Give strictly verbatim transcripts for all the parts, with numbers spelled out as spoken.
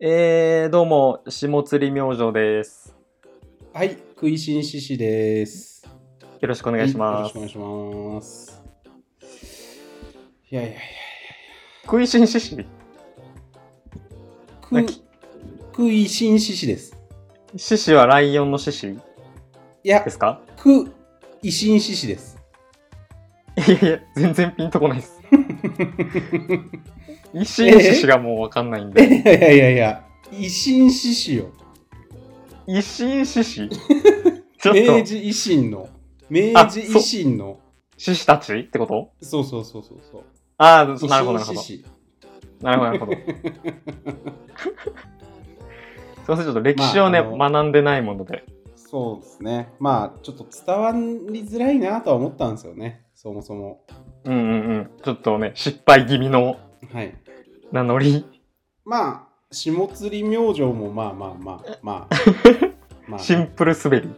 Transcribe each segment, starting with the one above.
えー、どうも、下釣り明星です。 はい、食いしん獅子です。 よろしくお願いしはい、よろます。 しくお願いします。いやいやいやいや。 食いしん獅子なく、 き食いしん獅子です。 獅子はライオンの獅子いや、 ですか？ くいしん獅子です。 いやいや、全然ピンとこないです。維新獅子がもうわかんないんで。 いやいやいやいや、維新獅子よ。 維新獅子ちょっと明治維新の。明治維新の。 獅子たちってこと？ そうそうそうそうそう。 ああ、なるほどなるほど。なるほどなるほど。すいません、ちょっと歴史をね、まあ、学んでないもので。 そうですね。まあ、ちょっと伝わりづらいなとは思ったんですよね。そもそも。 うんうんうん。ちょっとね、失敗気味の名乗り。 はい、まあ、下釣り明星もまあまあまあまあ。まあ、 シンプル滑り。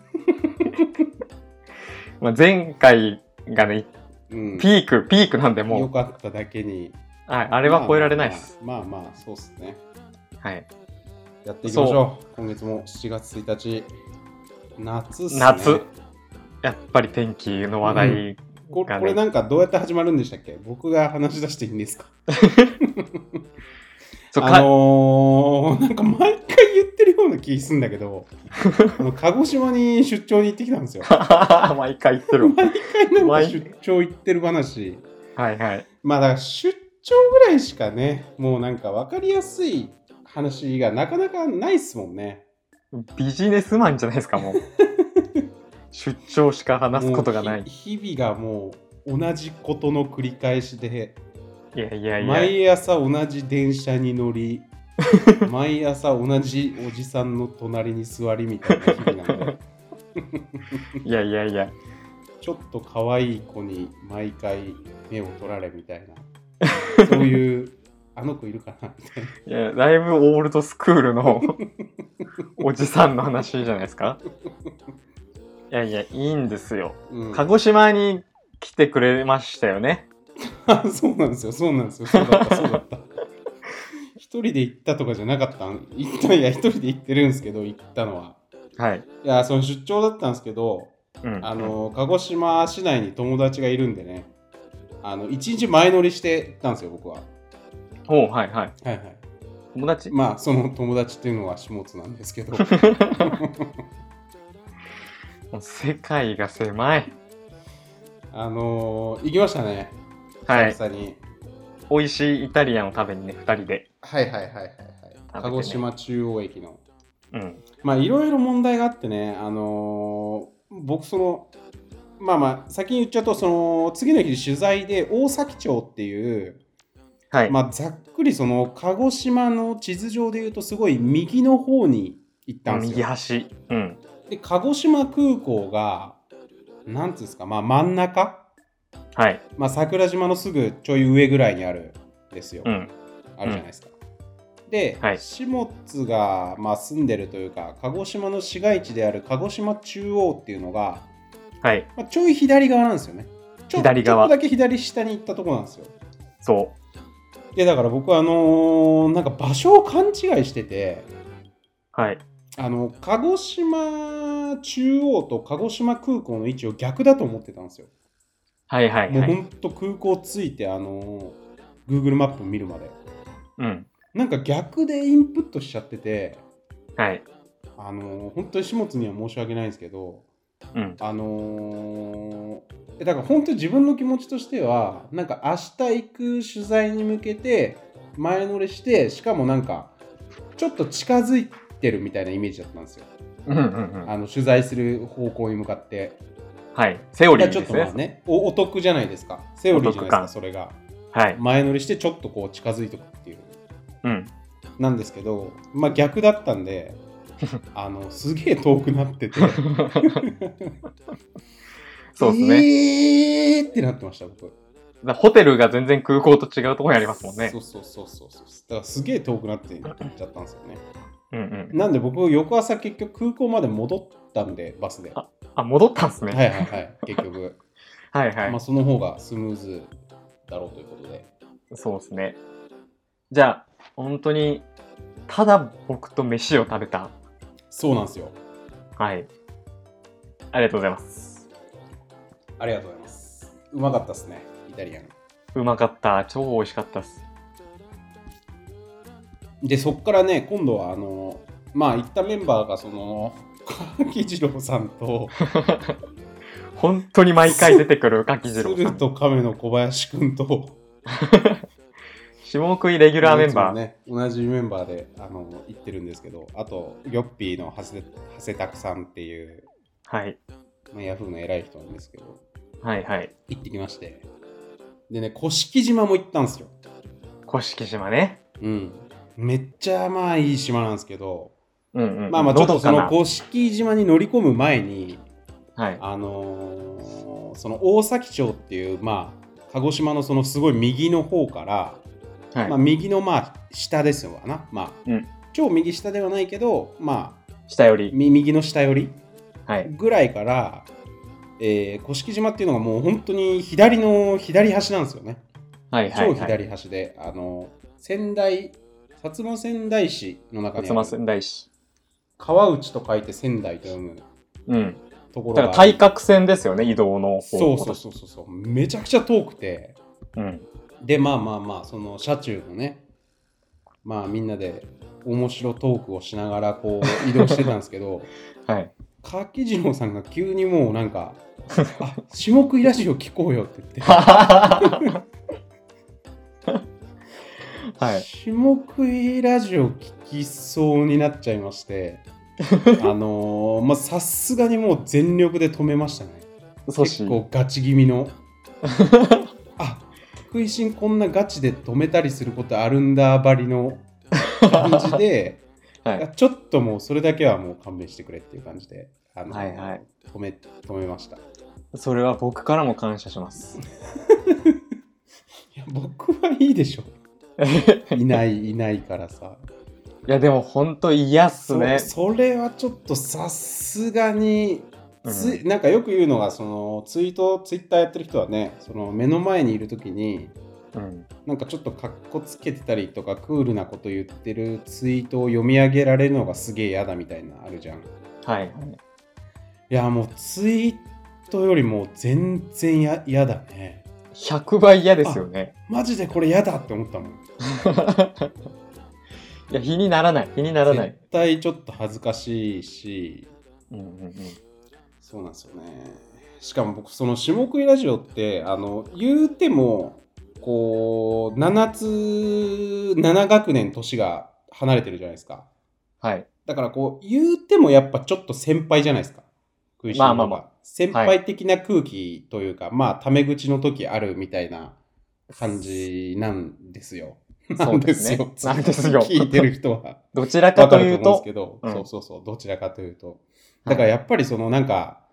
まあ前回がね、うん、ピーク、ピークなんでもう。 良かっただけに。 はい、あれは超えられないです。 まあまあ、まあまあ、そうっすね。 はい。 やっていきましょう。今月もしちがつついたち。夏っすね。 夏。やっぱり天気の話題が、ね、 うん、こ, これなんかどうやって始まるんでしたっけ？僕が話し出していいんですか？あのー、なんか毎回言ってるような気するんだけどあの鹿児島に出張に行ってきたんですよ。 毎回言ってる毎回なんか出張行ってる話。 はいはい。 まあだから出張ぐらいしかね、もうなんか分かりやすい話がなかなかないっすもんね。 ビジネスマンじゃないですか、もう。出張しか話すことがない。 日々がもう同じことの繰り返しで、 いやいやいや、 毎朝同じ電車に乗り毎朝同じおじさんの隣に座りみたいな日々なんでいやいやいや、 ちょっと可愛い子に毎回目を取られみたいなそういうあの子いるかなみたいな。 いや、だいぶオールドスクールのおじさんの話じゃないですか。いやいや、いいんですよ、うん、鹿児島に来てくれましたよね。 そうなんですよ、そうなんですよ、そうだった、そうだった。一人で行ったとかじゃなかったん、行ったいや、一人で行ってるんですけど、行ったのは。 はい。 いや、その出張だったんですけど、うん、あの、鹿児島市内に友達がいるんでね、あの、一日前乗りして行ったんですよ、僕は。 おう、はいはい。 はいはい。 友達？ まあ、その友達っていうのは下津なんですけど。 もう世界が狭い。 あのー、行きましたね。 はい。 久々に。 美味しいイタリアンを食べにね、ふたりで。 はいはいはいはい、はい、ね。鹿児島中央駅の。 うん。 まあ、いろいろ問題があってね、あのー、僕その、まあまあ、先に言っちゃうと、その、次の日取材で大崎町っていう、はい、まあ、ざっくりその、鹿児島の地図上で言うと、すごい右の方に行ったんですよ。 右端。うん。 で、鹿児島空港が、なんつうんですか、まあ真ん中、 はい。 まあ桜島のすぐちょい上ぐらいにあるんですよ。うん、あるじゃないですか。うん、で、はい、下津が、まあ、住んでるというか、鹿児島の市街地である鹿児島中央っていうのが、はい、まあ、ちょい左側なんですよね。ちょ左側。ちょっとだけ左下に行ったところなんですよ。 そう。 で、だから僕はあのー、なんか場所を勘違いしてて、 はい。 あの鹿児島中央と鹿児島空港の位置を逆だと思ってたんですよ。 はいはいはい。 もうほんと空港着いて、あのー、Google マップ見るまで。うん。なんか逆でインプットしちゃってて、はい。あのー、本当に下津には申し訳ないんですけど、うん。あのー、だから本当に自分の気持ちとしては、なんか明日行く取材に向けて前乗りして、しかもなんかちょっと近づいて、てるみたいなイメージだったんですよ。うんうんうん、あの取材する方向に向かって、 はい、セオリーですね。 ちょっとまあね、お、お得じゃないですか。セオリーじゃないですか、それが。はい、前乗りしてちょっとこう近づいておくっていう、うん、なんですけど、まあ逆だったんで、あのすげえ遠くなってて、 そうですね。 えーってなってました僕。 ホテルが全然空港と違うところにありますもんね。 そうそうそうそうそう。だからすげえ遠くなっていっちゃったんですよね。 うんうん、 なんで僕翌朝結局空港まで戻ったんで、バスで。 あ、あ戻ったんですね。 はいはいはい、結局。 はいはい。 まあその方がスムーズだろうということで。 そうですね。じゃあ本当にただ僕と飯を食べた。 そうなんですよ。 はい。ありがとうございます。 ありがとうございます。うまかったっすね、イタリアン。 うまかった。超美味しかったっす。 で、そっからね、今度はあの、まあ、行ったメンバーがその、柿次郎さんと、 本当に毎回出てくる柿次郎さん。 鶴と亀の小林くんと、 下食いレギュラーメンバー。 ね、同じメンバーであの行ってるんですけど、あと、ギョッピーの長谷長谷拓さんっていう、 はい。 まあ、ヤフーの偉い人なんですけど、 はいはい。 行ってきまして。でね、甑島も行ったんですよ。 甑島ね。 うん。めっちゃまあいい島なんですけど、 うんうん、 まあまあちょっとその甑島に乗り込む前に、 はい、 あのー、その大崎町っていうまあ鹿児島のそのすごい右の方から、はい、まあ右のまあ下ですよな、まあ、うん、超右下ではないけど、まあ下寄り、 右の下寄りぐらいから、はい、えー、甑島っていうのがもう本当に左の左端なんですよね。はいはいはい、超左端で、あの仙台薩摩川内市の中にある薩摩川内市川内と書いて仙台と読む、うん、ところがだから対角線ですよね、移動の方。 そうそうそうそうめちゃくちゃ遠くて、うん、でまあまあまあその車中のねまあみんなで面白トークをしながらこう移動してたんですけど、はい、柿次郎さんが急にもうなんかあ下食いラジオ聞こうよって言ってはい、下食いラジオ聞きそうになっちゃいましてあのー、まあさすがにもう全力で止めましたね。結構ガチ気味のあ食いしんこんなガチで止めたりすることあるんだばりの感じで、はい、ちょっともうそれだけはもう勘弁してくれっていう感じで、あのーはいはい、止め止めました。 それは僕からも感謝しますいや僕はいいでしょいないいないからさ。 いやでもほんと嫌っすね。 そ, それはちょっとさすがに、うん、なんかよく言うのがそのツイートツイッターやってる人はね、その目の前にいる時に、うん、なんかちょっとカッコつけてたりとかクールなこと言ってるツイートを読み上げられるのがすげえ嫌だみたいなあるじゃん。はいはい。いやもうツイートよりも全然や嫌だね。 ひゃくばい嫌ですよね。 マジでこれ嫌だって思ったもんいや日にならない日にならない。 絶対ちょっと恥ずかしいし、うんうんうん、そうなんですよね。しかも僕その下食いラジオってあの言うてもこうななつなな学年年が離れてるじゃないですか。はい。だからこう言うてもやっぱちょっと先輩じゃないですか。食いしん坊がまあまあまあ先輩的な空気というか、はい、まあタメ口の時あるみたいな感じなんですよ。 そうですね。なんですよ。 聞いてる人はどちらかというと、 とうん、そうそうそうどちらかというと、だからやっぱりそのなんか、はい、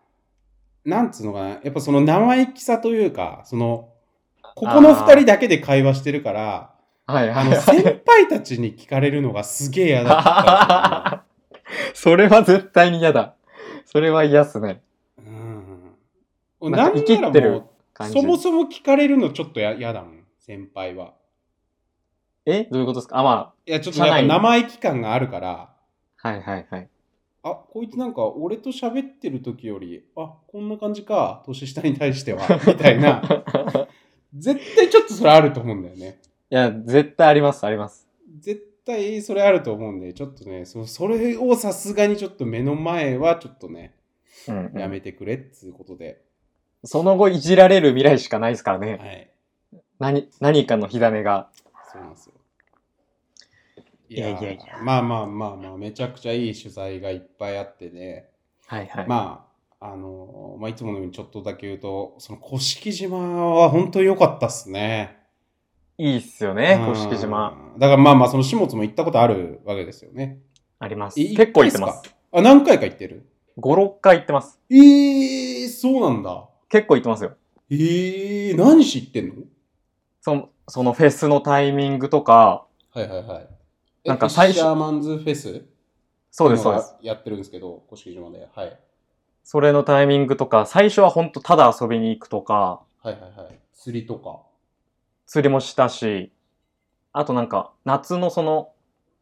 なんつうのかな、やっぱその生意気さというか、そのここの二人だけで会話してるから、はいはいはい、あの先輩たちに聞かれるのがすげえ嫌だったんですよ、ね。 それは絶対に嫌だ。それは嫌っすね。 うん。なんか生きってる感じ。そもそも聞かれるのちょっとや嫌だもん、先輩は。 えどういうことですか。あ、まあ。 いや、ちょっとやっぱ生意気感があるから。 はいはいはい。 あ、こいつなんか俺と喋ってる時より、あ、こんな感じか、年下に対しては、みたいな。絶対ちょっとそれあると思うんだよね。 いや、絶対あります、あります。 絶対それあると思うんで、ちょっとね、そ, それをさすがにちょっと目の前はちょっとね、うんうん、やめてくれっつうことで。 その後いじられる未来しかないですからね。はい。何、何かの火種が。 そうなんですよ。いやいやいや。まあまあまあまあ、めちゃくちゃいい取材がいっぱいあってね。はいはい。まあ、あの、まあいつものようにちょっとだけ言うと、その甑島は本当に良かったっすね。 いいっすよね、甑島。 だからまあまあ、その始末も行ったことあるわけですよね。 あります。結構行ってます。 あ、何回か行ってる ? ご、ろっかい行ってます。 えー、そうなんだ。 結構行ってますよ。 えー、何し行ってんの？ その、そのフェスのタイミングとか。 はいはいはい。 なんか最初。 シャーマンズフェス？ そうです、そうです。 やってるんですけど、甑島で。はい。 それのタイミングとか、最初はほんとただ遊びに行くとか。 はいはいはい。釣りとか。 釣りもしたし、あとなんか、夏のその、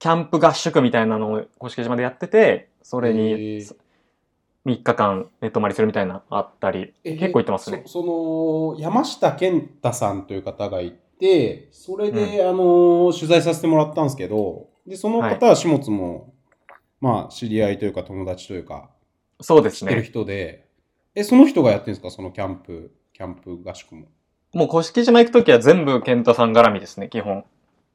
キャンプ合宿みたいなのを甑島でやってて、それにみっかかん寝泊まりするみたいなのあったり、結構行ってますね。 そ, その、山下健太さんという方がいて、それで、うん、あの、取材させてもらったんですけど、で、その方は始末も、はい、まあ、知り合いというか友達というか、 そうですね。 知ってる人で、え、その人がやってるんですか、そのキャンプ、キャンプ合宿も。 もう甑島行くときは全部健太さん絡みですね、基本。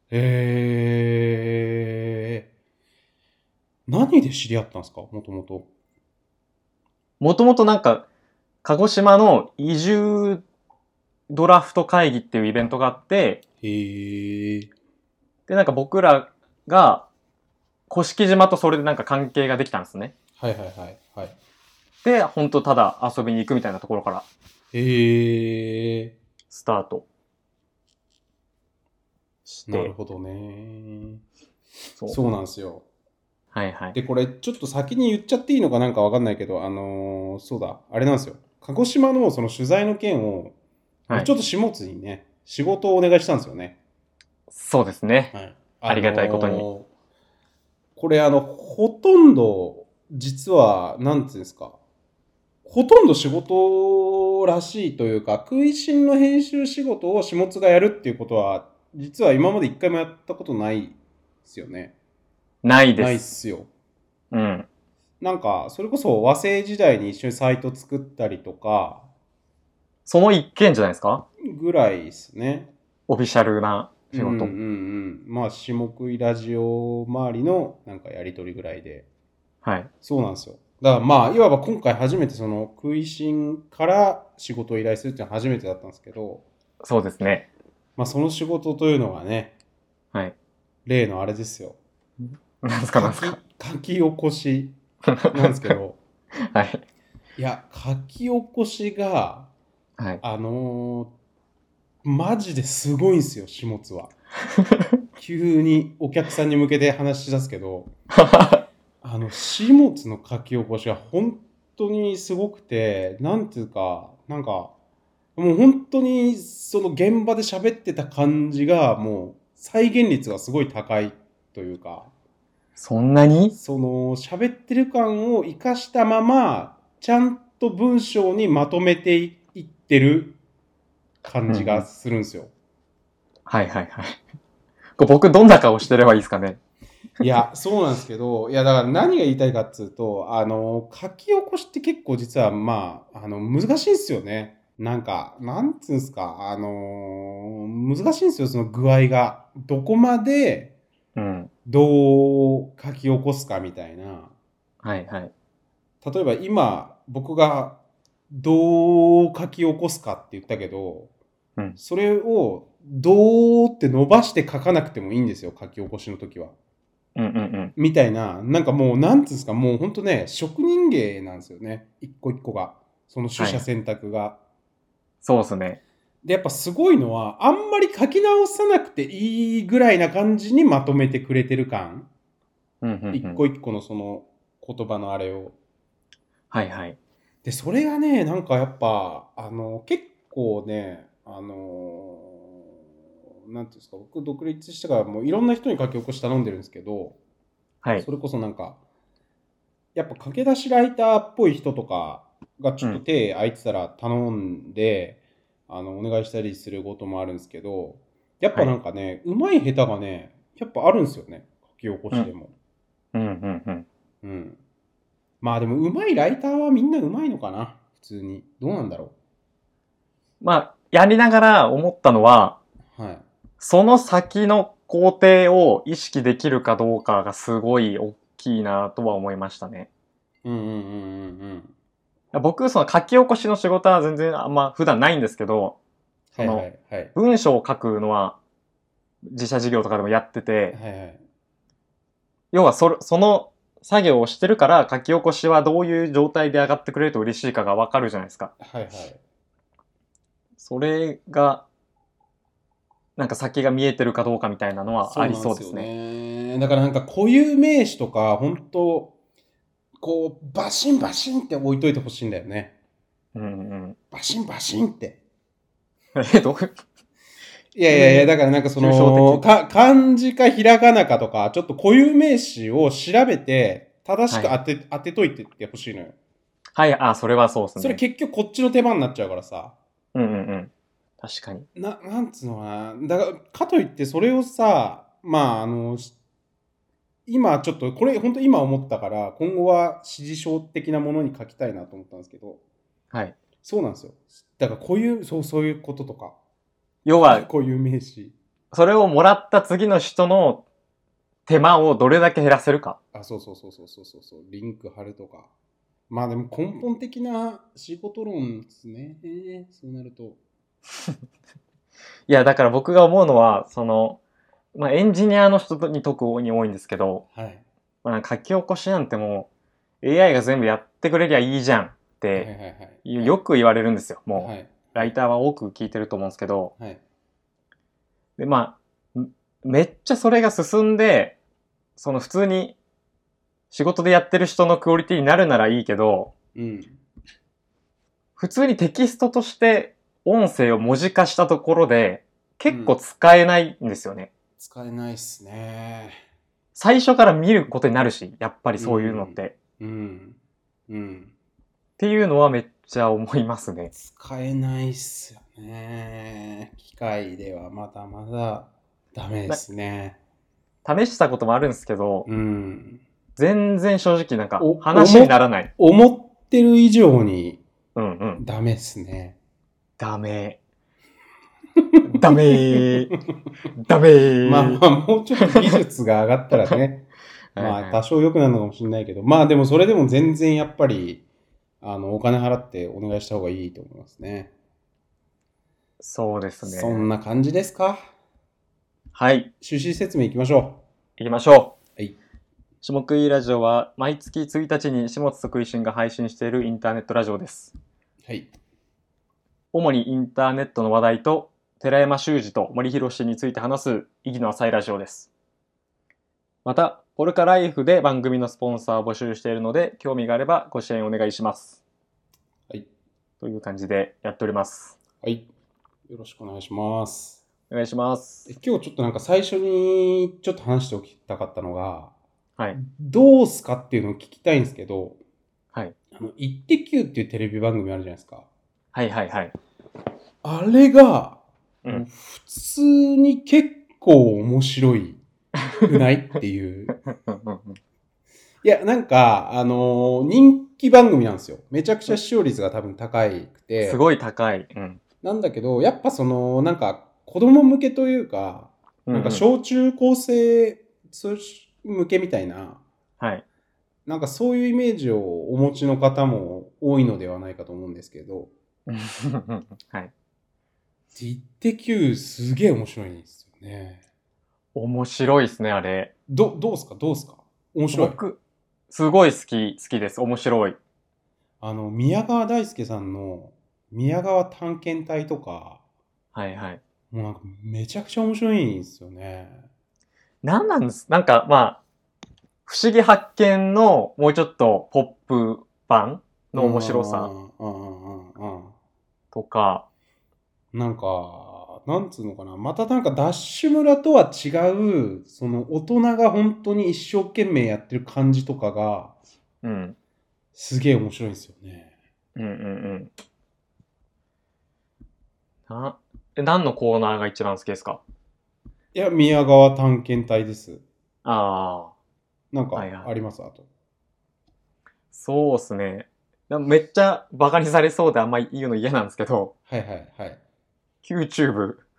へー。何で知り合ったんですか、もともと。 もともとなんか、鹿児島の移住ドラフト会議っていうイベントがあって、 へー。 で、なんか僕らが、甑島とそれでなんか関係ができたんですね。 はいはいはいはい。 で、ほんとただ遊びに行くみたいなところから。 へー。 スタート。 して。なるほどね。そう。そうなんですよ。 はいはい。 で、これちょっと先に言っちゃっていいのかなんかわかんないけど、あのー、そうだ、あれなんですよ。鹿児島のその取材の件を、はい、ちょっと下津にね、仕事をお願いしたんですよね。 そうですね。はい、ありがたいことに。あのー、 これあの、ほとんど、実は、なんていうんですか、ほとんど仕事らしいというか、食いしんの編集仕事を下津がやるっていうことは、実は今まで一回もやったことないですよね。 ないです。 ないっすよ。 うん。 なんか、それこそ和製時代に一緒にサイト作ったりとか。 その一件じゃないですか？ ぐらいですね。 オフィシャルな仕事。 うんうんうん。まあ、下食いラジオ周りのなんかやりとりぐらいで。 はい。 そうなんですよ。だからまあ、いわば今回初めてその食いしんから仕事を依頼するっていうのは初めてだったんですけど。 そうですね。 まあ、その仕事というのがね。 はい。 例のあれですよ。 なんですかなんですか。 書き起こしなんですけど。 はい。 いや、書き起こしが、 はい、 あのー、マジですごいんですよ、下津は。急にお客さんに向けて話し出すけど、あの、下津の書き起こしは本当にすごくて、なんていうか、なんか、もう本当にその現場で喋ってた感じが、もう再現率がすごい高いというか、 そんなに？ その喋ってる感を生かしたまま、ちゃんと文章にまとめていってる感じがするんですよ。うん、 はいはいはい。僕どんな顔してればいいですかね。 いや、そうなんですけど、いや、だから何が言いたいかっつうと、あの、書き起こしって結構実は、まあ、あの、難しいんですよね。なんか、なんつうんですか、あの、難しいんですよ、その具合が。どこまで、うん。どう書き起こすかみたいな。 はいはい。 例えば今、僕がどう書き起こすかって言ったけど、うん、それをどうって伸ばして書かなくてもいいんですよ、書き起こしの時は。 うんうんうん。 みたいな、なんかもう、なんつうんですか、もうほんとね、職人芸なんですよね。一個一個が。その取捨選択が。はい、 そうですね。 で、やっぱすごいのは、あんまり書き直さなくていいぐらいな感じにまとめてくれてる感。うんうんうん、一個一個のその言葉のあれを。 はいはい。 で、それがね、なんかやっぱ、あの、結構ね、あの、なんていうんですか、僕独立してからもういろんな人に書き起こし頼んでるんですけど、はい、それこそなんか、やっぱ駆け出しライターっぽい人とかがちょっと手空いてたら頼んで、うん、あの、お願いしたりすることもあるんですけど、やっぱなんかね、うま、はい、下手がね、やっぱあるんですよね、書き起こしでも。 うん、うん、うんうん。 うん。まあでもうまいライターはみんなうまいのかな、普通に。どうなんだろう。まあ、やりながら思ったのは、はい、その先の工程を意識できるかどうかがすごい大きいなとは思いましたね。 うんうんうんうんうん。僕、その書き起こしの仕事は全然あんま普段ないんですけど、その、はいはいはい、文章を書くのは自社事業とかでもやってて、はいはい、要はそ、その作業をしてるから書き起こしはどういう状態で上がってくれると嬉しいかがわかるじゃないですか。はいはい。それが、なんか先が見えてるかどうかみたいなのはありそうですね。 そうなんですよね。だからなんか固有名詞とか、本当こう、バシンバシンって置いといてほしいんだよね。うんうん。バシンバシンって。 え、どういやいやいや、だからなんかその、か、漢字かひらがなかとか、ちょっと固有名詞を調べて、正しく当て、はい、当てといてってほしいのよ。 はい、あ、それはそうですね。 それ結局こっちの手間になっちゃうからさ。 うんうんうん。確かに。 な、なんつうのかな。だから、かといってそれをさ、まあ、あの、今ちょっと、これ本当今思ったから、今後は指示書的なものに書きたいなと思ったんですけど。 はい。 そうなんですよ。だからこういう、そう、そういうこととか。 要は、 こういう名詞。 それをもらった次の人の手間をどれだけ減らせるか。 あ、そうそうそうそうそうそう。リンク貼るとか。まあでも根本的な仕事論ですね。えー、そうなると。 いや、だから僕が思うのは、その、まあエンジニアの人に特に多いんですけど、 はい。 まあ、書き起こしなんてもう エーアイ が全部やってくれりゃいいじゃんって、よく言われるんですよ。もう、はい、ライターは多く聞いてると思うんですけど、はい、で、まあ、めっちゃそれが進んで、その普通に仕事でやってる人のクオリティになるならいいけど、うん、普通にテキストとして音声を文字化したところで結構使えないんですよね。うん、 使えないっすね。 最初から見ることになるし、やっぱりそういうのって。うん。うん。うん、っていうのはめっちゃ思いますね。 使えないっすよね。機械ではまだまだダメですね。 試したこともあるんですけど、うん、全然正直なんか話にならない。 思ってる以上にダメっすね。 ダメ。ダメー。ダメー。 まあまあ、もうちょっと技術が上がったらね。まあ、多少良くなるのかもしれないけど、まあでもそれでも全然やっぱり、あの、お金払ってお願いした方がいいと思いますね。 そうですね。 そんな感じですか？ はい。 趣旨説明いきましょう。いきましょう。はい。 下食いラジオは毎月ついたちに下津と食いしんが配信しているインターネットラジオです。はい。主にインターネットの話題と寺山修司と森博について話す意義の浅いラジオです。また、ポルカライフで番組のスポンサーを募集しているので、興味があればご支援お願いします。はい。という感じでやっております。 はい。よろしくお願いします。 お願いします。 今日ちょっとなんか最初にちょっと話しておきたかったのが、はい。どうすかっていうのを聞きたいんですけど、はい。あの、イッテ Q っていうテレビ番組あるじゃないですか。 はいはいはい。 あれが、うん、普通に結構面白いくないっていう。いや、なんか、あのー、人気番組なんですよ。めちゃくちゃ視聴率が多分高くて。 すごい高い。うん。 なんだけど、やっぱその、なんか、子供向けというか、なんか小中高生向けみたいな、はい。なんかそういうイメージをお持ちの方も多いのではないかと思うんですけど、はい。イッテ Q すげえ面白いんですよね。 面白いですね、あれ。 ど、どうすかどうすか面白い。 僕、すごい好き、好きです。面白い。 あの、宮川大輔さんの宮川探検隊とか、 はいはい。 もうなんかめちゃくちゃ面白いんですよね。 なんなんです、なんかまあ、不思議発見のもうちょっとポップ版の面白さとか。 なんか、なんつうのかな。またなんかダッシュ村とは違う、その大人が本当に一生懸命やってる感じとかが、うん。すげえ面白いんですよね。うんうんうん。 な、え、何のコーナーが一番好きですか？ いや、宮川探検隊です。 ああ。 なんか、あります、はいはい、あと。 そうっすね。めっちゃバカにされそうであんまり言うの嫌なんですけど。 はいはいはい。 YouTube。好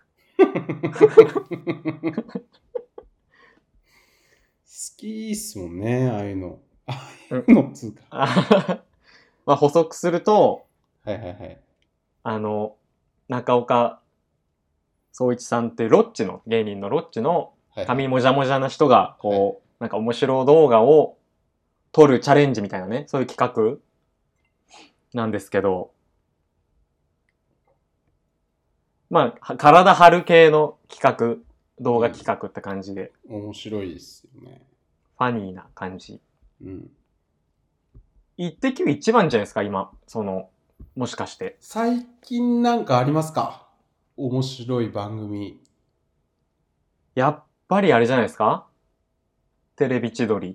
きっすもんね、ああいうの。ああいうのっつうか。 まあ補足すると、 はいはいはい。 あの、中岡総一さんってロッチの、芸人のロッチの髪もじゃもじゃな人が、こう、はいはい、なんか面白動画を撮るチャレンジみたいなね、そういう企画なんですけど、まあ、体張る系の企画、動画企画って感じで。 うん、面白いですよね。 ファニーな感じ。うん。イッテ Q 一番じゃないですか、今。その、もしかして。 最近なんかありますか？面白い番組。 やっぱりあれじゃないですか？テレビ千鳥。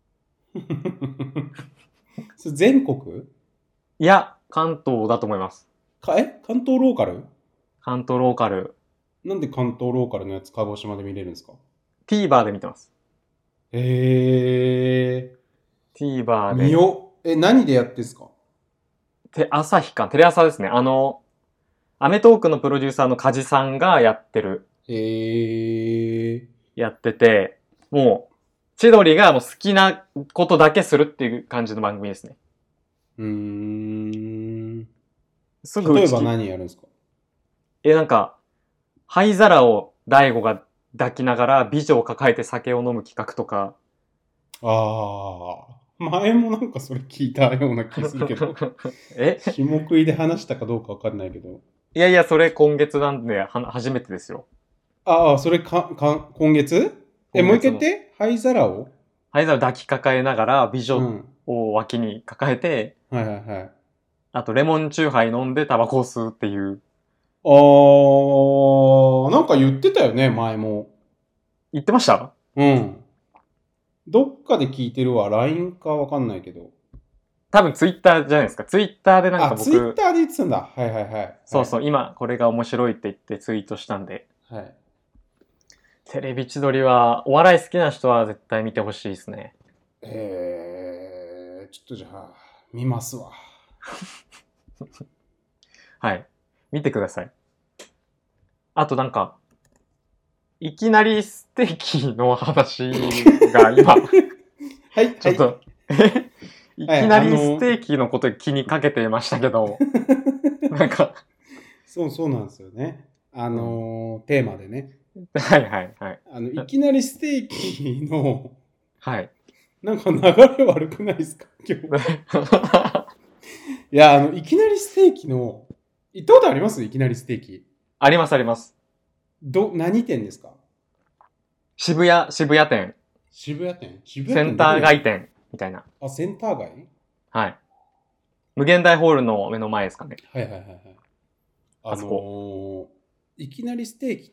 それ全国？ いや、関東だと思います。 か、え関東ローカル？ 関東ローカル。 なんで関東ローカルのやつ鹿児島で見れるんですか？ TVer で見てます。 へー。 TVer で。 見よ。え、何でやってんすか？ て、朝日か、テレ朝ですね。あの、アメトーークのプロデューサーの梶さんがやってる。 へー。 やってて、もう、千鳥がもう好きなことだけするっていう感じの番組ですね。 うーん。 すぐ例えば何やるんですか？ え、なんか、灰皿を大悟が抱きながら美女を抱えて酒を飲む企画とか。 ああ。前もなんかそれ聞いたような気するけど。 え下食いで話したかどうかわかんないけど。 いやいや、それ今月なんで、は、初めてですよ。 ああ、それか、か、今月？え、もう一回言って、灰皿を灰皿を抱きかかえながら美女を脇に抱えて、 うん、はいはいはい。 あとレモンチューハイ飲んでタバコを吸うっていう。 あー、なんか言ってたよね、前も。 言ってました？ うん。どっかで聞いてるわ。ライン かわかんないけど。 多分ツイッターじゃないですか。ツイッターでなんか僕。 あ、ツイッターで言ってたんだ。はいはいはい。 そうそう、今これが面白いって言ってツイートしたんで。 はい。 テレビ千鳥は、お笑い好きな人は絶対見てほしいですね。 えー、ちょっとじゃあ、見ますわ。 はい。見てください。あとなんか、いきなりステーキの話が今、 はい、 ちょっと、はい、いきなりステーキのこと気にかけていましたけど、なんかそうそうなんですよね。あのーうん、テーマでね。 はいはいはい。 あの、いきなりステーキの、 はい。 なんか流れ悪くないですか今日。いや、あの、いきなりステーキの、行ったことあります？いきなりステーキ。 ありますあります。 ど、何店ですか？ 渋谷、渋谷店。 渋谷店渋谷店センター街店みたいな。 あ、センター街？ はい。無限大ホールの目の前ですかね。 はいはいはいはい。あのー、いきなりステーキって、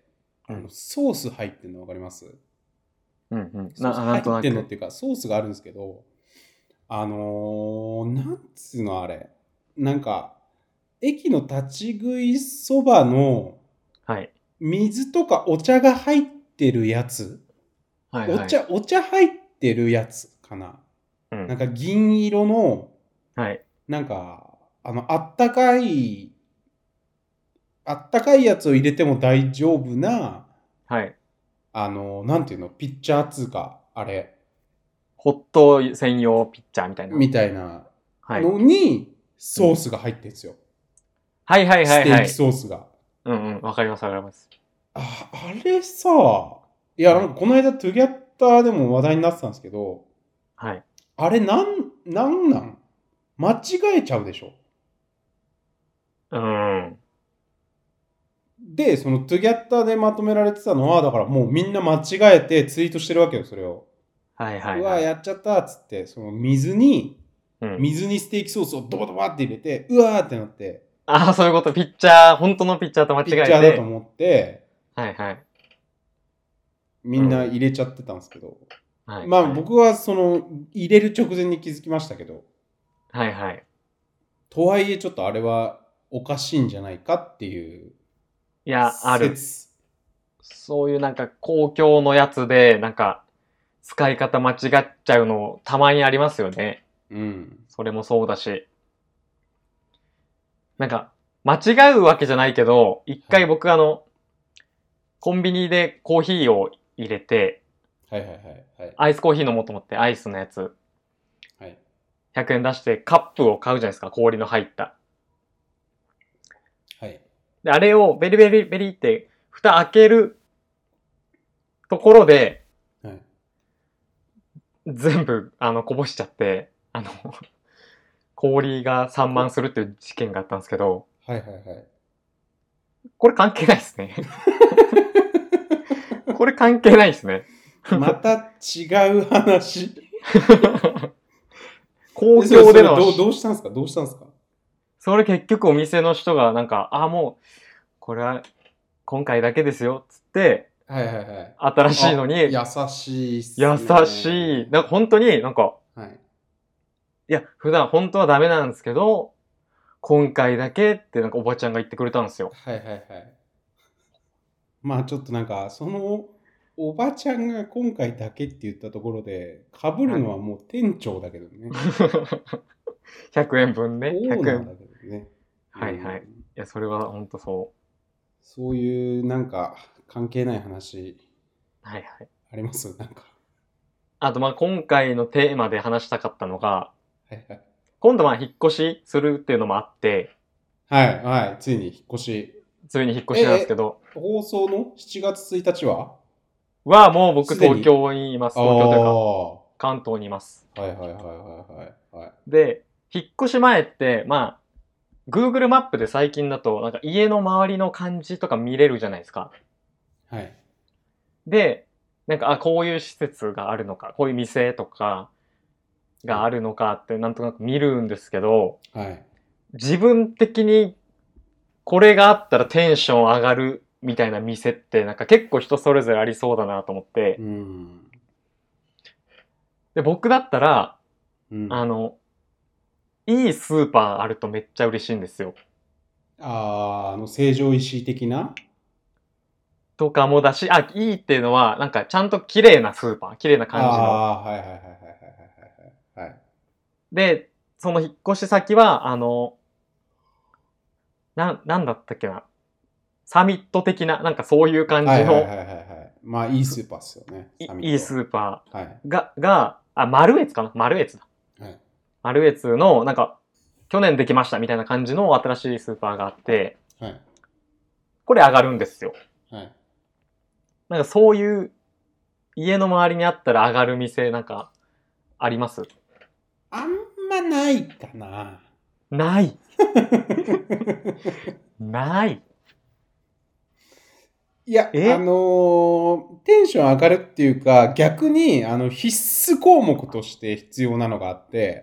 あのソース入ってんの分かります？ うんうん。 ソース入ってんのっていうか、ソースがあるんですけど、あのー、なんつうのあれ。なんか、駅の立ち食いそばの、 はい。 水とかお茶が入ってるやつ、はいはい、お茶、お茶入ってるやつかな。うん、なんか銀色の、はい。なんか、あの、あったかい、あったかいやつを入れても大丈夫な、はい。あの、なんていうの、ピッチャーつうか、あれ。 ホット専用ピッチャーみたいな。 みたいなのに、ソースが入ってるんですよ。 はいはいはいはい。 ステーキソースが。 うんうん、わかりますわかります。 あ、あれさ、いや、なんかこの間トゥギャッターでも話題になってたんですけど、はい。あれなん、なんなん間違えちゃうでしょ。うん。で、そのトゥギャッターでまとめられてたのは、だからもうみんな間違えてツイートしてるわけよ、それを。はいはい、はい。うわ、やっちゃったっつって、その水に、うん、水にステーキソースをドバドバって入れて、うわーってなって。 ああ、そういうこと。ピッチャー、本当のピッチャーと間違えて。 ピッチャーだと思って、 はいはい。 みんな入れちゃってたんですけど。うん、はい、まあ、はい、僕はその、入れる直前に気づきましたけど。はいはい。とはいえちょっとあれはおかしいんじゃないかっていう。 いや、ある。そういうなんか公共のやつで、なんか、使い方間違っちゃうの、たまにありますよね。うん。それもそうだし。なんか、間違うわけじゃないけど、一回僕あの、コンビニでコーヒーを入れて、はいはいはい、はい。アイスコーヒー飲もうと思って、アイスのやつ。はい。ひゃくえん出してカップを買うじゃないですか、氷の入った。はい。で、あれをベリベリベリって、蓋開けるところで、はい。全部、あの、こぼしちゃって、あの、氷が散漫するっていう事件があったんですけど、はいはいはい。これ関係ないですね。これ関係ないですね。 また違う話。 公共でのどう、どうしたんですかどうしたんですかそれ結局お店の人がなんか、あ、もう、これは今回だけですよ、つって、 はいはいはい。 新しいのに。 優しいっすね。優しい。なんか本当になんか、はい。いや、普段本当はダメなんですけど、今回だけってなんかおばちゃんが言ってくれたんですよ。 はいはいはい。まあちょっとなんか、その、おばちゃんが今回だけって言ったところで、被るのはもう店長だけどね。 ひゃくえんぶんね。 オーナーだけどね。 はいはい。いや、それは本当そう。 そういうなんか関係ない話。 はいはい。 ありますなんか。 あとまあ今回のテーマで話したかったのが、 はいはい。 今度まあ引っ越しするっていうのもあって、 はいはい。ついに引っ越し。 ついに引っ越しなんですけど。 放送のしちがつついたちははもう僕東京にいます。東京というか、関東にいます。 はいはいはいはいはい。 で、引っ越し前って、まあ、Google マップで最近だと、なんか家の周りの感じとか見れるじゃないですか。 はい。 で、なんか、あ、こういう施設があるのか、こういう店とかがあるのかってなんとなく見るんですけど、 はい。 自分的にこれがあったらテンション上がるみたいな店ってなんか結構人それぞれありそうだなと思って、 うん、 で僕だったら、 うん、 あのいいスーパーあるとめっちゃ嬉しいんですよ。 ああ、あの成城石井的なとかもだし、あ、いいっていうのはなんかちゃんと綺麗なスーパー、綺麗な感じの。 ああ、はいはいはいはいはいはい。 で、その引っ越し先はあのな、なんだったっけな。サミット的な、なんかそういう感じの。はいはいはいはい、はい。 まあ、いいスーパーっすよね。 いいスーパー。はい。 が、が、あ、マルエツかなマルエツだ。はい。マルエツの、なんか、去年できましたみたいな感じの新しいスーパーがあって、はい。これ上がるんですよ。はい。なんかそういう、家の周りにあったら上がる店、なんか、あります？ あんまないかな。 ない。ない。 いや、あのー、テンション上がるっていうか、逆に、あの、必須項目として必要なのがあって、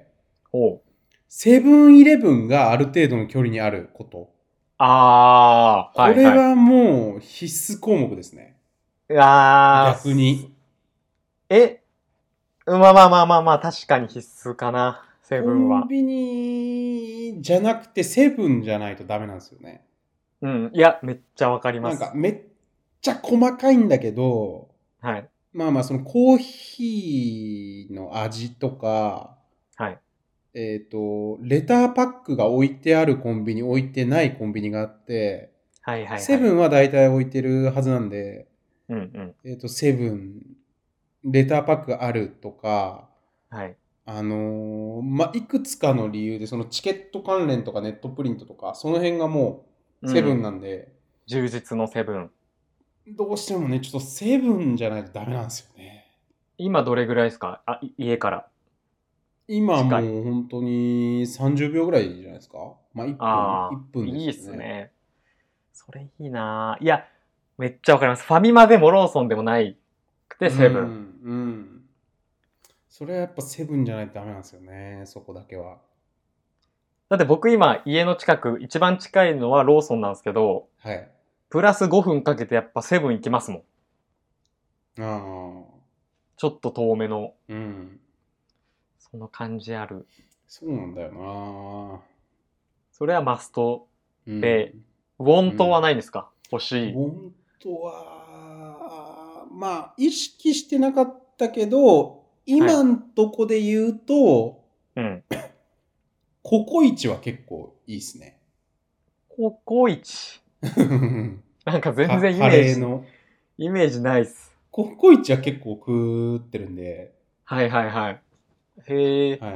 ほう。セブンイレブンがある程度の距離にあること。ああ、これはもう必須項目ですね。 ああ。 逆に。 え、まあまあまあまあまあ、確かに必須かな、セブンは。 コンビニじゃなくてセブンじゃないとダメなんですよね。 うん、いや、めっちゃわかります。 なんかめっちゃ細かいんだけど、はい。まあまあ、そのコーヒーの味とか、はい。えっ、ー、と、レターパックが置いてあるコンビニ、置いてないコンビニがあって、はいはいはい。セブンは大体置いてるはずなんで、うんうん。えっ、ー、と、セブン、レターパックがあるとか、はい。あのー、まあ、いくつかの理由で、そのチケット関連とかネットプリントとか、その辺がもう、セブンなんで、うん、 充実のセブン。 どうしてもね、ちょっとセブンじゃないとダメなんですよね。 今どれぐらいですか？あ、家から。 今もう本当にさんじゅうびょうぐらいじゃないですか。まあいっぷん、あいっぷんですね。 いいっすね。それいいないや、めっちゃわかります。ファミマでもローソンでもないくてセブン。うん。うん。それはやっぱセブンじゃないとダメなんですよね、そこだけは。 だって僕今家の近く一番近いのはローソンなんですけど、はい。プラスごふんかけてやっぱセブン行きますもん。ああ。ちょっと遠めの。うん。その感じある。 そうなんだよな。 それはマストで、うん、ウォントはないんですか？うん、欲しい。 ウォントは、まあ、意識してなかったけど、今んとこで言うと、はい、うん。ココイチは結構いいっすね。 ココイチなんか全然イメージ、のイメージないっす。 ココイチは結構食ってるんで。 はいはいはい。へえ。はい。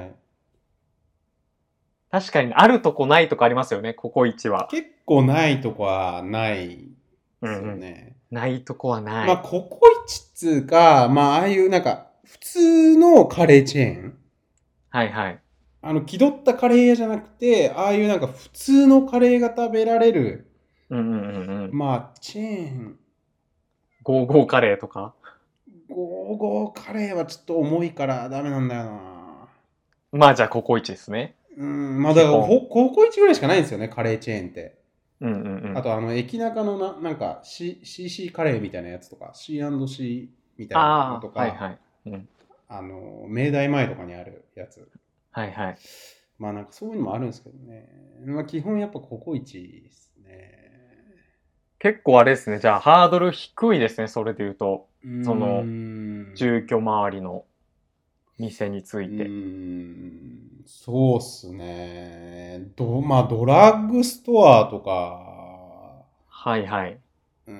確かにあるとこないとこありますよね、ココイチは。 結構ないとこはないですよね。 うんうん、ないとこはない。 まあ、ココイチっつうか、まあ、ああいうなんか、普通のカレーチェーン。はいはい。あの、気取ったカレー屋じゃなくて、ああいうなんか普通のカレーが食べられる。うんうんうんうん。まあ、チェーン。 ゴーゴーカレーとかゴーゴーカレーはちょっと重いからダメなんだよな。 まあじゃあココイチですね。 うん、まあだからココイチぐらいしかないんですよね、カレーチェーンって。 うんうんうん。 あと、あの、駅中のな、なんか、C、シーシー カレーみたいなやつとか、シーアンドシー みたいなのとか、 はいはい。うん、 あの、明大前とかにあるやつ。 はいはい。 まあなんかそういうのもあるんですけどね。まあ基本やっぱココイチですね。 結構あれですね。じゃあ、ハードル低いですね。それで言うと。その、住居周りの店について。うーん、そうっすね。ど、まあドラッグストアとか。 はいはい。 うん、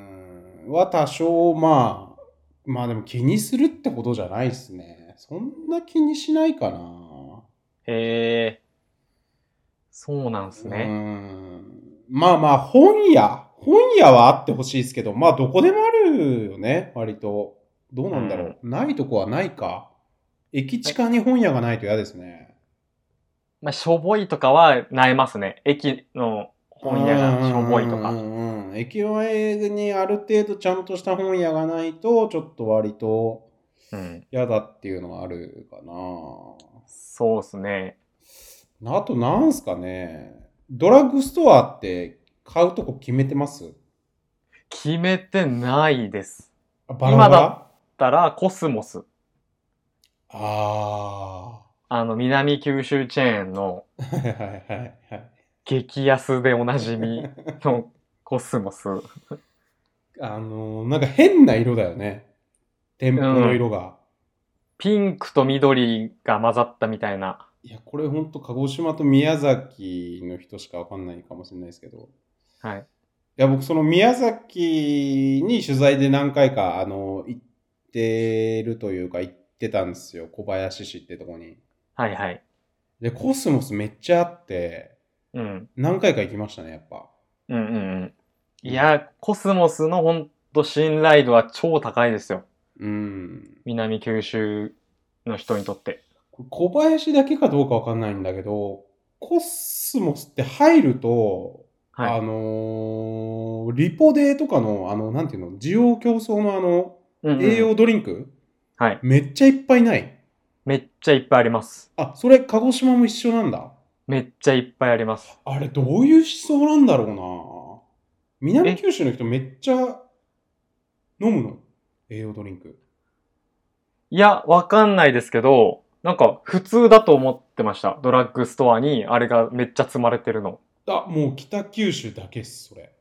は多少まあ、まあでも気にするってことじゃないですね。そんな気にしないかな。 へえ。そうなんすうね。 ん。まあまあ本屋。本屋はあってほしいですけど、まあどこでもあるよね、割と。どうなんだろう。うん、ないとこはないか。駅地下に本屋がないと嫌ですね。 まあ、しょぼいとかはなえますね。駅の本屋がしょぼいとか。 うん。駅前にある程度ちゃんとした本屋がないと、ちょっと割と嫌だっていうのはあるかな。うん、 そうっすね。 あとなんすかね。ドラッグストアって買うとこ決めてます？ 決めてないです。 バラバラ？ 今だったらコスモス。 ああ。あの、南九州チェーンのはいはいはいはい。 激安でおなじみのコスモス。 あのー、なんか変な色だよね。店舗の色が。うん、 ピンクと緑が混ざったみたいな。 いや、これほんと鹿児島と宮崎の人しかわかんないかもしれないですけど。 はい。 いや、僕その宮崎に取材で何回か、あの、行ってるというか、行ってたんですよ。小林市ってとこに。 はいはい。 で、コスモスめっちゃあって、 うん。 何回か行きましたね、やっぱ。 うんうんうん。いや、うん、コスモスのほんと信頼度は超高いですよ。 うん。 南九州の人にとって。 小林だけかどうかわかんないんだけど、コスモスって入ると、はい、あのー、リポデーとかの、あの、なんていうの、需要競争のあの、うんうん、栄養ドリンク、 はい。 めっちゃいっぱいない？ めっちゃいっぱいあります。 あ、それ、鹿児島も一緒なんだ。 めっちゃいっぱいあります。 あれ、どういう思想なんだろうな。南九州の人めっちゃ飲むの？栄養ドリンク。 いや、わかんないですけど、なんか普通だと思ってました。ドラッグストアにあれがめっちゃ積まれてるの。 あ、もう北九州だけっす、それ。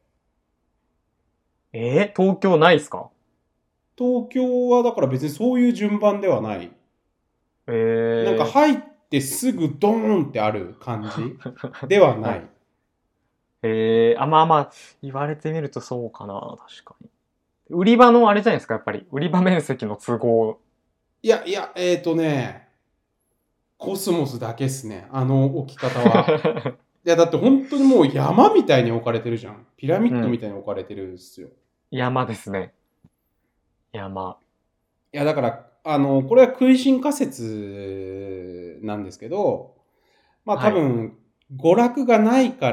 えー、東京ないっすか？ 東京はだから別にそういう順番ではない。えー、なんか入ってすぐドーンってある感じではない。はい、 えー、あ、まあまあ、言われてみるとそうかな、確かに。売り場のあれじゃないですか、やっぱり。売り場面積の都合。 いや、いや、えっ、ー、とね、コスモスだけっすね、あの置き方は。いや、だって本当にもう山みたいに置かれてるじゃん。ピラミッドみたいに置かれてるんですよ。うん、 山ですね。山。 いや、だから、あの、これは食いしん仮説なんですけど、まあ多分、はい、娯楽がないから、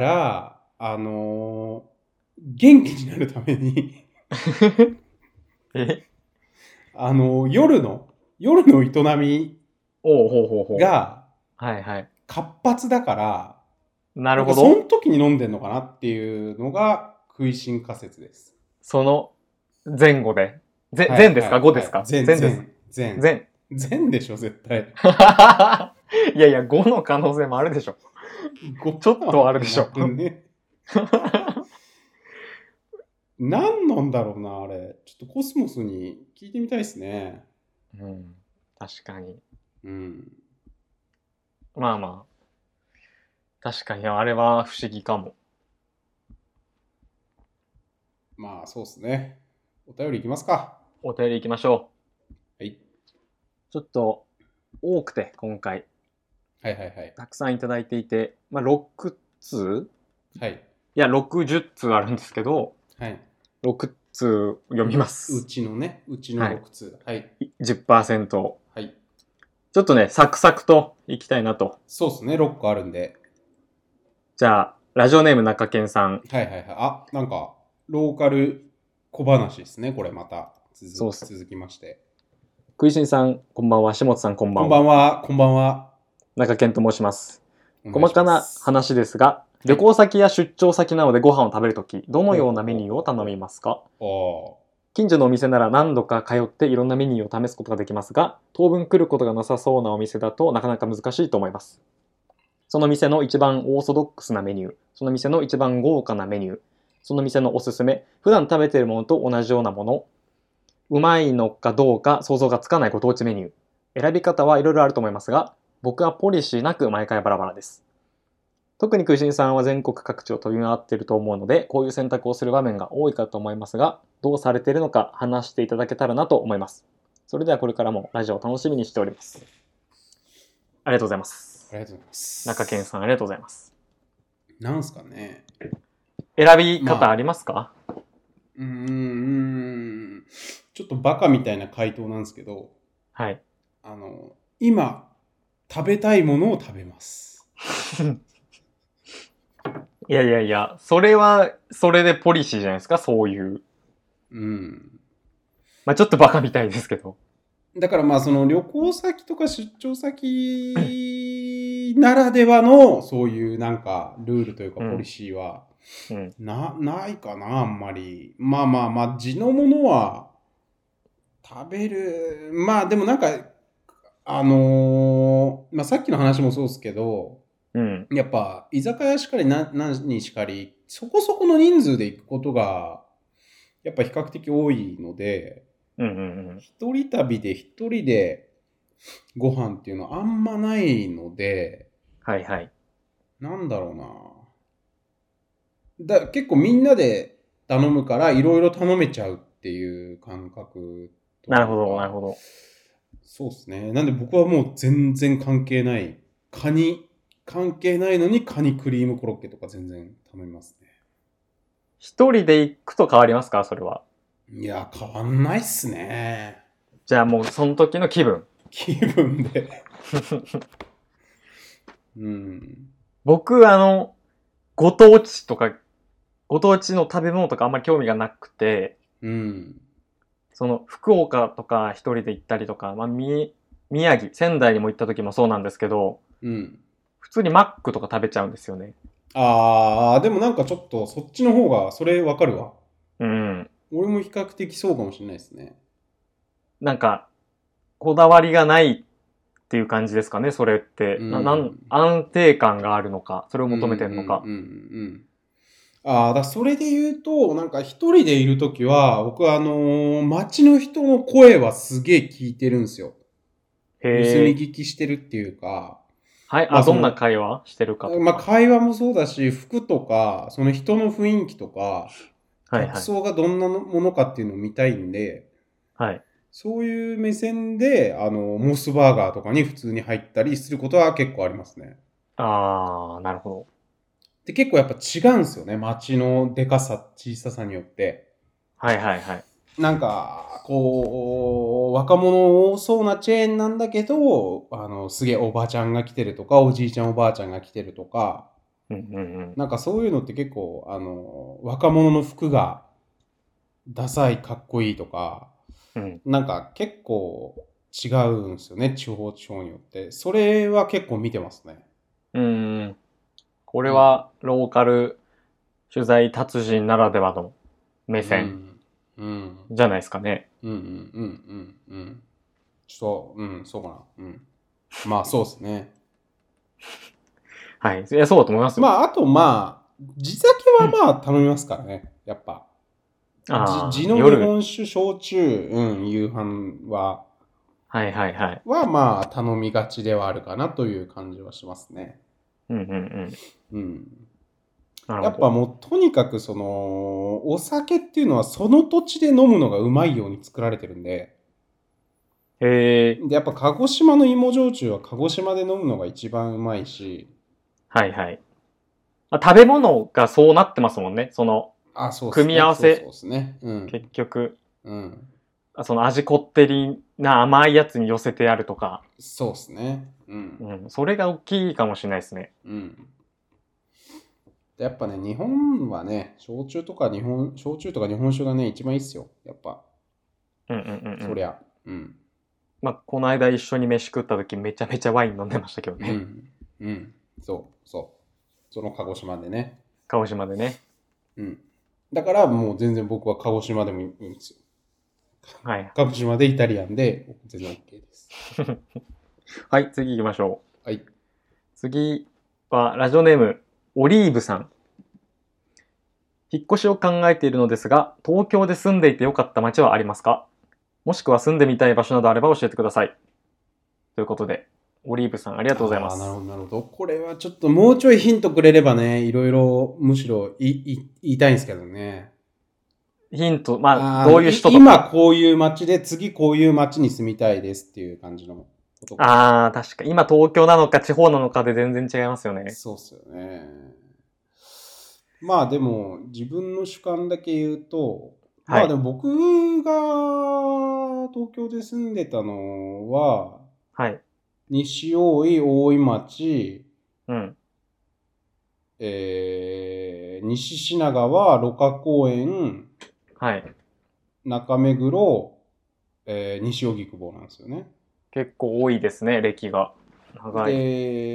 あのー、元気になるためにえあのー、夜の、夜の営みが、 はいはい。 活発だから、 なるほど。 その時に飲んでんのかなっていうのが食いしん仮説です。 その前後で。ぜ、前ですか ?ご ですか？ 前です。 前。 前。 前でしょ、絶対。 いやいや、ごの可能性もあるでしょ。ちょっとあるでしょ。ね、 何なんだろうな、あれ。ちょっとコスモスに聞いてみたいですね。 うん。確かに。 うん。 まあまあ。確かに、あれは不思議かも。 まあ、そうっすね。お便りいきますか。 お便り行きましょう。はい。 ちょっと、多くて、今回。 はいはいはい。 たくさんいただいていて、まあ、ろく通はい。 いや、ろくじゅっ通あるんですけど、 はい。 ろく通読みます。 うちのね、うちのろく通。はい。はい、 じゅっパーセント。 はい。 ちょっとね、サクサクといきたいなと。 そうですね、ろっこあるんで。 じゃあ、ラジオネーム中堅さん。 はいはいはい。あ、なんか、ローカル小話ですね、これまた。続, 続きまして。 食いしんさん、こんばんは。下津さん、こんばんは。 こんばんは。こんばんは。 中堅と申します。細かな話ですが、 旅行先や出張先などでご飯を食べるとき、どのようなメニューを頼みますか？近所のお店なら何度か通っていろんなメニューを試すことができますが、当分来ることがなさそうなお店だとなかなか難しいと思います。その店の一番オーソドックスなメニュー、その店の一番豪華なメニュー、その店のおすすめ、普段食べているものと同じようなもの、うまいのかどうか想像がつかないご当地メニュー。選び方はいろいろあると思いますが、僕はポリシーなく毎回バラバラです。特にクイシンさんは全国各地を飛び回っていると思うので、こういう選択をする場面が多いかと思いますが、どうされているのか話していただけたらなと思います。それではこれからもラジオを楽しみにしております。ありがとうございます。 ありがとうございます。 中堅さんありがとうございます。 なんすかね。 選び方ありますか？ まあ、うーん、ちょっとバカみたいな回答なんですけど、 はい。 あの、今、食べたいものを食べます。 いやいやいや、それは、それでポリシーじゃないですか、そういう。 うん。 まあちょっとバカみたいですけど。 だからまあその旅行先とか出張先ならではのそういうなんかルールというかポリシーはな、うん、ないかな、あんまり。まあまあまあ地のものは食べる。まあでもなんか、あのー、まあさっきの話もそうですけど、うん、やっぱ居酒屋しかりな何しかりそこそこの人数で行くことがやっぱ比較的多いので、うんうんうん、一人旅で一人でご飯っていうのはあんまないので、 はいはい。 なんだろうな。だ結構みんなで頼むからいろいろ頼めちゃうっていう感覚というか。 なるほどなるほど。 そうですね。なんで僕はもう全然関係ない。カニ関係ないのにカニクリームコロッケとか全然頼みますね。 一人で行くと変わりますか、それは？ いや、変わんないっすね。 じゃあもうその時の気分。 気分で。うん。 僕、あの、ご当地とか、ご当地の食べ物とかあんまり興味がなくて、うん。その、福岡とか一人で行ったりとか、まあ、み、宮城、仙台にも行った時もそうなんですけど、うん。普通にマックとか食べちゃうんですよね。 あー、でもなんかちょっとそっちの方が、それわかるわ。うん。俺も比較的そうかもしれないですね。 なんか、こだわりがないっていう感じですかね、それって。うん、ななん安定感があるのか、それを求めてるのか。うんうんうんうん、 ああ、だそれで言うと、なんか一人でいるときは、僕はあのー、街の人の声はすげえ聞いてるんですよ。盗み聞きしてるっていうか。 はい、まあ、あ、どんな会話してるかとか。 まあ会話もそうだし、服とか、その人の雰囲気とか、客層がどんなものかっていうのを見たいんで、はい。そういう目線で、あの、モスバーガーとかに普通に入ったりすることは結構ありますね。 ああ、なるほど。 で、結構やっぱ違うんですよね。街のでかさ、小ささによって。 はいはいはい。 なんか、こう、若者多そうなチェーンなんだけど、あの、すげえおばちゃんが来てるとか、おじいちゃんおばあちゃんが来てるとか、うんうんうん、なんかそういうのって結構、あの、若者の服がダサい、かっこいいとか、うん、なんか結構違うんですよね、地方地方によって。それは結構見てますね。 うん。これはローカル取材達人ならではの目線じゃないですかね。 うんうんうんうんうん。そう、うん、そうかな。うん。まあそうですね。 はい。いや、そうだと思いますよ。 まああとまあ、地酒はまあ頼みますからね、やっぱ。あ地の日本酒、焼酎、うん、夕飯は。 はいはいはい。 はまあ頼みがちではあるかなという感じはしますね。 うんうんうん。うん。 やっぱもうとにかくそのお酒っていうのはその土地で飲むのがうまいように作られてるんで。へえ。でやっぱ鹿児島の芋焼酎は鹿児島で飲むのが一番うまいし。 はいはい。あ、食べ物がそうなってますもんね。そのあ、そうですね、組み合わせ。そうですね。うん、結局。うん。その味こってりな甘いやつに寄せてあるとか。 そうですね。うん。 うん。それが大きいかもしれないですね。うん。 やっぱね、日本はね、焼酎とか日本、焼酎とか日本酒がね、一番いいっすよ。やっぱ。うんうんうん、うん。そりゃ。うん。 まあ、この間一緒に飯食った時めちゃめちゃワイン飲んでましたけどね。 うん。うん。そう、そう。 その鹿児島でね。 鹿児島でね。 うん。だからもう全然僕は鹿児島でもいいんですよ。 はい。 鹿児島でイタリアンで全然 OK です。 はい、次行きましょう。はい。 次はラジオネーム、オリーブさん。引っ越しを考えているのですが、東京で住んでいてよかった街はありますか？もしくは住んでみたい場所などあれば教えてください。ということで、オリーブさんありがとうございます。 ああ、なるほど、なるほど。これはちょっともうちょいヒントくれればね、いろいろむしろいい言いたいんですけどね。 ヒント、まあ、どういう人とか。 今こういう街で、次こういう街に住みたいですっていう感じのことか。 ああ、確か。今東京なのか地方なのかで全然違いますよね。 そうっすよね。まあでも、自分の主観だけ言うと、はい、まあでも僕が東京で住んでたのは、 はい。 西大井、大井町、 うん。 えー、西品川、芦花公園、 はい。 中目黒、えー、西荻窪なんですよね。 結構多いですね、歴が。長い。で、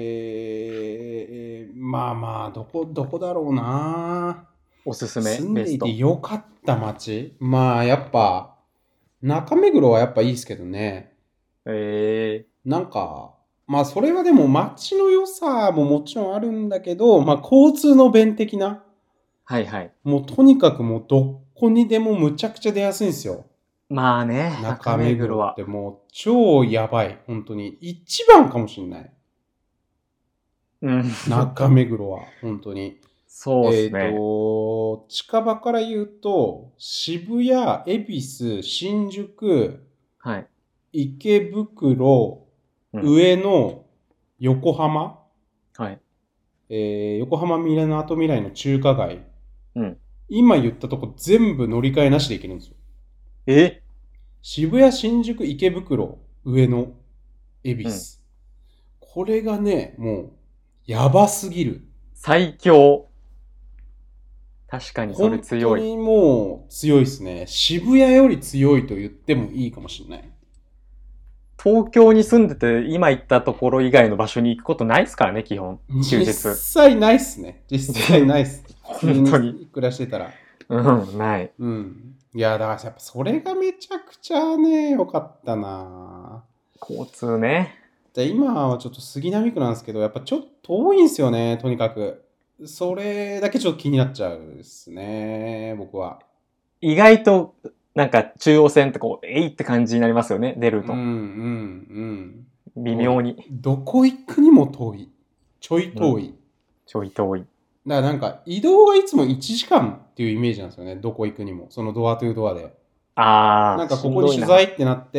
えー、まあまあ、どこ、どこだろうな。 おすすめ住んでいてよかった街？まあ、やっぱ、中目黒はやっぱいいですけどね。 えー、なんか、まあそれはでも街の良さももちろんあるんだけど、まあ交通の便的な。 はいはい。 もうとにかくもうどこにでもむちゃくちゃ出やすいんですよ。 まあね、 中目黒は。ってもう超やばい。本当に。一番かもしんない。 うん。 中目黒は、本当に。 そうですね。 えっ、ー、と、近場から言うと、渋谷、恵比寿、新宿、 はい、 池袋、うん、上野、横浜、 はい、 えー、横浜ミラノアート未来の中華街、 うん、 今言ったとこ全部乗り換えなしで行けるんですよ。 え？ 渋谷、新宿、池袋、上野、恵比寿、うん、これがね、もうやばすぎる。 最強。確かにそれ強い。 本当にもう強いですね。渋谷より強いと言ってもいいかもしれない。 東京に住んでて今言ったところ以外の場所に行くことないですからね、基本。休日。 実際ないっすね。実際ないっす。本当に。暮らしてたら。 うん、ない。 うん。いや、だからやっぱそれがめちゃくちゃね、良かったな。 交通ね。 で今はちょっと杉並区なんですけど、やっぱちょっと遠いんですよね、とにかく。それだけちょっと気になっちゃうですね、僕は。 意外と、なんか中央線ってこう、えいって感じになりますよね、出ると。 うんうんうん。微妙に。 どこ行くにも遠い。ちょい遠い。うん、 ちょい遠い。 だからなんか移動がいつもいちじかんっていうイメージなんですよね、どこ行くにも。そのドアトゥードアで。 ああ。 なんかここに取材ってなって、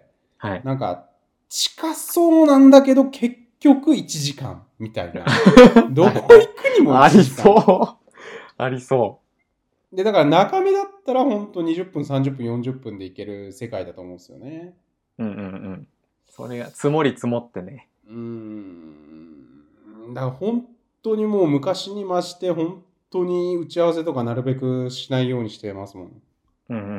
はい。 なんか近そうなんだけど結局いちじかんみたいな。どこ行くにもいちじかん。ありそう。ありそう。 で、だから中身だったらほんとにじゅっぷん、さんじゅっぷん、よんじゅっぷんで行ける世界だと思うんですよね。 うんうんうん。それが積もり積もってね。 うーん。だから本当にもう昔に増して本当に打ち合わせとかなるべくしないようにしてますもん。 うんうんうん。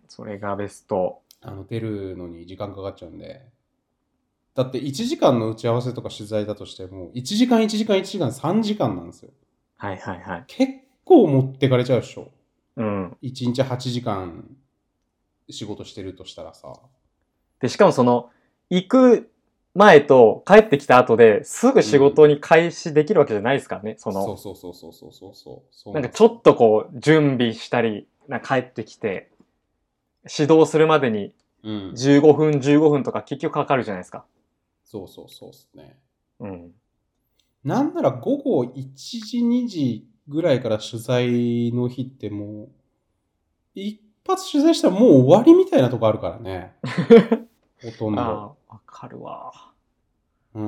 それがベスト。 あの、出るのに時間かかっちゃうんで。だっていちじかんの打ち合わせとか取材だとしても、いちじかんいちじかんいちじかんさんじかんなんですよ。 はいはいはい。 結構持ってかれちゃうでしょ。 うん。 いちにちはちじかん仕事してるとしたらさ。 で、しかもその、行く前と帰ってきた後ですぐ仕事に開始できるわけじゃないですからね、うん、その。 そうそうそうそうそうそうそう。 なんかちょっとこう、準備したり、な帰ってきて、指導するまでにじゅうごふん、じゅうごふんとか結局かかるじゃないですか。 そうそうそうですね。 うん。 なんなら午後いちじ、にじぐらいから取材の日ってもう、一発取材したらもう終わりみたいなとこあるからね。ほとんど。 ああ、わかるわ。 うん。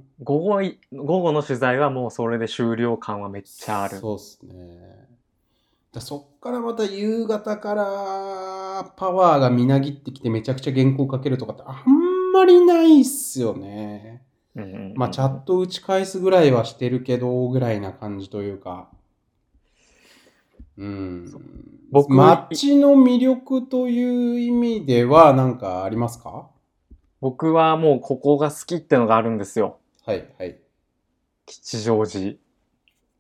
午後い、午後の取材はもうそれで終了感はめっちゃある。 そうっすね。だそっからまた夕方からパワーがみなぎってきてめちゃくちゃ原稿かけるとかってあんまりないっすよね。うんうんうん、まあチャット打ち返すぐらいはしてるけどぐらいな感じというか。うん。僕街の魅力という意味では何かありますか？ 僕はもうここが好きってのがあるんですよ。 はいはい。 吉祥寺。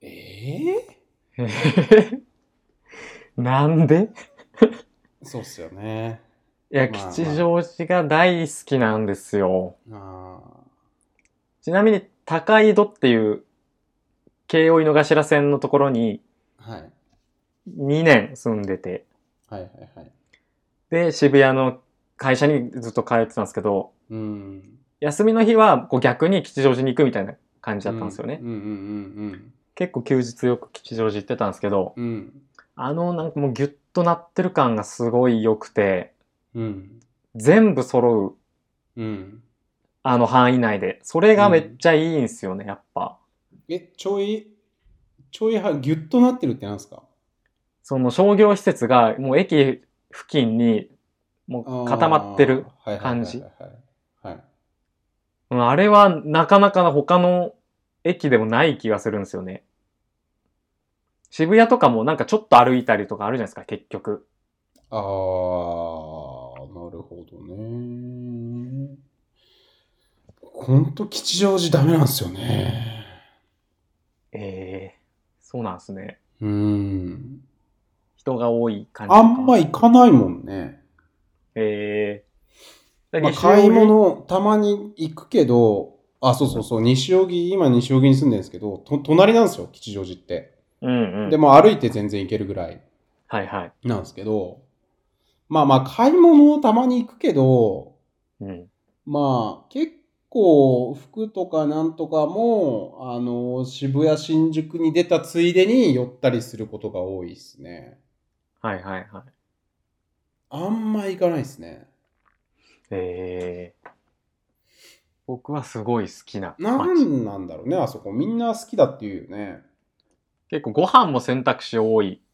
えー、なんでそうっすよね。 いや、まあ、吉祥寺が大好きなんですよ。あちなみに、高井戸っていう京王井の頭線のところににねん住んでて、 はいはいはい、 で渋谷の会社にずっと通ってたんですけど、うん、休みの日はこう逆に吉祥寺に行くみたいな感じだったんですよね。結構休日よく吉祥寺行ってたんですけど、うん、あのなんかもうギュッとなってる感がすごい良くて、うん、全部揃う、うん、あの範囲内でそれがめっちゃいいんですよね、やっぱ。 え、ちょいちょいはギュッとなってるってなんですか？ その商業施設がもう駅付近にもう固まってる感じ。あれはなかなか他の駅でもない気がするんですよね。渋谷とかもなんかちょっと歩いたりとかあるじゃないですか、結局。 ああ、なるほどね。ほんと吉祥寺ダメなんですよね。 ええー、そうなんですね。うん。人が多い感じあんま行かないもんね。 ええー。まあ、買い物たまに行くけど、あ、そうそうそう、西荻、今西荻に住んでるんですけど、と隣なんですよ、吉祥寺って。うんうん。でも歩いて全然行けるぐらい。はいはい。なんですけど、まあまあ、買い物たまに行くけど、うん、まあ、結構、服とかなんとかも、あの、渋谷、新宿に出たついでに寄ったりすることが多いですね。 はいはいはい。 あんま行かないですね。 ええー。僕はすごい好きな。 なんなんだろうね、あそこ。みんな好きだっていうよね。 結構ご飯も選択肢多い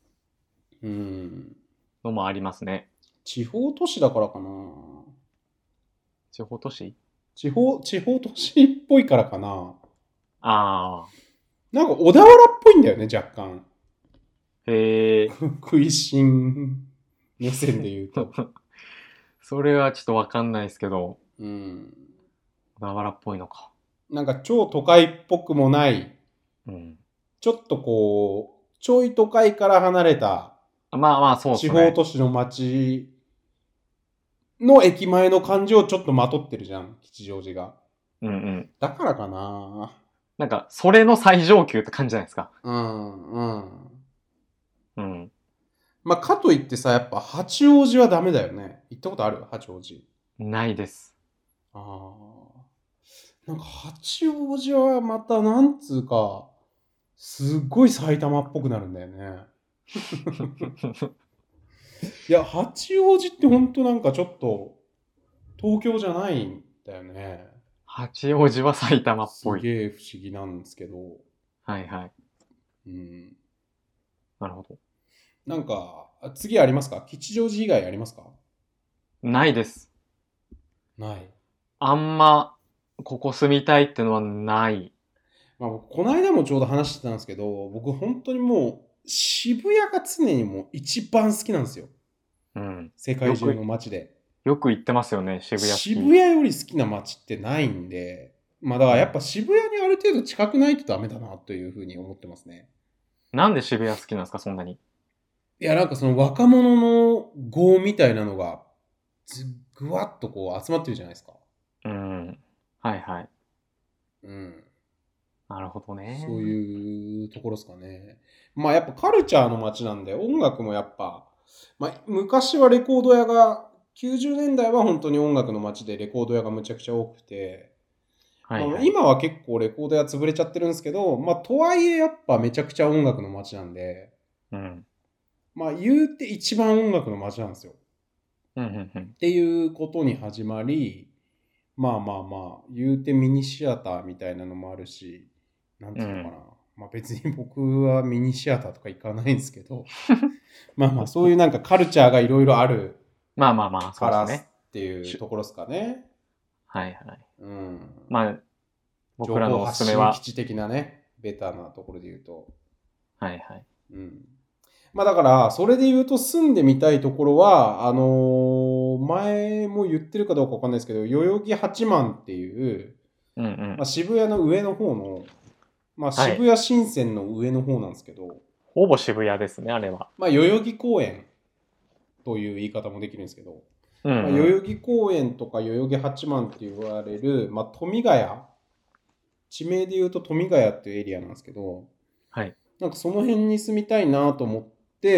のもありますね。 地方都市だからかな。 地方都市地方、地方都市っぽいからかな。ああ。なんか小田原っぽいんだよね、若干。へえ。食いしん目線で言うと。 それはちょっとわかんないですけど。うん。小田原っぽいのか。 なんか超都会っぽくもない。うん。ちょっとこう、ちょい都会から離れた。 まあまあそうですね。地方都市の街の駅前の感じをちょっとまとってるじゃん、吉祥寺が。うんうん。だからかな。 なんか、それの最上級って感じじゃないですか。うんうん。 うん。まあ、かといってさ、やっぱ八王子はダメだよね。行ったことある？八王子。 ないです。 ああ。なんか八王子はまたなんつうか、すっごい埼玉っぽくなるんだよね。いや、八王子ってほんとなんかちょっと、東京じゃないんだよね。 八王子は埼玉っぽい。 すげえ不思議なんですけど。 はいはい。うん。なるほど。 なんか、次ありますか？吉祥寺以外ありますか？ ないです。 ない。 あんま、ここ住みたいってのはない。 まあ、この間もちょうど話してたんですけど、僕本当にもう、渋谷が常にもう一番好きなんですよ。うん。世界中の街で。 よく行ってますよね、渋谷。 渋谷より好きな街ってないんで、まあだからやっぱ渋谷にある程度近くないとダメだなというふうに思ってますね。 なんで渋谷好きなんですか、そんなに。 いや、なんかその若者の業みたいなのが、ぐわっとこう集まってるじゃないですか。うん。 はいはい。うん。なるほどね。 そういうところですかね。まあやっぱカルチャーの街なんで、音楽もやっぱ、まあ昔はレコード屋が、きゅうじゅうねんだいは本当に音楽の街でレコード屋がむちゃくちゃ多くて、はいはい、まあ、今は結構レコード屋潰れちゃってるんですけど、まあとはいえやっぱめちゃくちゃ音楽の街なんで、うん、まあ言うて一番音楽の街なんですよ。うんうんうん、っていうことに始まり、まあまあまあ、言うてミニシアターみたいなのもあるし、なんていうのかな。うん、まあ別に僕はミニシアターとか行かないんですけど、まあまあそういうなんかカルチャーがいろいろある。 まあまあまあ、 そうですね。っていうところですかね。 はいはい。うん。まあ、僕らのおすすめは。情報発信基地的なね、ベタなところで言うと。 はいはい。 うん。まあだから、それで言うと住んでみたいところは、あのー、前も言ってるかどうかわかんないですけど、代々木八幡っていう、うんうん、まあ、渋谷の上の方の、 まあ、渋谷新線の上の方なんですけど、はい、 ほぼ渋谷ですね、あれは。 まあ、代々木公園という言い方もできるんですけど、うんうん、まあ、代々木公園とか代々木八幡って言われる、まあ、富ヶ谷、地名で言うと富ヶ谷っていうエリアなんですけど、はい、なんかその辺に住みたいなと思って、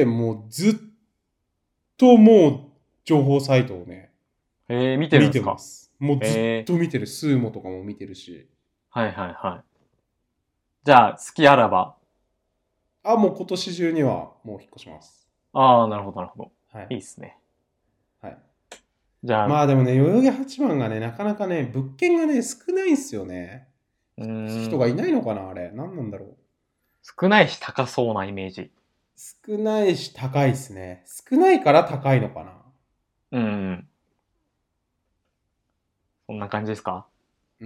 もうずっともう情報サイトをね、 えー、見てるんですか？ 見てます。もうずっと見てる。スーモとかも見てるし。 はいはいはい。じゃあ、好きあらば。 あ、もう今年中にはもう引っ越します。 ああ、なるほどなるほど。はい。いいっすね。 はい。じゃあ。まあでもね、代々木八幡がね、なかなかね、物件がね、少ないんすよね。うーん。人がいないのかな、あれ。何なんだろう。 少ないし高そうなイメージ。 少ないし高いっすね。少ないから高いのかな。 うん。そんな感じですか？うん。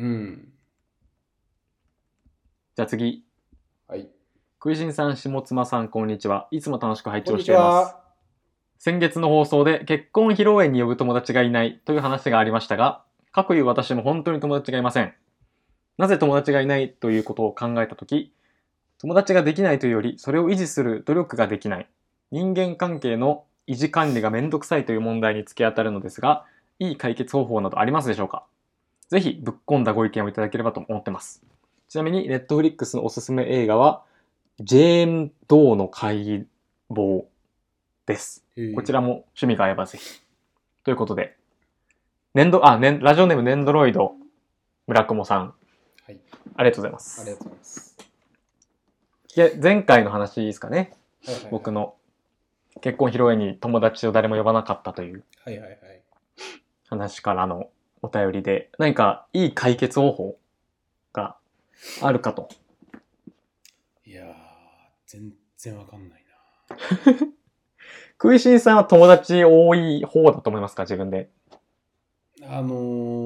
じゃあ次。はい。食いしんさん、下妻さん、こんにちは。いつも楽しく拝聴しています。先月の放送で結婚披露宴に呼ぶ友達がいないという話がありましたが、かくいう私も本当に友達がいません。なぜ友達がいないということを考えたとき、友達ができないというより、それを維持する努力ができない。人間関係の維持管理がめんどくさいという問題に突き当たるのですが、いい解決方法などありますでしょうか？ぜひぶっ込んだご意見をいただければと思ってます。ちなみに、ネットフリックスのおすすめ映画は、ジェーン・ドーの解剖です。こちらも趣味が合えばぜひ。ということで、年度、あ、ね、ラジオネームネンドロイド村雲さん。はい。ありがとうございます。 ありがとうございます。 いや、前回の話ですかね。はいはいはい、僕の結婚披露宴に友達を誰も呼ばなかったという話からのお便りで、何かいい解決方法があるかと。 いやー、全然わかんないな。 食いしんさんは友達多い方だと思いますか？自分で。 あの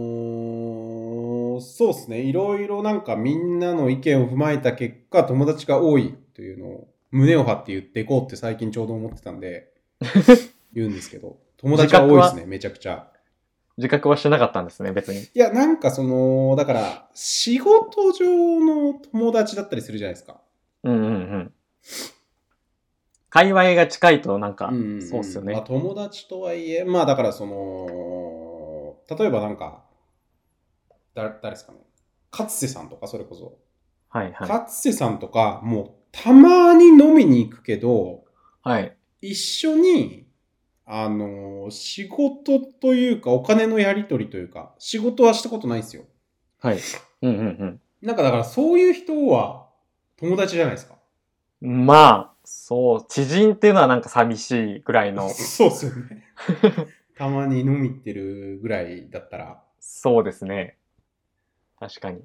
ー、そうですね。いろいろなんかみんなの意見を踏まえた結果、友達が多いというのを胸を張って言っていこうって最近ちょうど思ってたんで、言うんですけど、友達が多いですね、めちゃくちゃ。 自覚はしてなかったんですね、別に。 いや、なんかその、だから、仕事上の友達だったりするじゃないですか。 うんうんうん。界隈が近いとなんか、うんうん、そうっすよね。 まあ友達とはいえ、まあだからその、例えばなんか、だ誰ですかね。勝瀬さんとかそれこそ。はいはい。勝瀬さんとか、もうたまに飲みに行くけど、はい。一緒に、あの、仕事というか、お金のやり取りというか、仕事はしたことないんですよ。はい。うんうんうん。なんかだからそういう人は友達じゃないですか。 まあ、そう、知人っていうのはなんか寂しいぐらいの。 そうっすよね。たまに飲み行ってるぐらいだったら。 そうですね。確かに。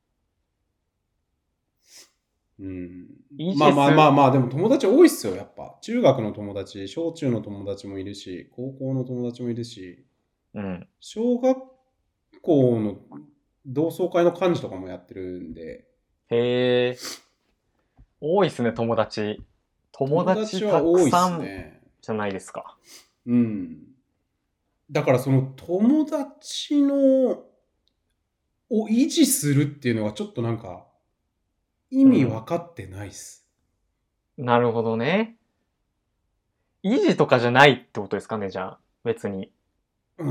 うん。まあまあまあまあ、でも友達多いっすよ、やっぱ。中学の友達、小中の友達もいるし、高校の友達もいるし、うん。小学校の同窓会の幹事とかもやってるんで。 へえ。多いっすね、友達。友達たくさんじゃないですか。 うん。だからその友達のを維持するっていうのはちょっとなんか意味分かってないっす。 うん、なるほどね。維持とかじゃないってことですかね、じゃあ。別に。 うん。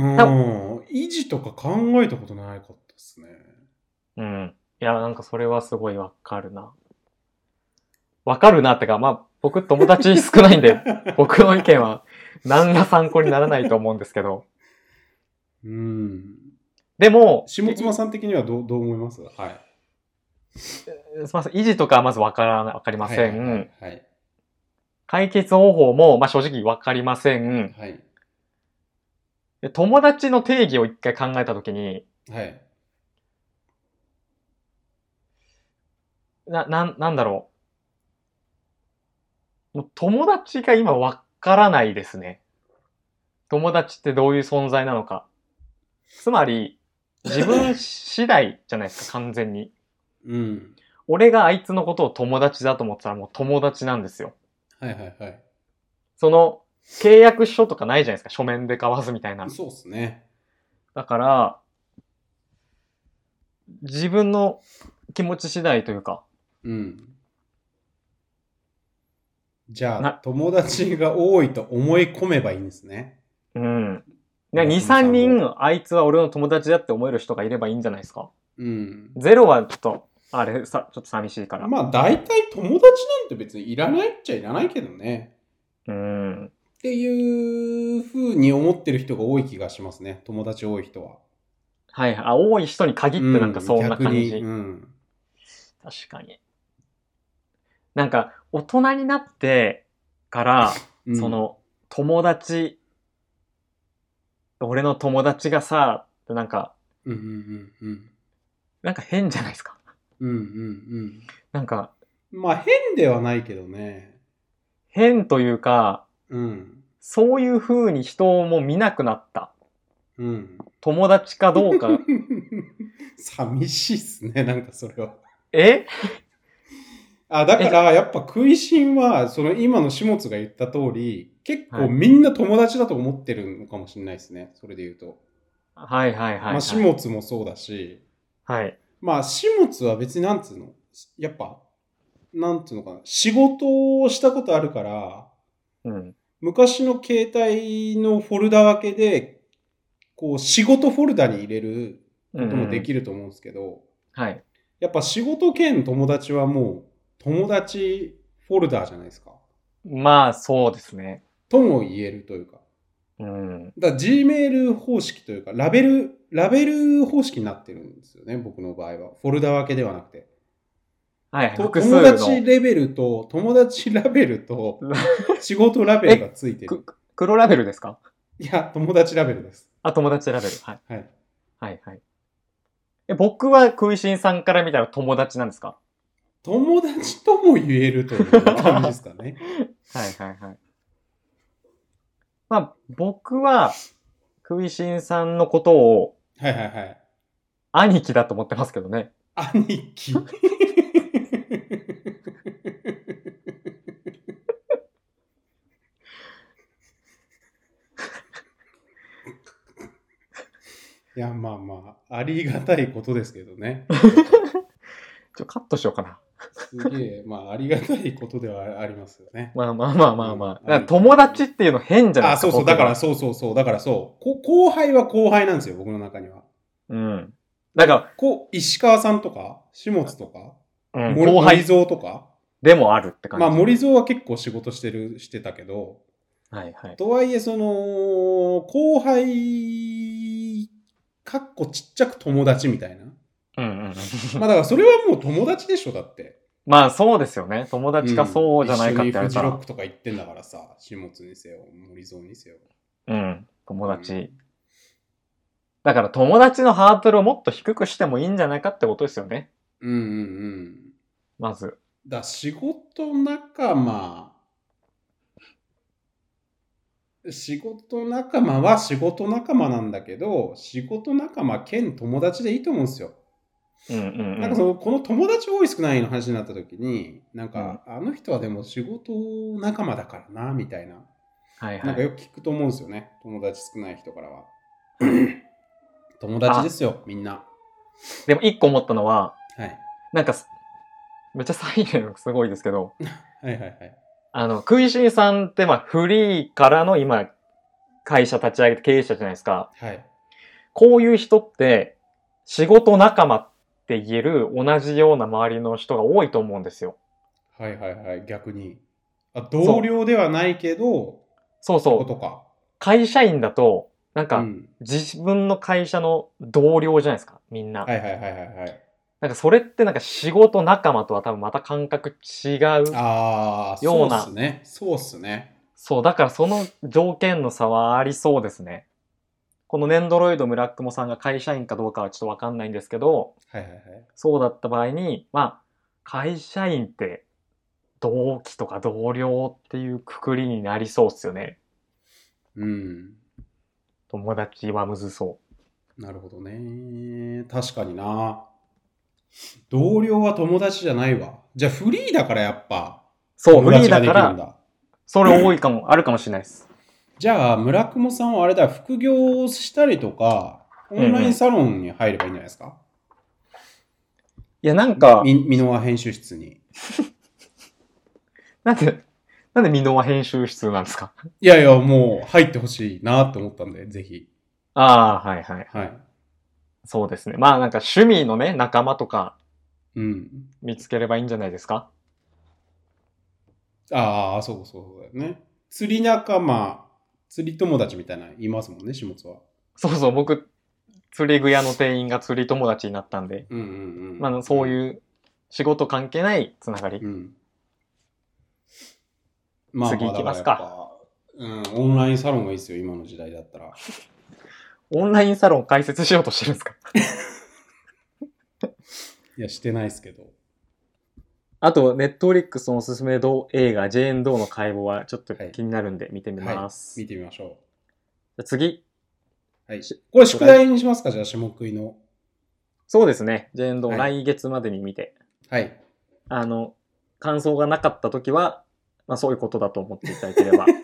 維持とか考えたことなかったっすね。 うん。いや、なんかそれはすごいわかるな。わかるなってか、まあ、僕友達少ないんで、僕の意見は何ら参考にならないと思うんですけど。うん。でも、 下妻さん的にはどう、どう思います？はい。 すみません。維持とかはまずわからない、わかりません。はいはいはいはい、解決方法も、まあ、正直わかりません。はい。で、友達の定義を一回考えたときに、はい。な、な、なんだろう。もう友達が今わからないですね。友達ってどういう存在なのか。つまり、自分次第じゃないですか、完全に。うん。俺があいつのことを友達だと思ったらもう友達なんですよ。 はいはいはい。 その、契約書とかないじゃないですか、書面で交わすみたいな。 そうっすね。 だから、自分の気持ち次第というか、 うん。じゃあ、友達が多いと思い込めばいいんですね。 うん。に、さんにん、あいつは俺の友達だって思える人がいればいいんじゃないですか。うん。ゼロはちょっと、あれさ、ちょっと寂しいから。 まあ、大体友達なんて別にいらないっちゃいらないけどね。うん。っていうふうに思ってる人が多い気がしますね。友達多い人は。 はい。あ、多い人に限ってなんかそんな感じ。うん、うん、確かに。なんか、大人になってから、うん、その、友達、俺の友達がさ、ってなんか、うんうんうんうん、なんか変じゃないですか。うんうんうん。なんか、 まあ変ではないけどね。 変というか、うん、そういう風に人をもう見なくなった。うん、友達かどうか。 寂しいっすね、なんかそれは。 えあ、だからやっぱ食いしんは、その今の始末が言った通り、結構みんな友達だと思ってるのかもしれないですね。それで言うと。 はいはいはい、はい。 まあ始末もそうだし。はい。まあ始末は別になんつうのやっぱ、なんつうのかな。仕事をしたことあるから、うん、昔の携帯のフォルダ分けで、こう仕事フォルダに入れることもできると思うんですけど、うんうん、はい。やっぱ仕事兼友達はもう友達フォルダーじゃないですか。 まあそうですね。 とも言えるというか。うん。だから Gmail 方式というか、ラベル、ラベル方式になってるんですよね、僕の場合は。フォルダ分けではなくて。はい、と友達レベルと、友達ラベルと、仕事ラベルがついてる。 黒ラベルですか？ いや、友達ラベルです。 あ、友達ラベル。はい。はい。はいはい。え、僕は食いしんさんから見たら友達なんですか？ 友達とも言えるという感じですかね。 はいはいはい。まあ、僕は、食いしんさんのことを、 はいはいはい。 兄貴だと思ってますけどね。 兄貴いや、まあまあ、ありがたいことですけどね。 ちょ、カットしようかな。 すげえ、まあ、ありがたいことではありますよね。 まあまあまあまあまあ。うん、だから友達っていうの変じゃないですか。 あ、そうそう、だからそうそうそう、だからそう。後輩は後輩なんですよ、僕の中には。うん。だから、こう、石川さんとか、下津とか、うん、森蔵とか。 でもあるって感じ。 まあ、森蔵は結構仕事してる、してたけど、はいはい。とはいえ、その、後輩、かっこちっちゃく友達みたいな。うんうんうん。まあだからそれはもう友達でしょ、だって。 まあそうですよね。友達かそうじゃないかって言われたら、うん、 一緒にフジロックとか行ってんだからさ、下津にせよ、森蔵にせよ。 うん、友達。うん、だから友達のハードルをもっと低くしてもいいんじゃないかってことですよね。うんうんうん。まず。 だ仕事仲間、仕事仲間は仕事仲間なんだけど、仕事仲間兼友達でいいと思うんですよ。うんうんうん、なんかその、この友達多い少ないの話になった時に、なんか、うん、あの人はでも仕事仲間だからな、みたいな。はいはい。なんかよく聞くと思うんですよね。友達少ない人からは。友達ですよ、みんな。 でも一個思ったのは、はい。なんか、めっちゃサイレンすごいですけど、はいはいはい。あの、食いしんさんってまあフリーからの今、会社立ち上げて経営者じゃないですか。はい。こういう人って、仕事仲間って言える同じような周りの人が多いと思うんですよ。 はいはいはい、逆に。あ、同僚ではないけど、 そうそう。ことか。会社員だと、なんか、うん、自分の会社の同僚じゃないですか、みんな。はいはいはいはいはい。なんかそれってなんか仕事仲間とは多分また感覚違うような。ああ、そうっすね。そうっすね。 そう、だからその条件の差はありそうですね。このネンドロイド村雲さんが会社員かどうかはちょっとわかんないんですけど、はいはいはい。そうだった場合に、まあ、会社員って同期とか同僚っていうくくりになりそうっすよね。うん。友達はむずそう。 なるほどね。確かにな。同僚は友達じゃないわ。じゃあフリーだからやっぱ。 そう、フリーだから、それ多いかも、あるかもしれないです。 じゃあ、村雲さんはあれだ、副業したりとか、オンラインサロンに入ればいいんじゃないですか、 いや、なんか。 み、ミノワ編集室に。 なんで、なんでミノワ編集室なんですか？ いやいや、もう入ってほしいなって思ったんで、ぜひ。 ああ、はいはい。 はい。 そうですね。まあなんか趣味のね、仲間とか、 うん。 見つければいいんじゃないですか？ ああ、そうそうだよね。釣り仲間、釣り友達みたいないますもんね、下津は。 そうそう、僕、釣り具屋の店員が釣り友達になったんで、 うんうんうん。 まあそういう仕事関係ないつながり。うん。 まあ、次行きますか。うん、オンラインサロンがいいですよ、今の時代だったら。 オンラインサロン開設しようとしてるんですか？ いや、してないですけど。 あと、ネットフリックスのおすすめ映画、ジェーン・ドーの解剖はちょっと気になるんで見てみます。 はいはい、見てみましょう。じゃ次。 はい。これ宿題にしますか？じゃあ、下食いの。 そうですね。ジェーン・ドー、はい、来月までに見て。 はい。 あの、感想がなかったときは、まあそういうことだと思っていただければ。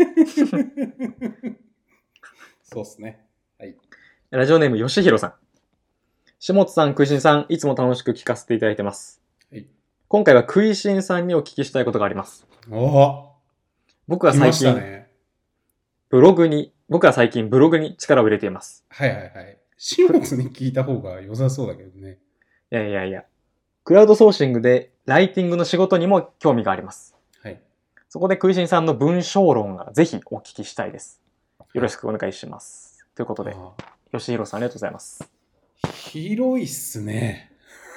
そうですね。はい。 ラジオネーム、よしひろさん。下津さん、食いしんさん、いつも楽しく聞かせていただいてます。はい。今回は食いしんさんにお聞きしたいことがあります。お僕は最近、ね、ブログに、僕は最近ブログに力を入れています。 はいはいはい。下津に聞いた方が良さそうだけどね。 いやいやいや。クラウドソーシングでライティングの仕事にも興味があります。はい。そこで食いしんさんの文章論がぜひお聞きしたいです。よろしくお願いします。はい、ということで、吉弘さんありがとうございます。 広いっすね。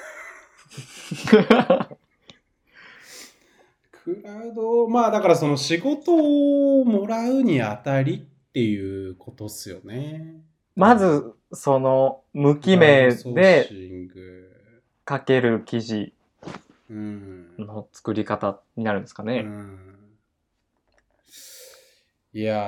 クラウド、まあだからその仕事をもらうにあたりっていうことっすよね。 まず、その、無記名で書ける記事の作り方になるんですかね。うん、 いやー、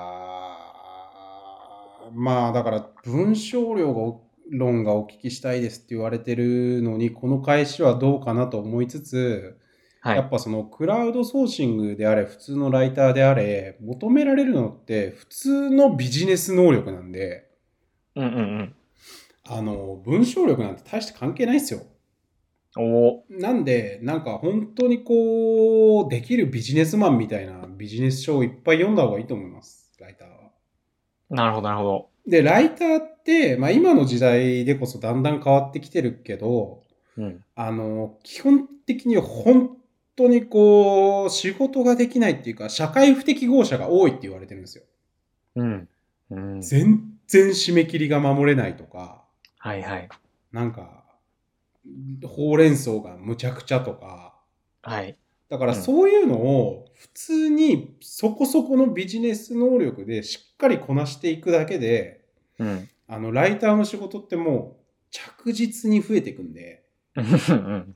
まあだから文章量が論がお聞きしたいですって言われてるのに、この返しはどうかなと思いつつ、はい、やっぱそのクラウドソーシングであれ、普通のライターであれ、求められるのって普通のビジネス能力なんで、 うんうんうん。 あの、文章力なんて大して関係ないですよ。おなんで、なんか本当にこう、できるビジネスマンみたいなビジネス書をいっぱい読んだ方がいいと思います、ライターは。 なるほど、なるほど。 で、ライターって、まあ今の時代でこそだんだん変わってきてるけど、うん、あの、基本的に本当にこう、仕事ができないっていうか、社会不適合者が多いって言われてるんですよ。うん。うん、全然締め切りが守れないとか、 はいはい。 なんか、ほうれん草がむちゃくちゃとか、はい。だからそういうのを普通にそこそこのビジネス能力でしっかりこなしていくだけで、うん、あの、ライターの仕事ってもう着実に増えていくんで。 うん、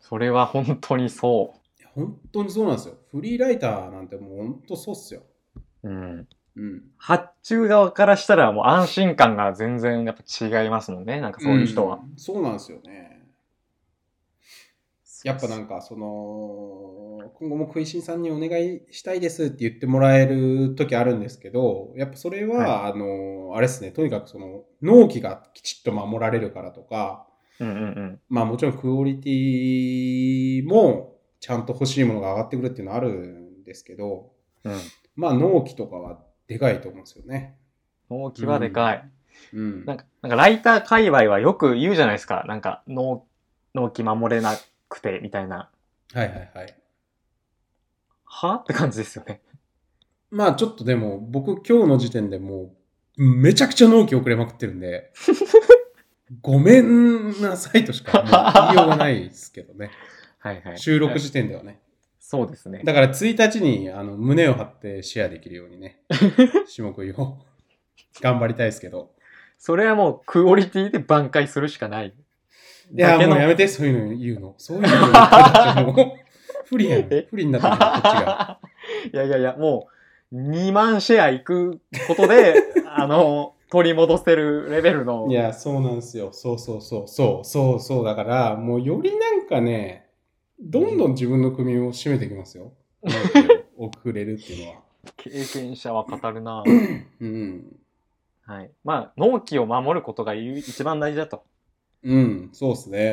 それは本当にそう。 本当にそうなんですよ。フリーライターなんてもう本当そうっすよ。 うん。うん。発注側からしたらもう安心感が全然やっぱ違いますもんね。なんかそういう人は。 うん、そうなんですよね。やっぱなんかその今後も食いしんさんにお願いしたいですって言ってもらえる時あるんですけど、やっぱそれは、はい、あのあれですね、とにかくその納期がきちっと守られるからとか、うんうんうん、まあもちろんクオリティもちゃんと欲しいものが上がってくるっていうのはあるんですけど、うん、まあ納期とかはでかいと思うんですよね。 納期はでかい。うん、なんかなんかライター界隈はよく言うじゃないですか。なんか納納期守れなくてみたいな。 はいはいはい。 はって感じですよね。 まあちょっとでも僕今日の時点でもうめちゃくちゃ納期遅れまくってるんでごめんなさいとしかもう言いようがないですけどね。はいはい。収録時点ではね。 そうですね。 だからついたちにあの胸を張ってシェアできるようにね、下食いを頑張りたいですけど。 それはもうクオリティで挽回するしかない。 いや、もうやめて、そういうの言うの。そういうの言うの。もう不利やん。不利になってくる、こっちが。 いやいやいや、もう、にまんシェアいくことで、あの、取り戻せるレベルの。 いや、そうなんですよ。そうそうそう。そうそうそう。だから、もうよりなんかね、どんどん自分の首を絞めてきますよ。遅れるっていうのは。 経験者は語るなぁ。うん。はい。まあ、納期を守ることが一番大事だと。 うん、そうですね。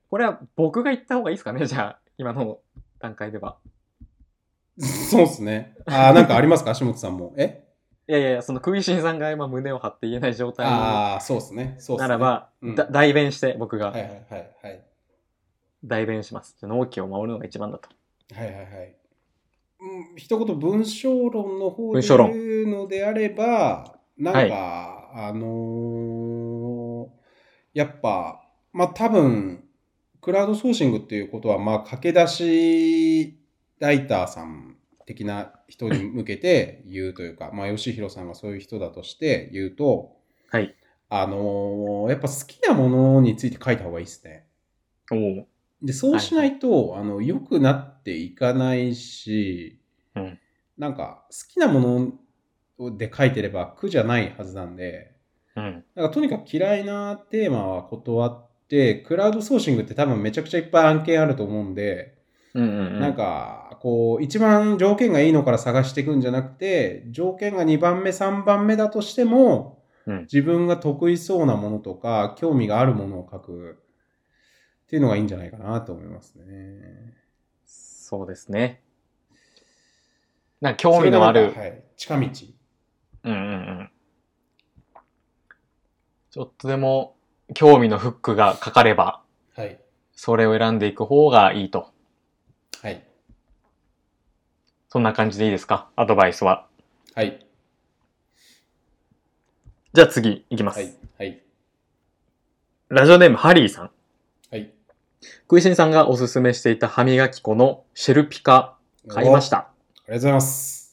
これは僕が言った方がいいですかね、じゃあ、今の段階では。 そうですね。ああ、なんかありますか足元さんも。えいやいや、その食いしんさんが今胸を張って言えない状態ああ、そうですね。そうですね。 ならば、 うん、 だ代弁して僕が。 はいはいはいはい。 代弁します。納期を守るのが一番だと。 はいはいはい。うん、一言文章論の方で文章論。 言うのであれば、なんか、 はい、 あのーやっぱ、まあ多分、クラウドソーシングっていうことは、まあ駆け出しライターさん的な人に向けて言うというか、まあ吉弘さんがそういう人だとして言うと、 はい。 あのーやっぱ好きなものについて書いた方がいいですね。 おで、そうしないと、はいはい、あの、良くなっていかないし、 うん、 なんか、好きなもので書いてれば苦じゃないはずなんで、 うん、 なんかとにかく嫌いなテーマは断って、クラウドソーシングって多分めちゃくちゃいっぱい案件あると思うんで、 うんうんうん、 なんか、こう、一番条件がいいのから探していくんじゃなくて、条件がにばんめ、さんばんめだとしても、うん、自分が得意そうなものとか、興味があるものを書くっていうのがいいんじゃないかなと思いますね。 そうですね。なんか興味のある。 はい、近道。 うんうんうん。ちょっとでも興味のフックがかかれば、はい。それを選んでいく方がいいと。はい。そんな感じでいいですか？アドバイスは。はい。じゃあ次いきます。はい。はい。ラジオネームハリーさん。はい。食いしんさんがおすすめしていた歯磨き粉のシェルピカ買いました。 ありがとうございます。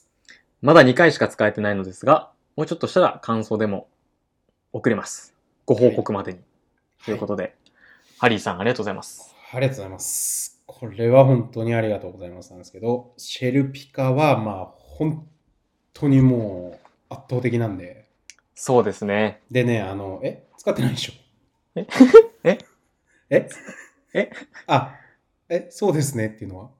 まだにかいしか使えてないのですが、もうちょっとしたら感想でも送れます。ご報告までに。はい、ということで、はい、ハリーさんありがとうございます。 ありがとうございます。これは本当にありがとうございますなんですけど、シェルピカはまあ本当にもう圧倒的なんで。 そうですね。 でね、あの、え使ってないでしょええええあ、え、そうですねっていうのは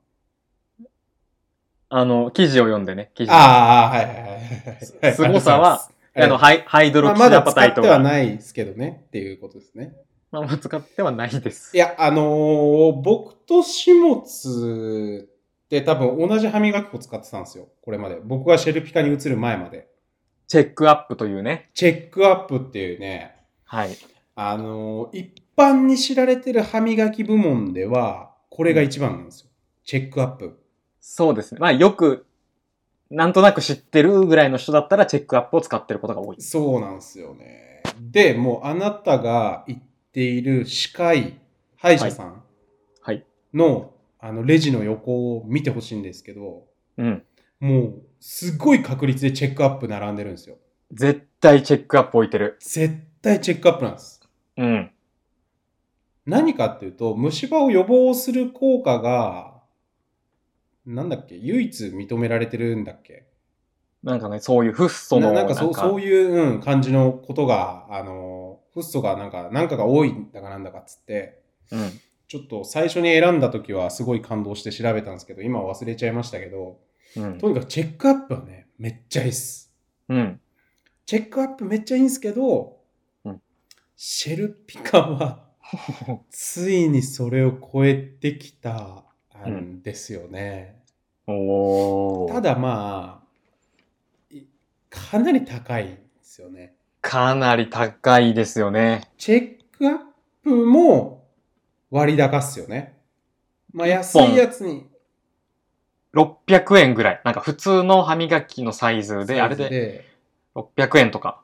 あの、記事を読んでね、記事ああ、はいはいはいはい。 凄さは、あの、ハイ、ハイドロキシアパタイトが。まだ使ってはないですけどねっていうことですね。 まあ、使ってはないです。 いや、あのー、僕と始末って多分同じ歯磨き粉使ってたんですよ。これまで。僕がシェルピカに移る前まで。 チェックアップというね。 チェックアップっていうね。 はい。 あのー、一般に知られてる歯磨き部門では、これが一番なんですよ。チェックアップ。 そうですね。まあよく、なんとなく知ってるぐらいの人だったらチェックアップを使ってることが多い。 そうなんですよね。で、もうあなたが言っている歯科医、歯医者さんの、はいはい、あのレジの横を見てほしいんですけど、うん、もうすごい確率でチェックアップ並んでるんですよ。 絶対チェックアップ置いてる。 絶対チェックアップなんです。うん。何かっていうと、虫歯を予防する効果が、なんだっけ、唯一認められてるんだっけ。 なんかね、そういうフッ素のな。なんかそう、そういう、うん、感じのことが、あの、フッ素がなんか、なんかが多いんだかなんだかっつって、うん、ちょっと最初に選んだ時はすごい感動して調べたんですけど、今は忘れちゃいましたけど、うん、とにかくチェックアップはね、めっちゃいいっす。うん。チェックアップめっちゃいいんですけど、うん、シェルピカは、ついにそれを超えてきたんですよね。うん、おただまあ、かなり高いですよね。 かなり高いですよね。 チェックアップも割高っすよね。まあ安いやつに。 ろっぴゃくえんぐらい。なんか普通の歯磨きのサイズで、あれでろっぴゃくえんとか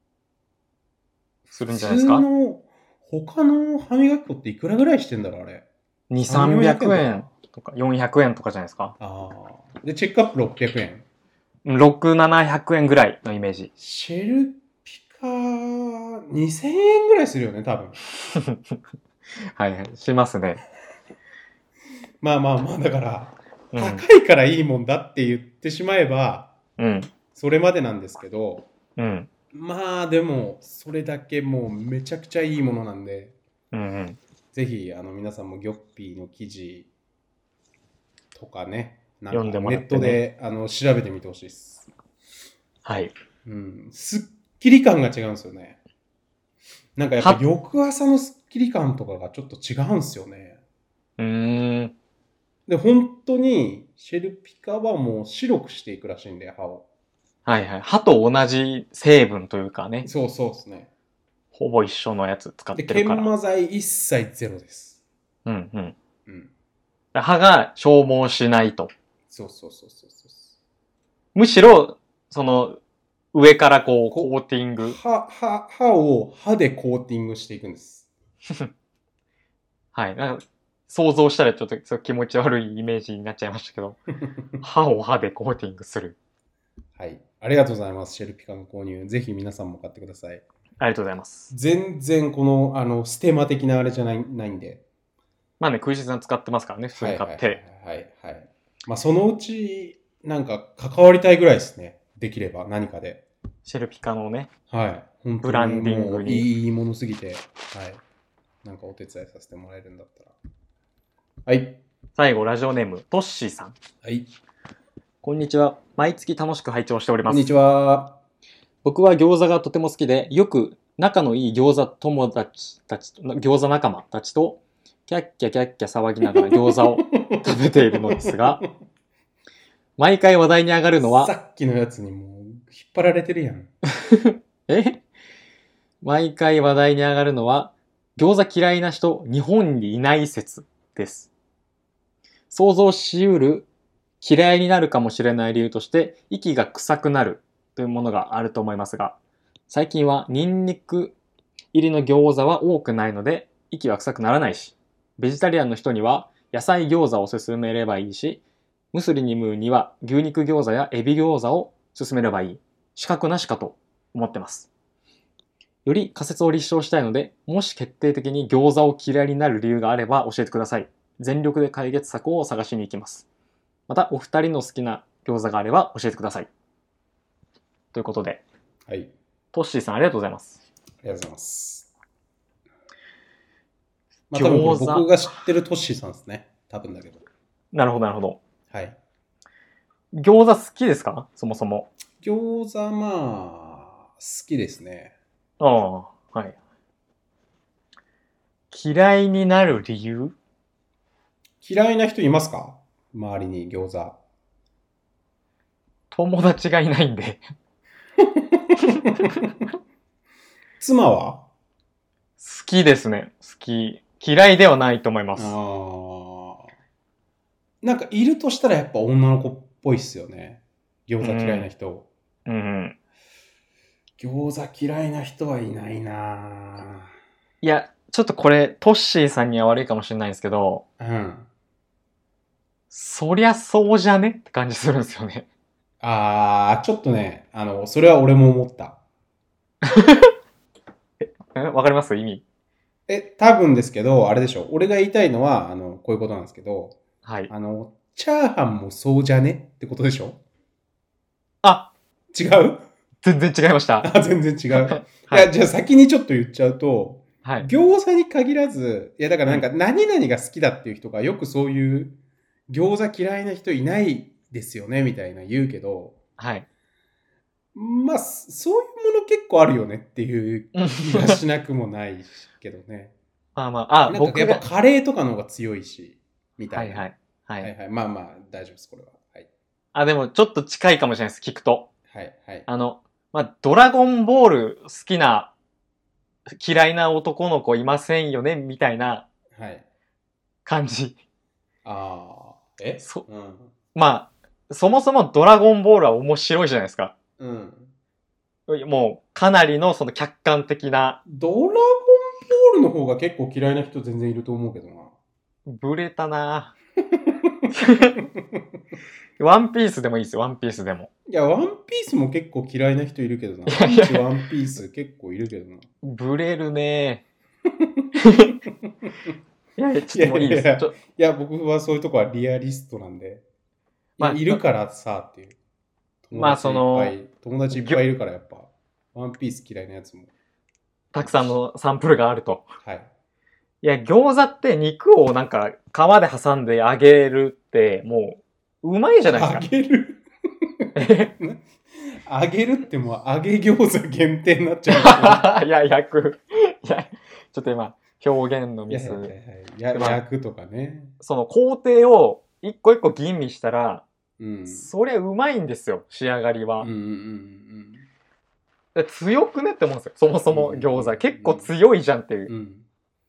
するんじゃないですか？ 普通の他の歯磨き粉っていくらぐらいしてんだろうあれ。 にせんさんびゃくえんとかよんひゃくえんとかじゃないですか？ ああ。で、チェックアップろっぴゃくえん。 ろく、ななひゃくえんぐらいのイメージ。 シェルピカ、にせんえんぐらいするよね、多分。 はいはい、しますね。 まあまあまあ、だから、うん、高いからいいもんだって言ってしまえば、うん、それまでなんですけど、うん、まあでも、それだけもうめちゃくちゃいいものなんで、うんうん、ぜひあの皆さんもギョッピーの記事とかね、なんかネットで、ね、あの調べてみてほしいです。はい、うん。すっきり感が違うんですよね。なんかやっぱ翌朝のすっきり感とかがちょっと違うんですよね。 うーん。 で、本当に、シェルピカはもう白くしていくらしいんで、歯を。 はいはい。歯と同じ成分というかね。 そうそうですね。 ほぼ一緒のやつ使ってで、 るから。 研磨剤一切ゼロです。 うんうん。 うん。 歯が消耗しないと。 そうそうそうそうそう。 むしろ、その、上からこう、コーティング。 歯、歯、歯を歯でコーティングしていくんです。 はい。なんか想像したらちょっと気持ち悪いイメージになっちゃいましたけど、歯を歯でコーティングする。 はい。ありがとうございます。シェルピカの購入。ぜひ皆さんも買ってください。 ありがとうございます。 全然この、あの、ステマ的なあれじゃない、ないんで。 まあね、クイシさん使ってますからね、普通に買って。 はいはいはい、はい、はい。まあそのうち、なんか関わりたいぐらいですね。できれば何かで。 シェルピカのね。 はい。本当にブランディングに。 いいものすぎて。はい。なんかお手伝いさせてもらえるんだったら。はい。 最後、ラジオネーム、トッシーさん。 はい。 こんにちは。毎月楽しく拝聴しております。 こんにちは。 僕は餃子がとても好きで、よく仲のいい餃子友達たちと、餃子仲間たちと、キャッキャキャッキャ騒ぎながら餃子を食べているのですが、毎回話題に上がるのは、 さっきのやつにもう引っ張られてるやん。 え毎回話題に上がるのは、餃子嫌いな人、日本にいない説です。想像しうる嫌いになるかもしれない理由として、息が臭くなるというものがあると思いますが、最近はニンニク入りの餃子は多くないので、息は臭くならないし、ベジタリアンの人には野菜餃子を勧めればいいし、ムスリムには牛肉餃子やエビ餃子を勧めればいい。資格なしかと思ってます。より仮説を立証したいので、もし決定的に餃子を嫌いになる理由があれば教えてください。全力で解決策を探しに行きます。また、お二人の好きな餃子があれば教えてください。ということで、 はい。 トッシーさんありがとうございます。 ありがとうございます。まあ、多分これ僕が知ってるトッシーさんですね。多分だけど。 なるほど、なるほど。 はい。 餃子好きですか？そもそも。 餃子、まあ、好きですね。 ああ、はい。嫌いになる理由？ 嫌いな人いますか？周りに餃子。 友達がいないんで。 妻は？好きですね。好き。嫌いではないと思います。ああ。なんかいるとしたらやっぱ女の子っぽいっすよね。餃子嫌いな人。 うん。うん、 餃子嫌いな人はいないな。 いや、ちょっとこれ、トッシーさんには悪いかもしれないんですけど、 うん。 そりゃそうじゃねって感じするんですよね。 あー、ちょっとね、あの、それは俺も思った。 え、わかります意味？ え、多分ですけど、あれでしょ。俺が言いたいのは、あの、こういうことなんですけど、 はい。 あの、チャーハンもそうじゃねってことでしょ？ あ、 違う？ 全然違いました。 あ、全然違う。はい、いや、じゃあ先にちょっと言っちゃうと、 はい、 餃子に限らず、いや、だからなんか何々が好きだっていう人がよくそういう餃子嫌いな人いないですよね、みたいな言うけど、 はい。 まあ、そういうもの結構あるよねっていう気がしなくもないけどね。 まあまあ、あ、 なんかやっぱカレーとかの方が強いし、みたいな。 はいはい。はい、 はいはい。まあまあ、大丈夫です、これは。はい。 あ、でもちょっと近いかもしれないです、聞くと。 はいはい。 あの、まあ、ドラゴンボール好きな、嫌いな男の子いませんよね、みたいな感じ。 ああ、えそ、 うん、 まあ、そもそもドラゴンボールは面白いじゃないですか。 うん。 もう、かなりのその客観的な。 ドラゴンボールの方が結構嫌いな人全然いると思うけどな。 ブレたなワンピースでもいいですよ、ワンピースでも。 いや、ワンピースも結構嫌いな人いるけどな。ワンピース結構いるけどな。 ブレるねいや、ちょっともういいです。 いやいや、いや僕はそういうとこはリアリストなんで。まあ、いるからさ、っていう。 まあ、その、 友達いっぱいいるからやっぱ、ワンピース嫌いなやつも。 たくさんのサンプルがあると。 はい。 いや、餃子って肉をなんか皮で挟んで揚げるって、もう、うまいじゃないですか。 揚げる揚げるってもう揚げ餃子限定になっちゃう。 いや、焼く。いや、ちょっと今、 表現のミス。 はいはいはい、や焼くとかね。 その工程を一個一個吟味したら、 うん、 それうまいんですよ、仕上がりは。うんうんうんうん、強くねって思うんですよ、そもそも餃子。うんうんうん、結構強いじゃんっていう。うん、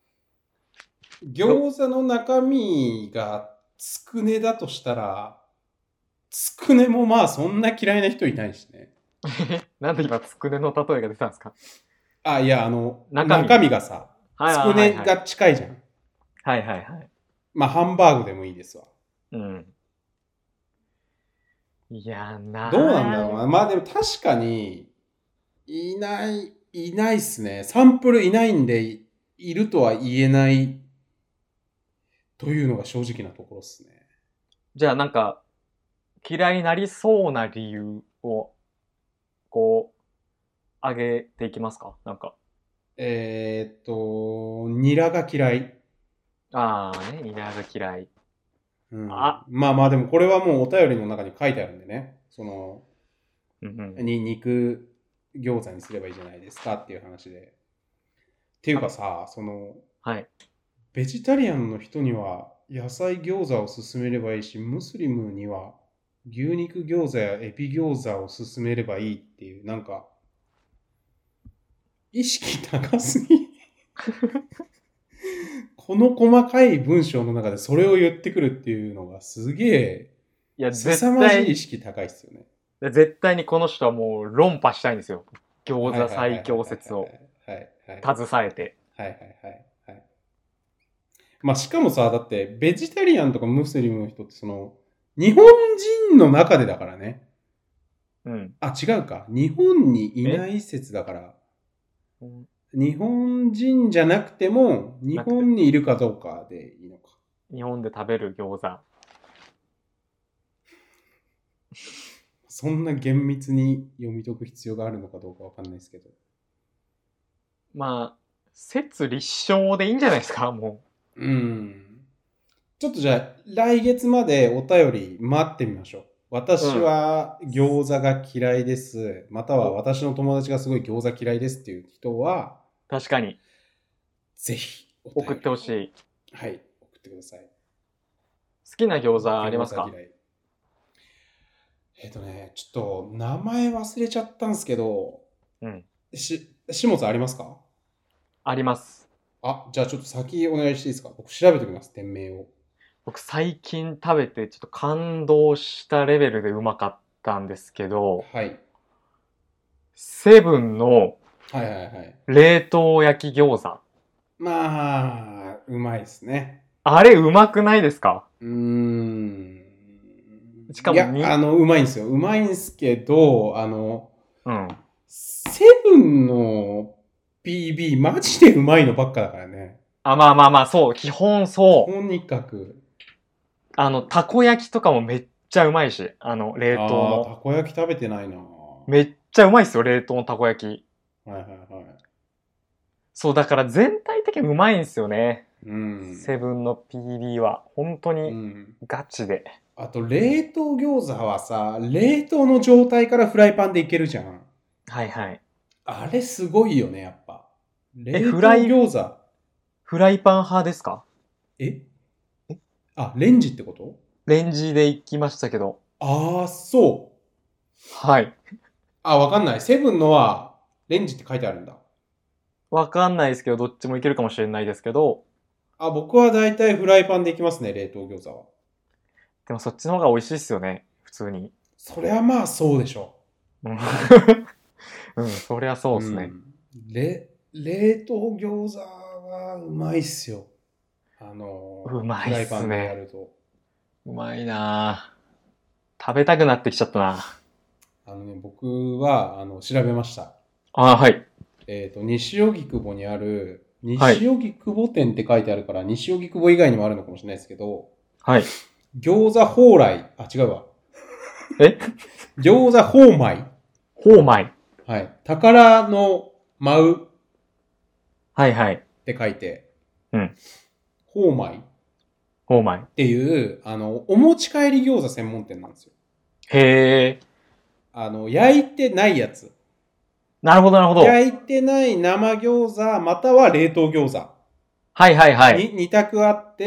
餃子の中身がつくねだとしたら、つくねもまあそんな嫌いな人いないしね。 なんで今つくねの例えが出たんですか？ あ、いや、あの、中身, 中身がさ、つくねが近いじゃん。 はいはいはい。 まあ、ハンバーグでもいいですわ。 うん。いやなどうなんだろうな。まあでも確かに、いない、いないっすね。サンプルいないんで、いるとは言えないというのが正直なところっすね。 じゃあなんか、嫌いになりそうな理由を、こう、上げていきますか？なんか。 えー、っと、ニラが嫌い。 ああね、ニラが嫌い。 うん、あまあまあでもこれはもうお便りの中に書いてあるんでね。その、うんうん、に肉餃子にすればいいじゃないですかっていう話で。っていうかさ、その、はい、ベジタリアンの人には野菜餃子を勧めればいいし、ムスリムには牛肉餃子やエビ餃子を勧めればいいっていう、なんか、意識高すぎ。この細かい文章の中でそれを言ってくるっていうのがすげえ、いや、絶対凄まじい意識高いっすよね。 絶対にこの人はもう論破したいんですよ。餃子最強説を携えて。 はいはいはいはい。まあしかもさ、だってベジタリアンとかムスリムの人ってその、日本人の中でだからね。うん。あ、違うか。日本にいない説だから。日本人じゃなくても、日本にいるかどうかでいいのか。 日本で食べる餃子。 そんな厳密に読み解く必要があるのかどうかわかんないですけど。 まあ、説立証でいいんじゃないですか、もう。うん。ちょっとじゃあ、来月までお便り待ってみましょう。私は餃子が嫌いです。または私の友達がすごい餃子嫌いですっていう人は、 確かに。 ぜひ送ってほしい。 はい、送ってください。 好きな餃子ありますか？ 餃子嫌い。えっとね、ちょっと名前忘れちゃったんですけど、うん。し、下津ありますか？ あります。 あ、じゃあちょっと先お願いしていいですか？僕調べておきます、店名を。 僕最近食べてちょっと感動したレベルでうまかったんですけど、はい。セブンのはいはいはい。冷凍焼き餃子。 まあ、うまいですね。 あれうまくないですか？ うーん。しかもいや、あの、うまいんですよ。うまいんですけど、あの、うん。セブンの ピービー マジでうまいのばっかだからね。 あ、まあまあまあ、そう。基本そう。 とにかく。 あの、たこ焼きとかもめっちゃうまいし、あの、冷凍の。 ああ、たこ焼き食べてないな。 めっちゃうまいっすよ、冷凍のたこ焼き。はいはいはい。そう、だから全体的にうまいんですよね。うん。セブンの ピービー は。本当にガチで。 うん、あと、冷凍餃子はさ、冷凍の状態からフライパンでいけるじゃん。 はいはい。 あれすごいよね、やっぱ。冷凍餃子。 フライパン派ですか？ ええあ、レンジってこと？ レンジで行きましたけど。 ああ、そう。はい。あ、わかんない。セブンのは、レンジって書いてあるんだ。 わかんないですけど、どっちもいけるかもしれないですけど。 あ、僕はだいたいフライパンでいきますね、冷凍餃子は。 でもそっちの方が美味しいっすよね、普通に。 そりゃまあそうでしょう。 うん、そりゃそうですね。 うん、れ冷凍餃子はうまいっすよ。あのー、 うまいっすね。フライパンでやると。うまいなぁ。食べたくなってきちゃったな。 あのね、僕は、あの、調べました。 あ、はい。 えっと、西荻窪にある、西荻窪店って書いてあるから、はい、西荻窪以外にもあるのかもしれないですけど、はい。餃子蓬莱、あ、違うわ。え餃子蓬莱。 蓬莱。 はい。宝の舞。 はいはい。 って書いて、うん。蓬莱。 蓬莱。 っていう、あの、お持ち帰り餃子専門店なんですよ。 へー。 あの、焼いてないやつ。 なるほどなるほど。 焼いてない生餃子、または冷凍餃子。 はいはいはい。 に択あって、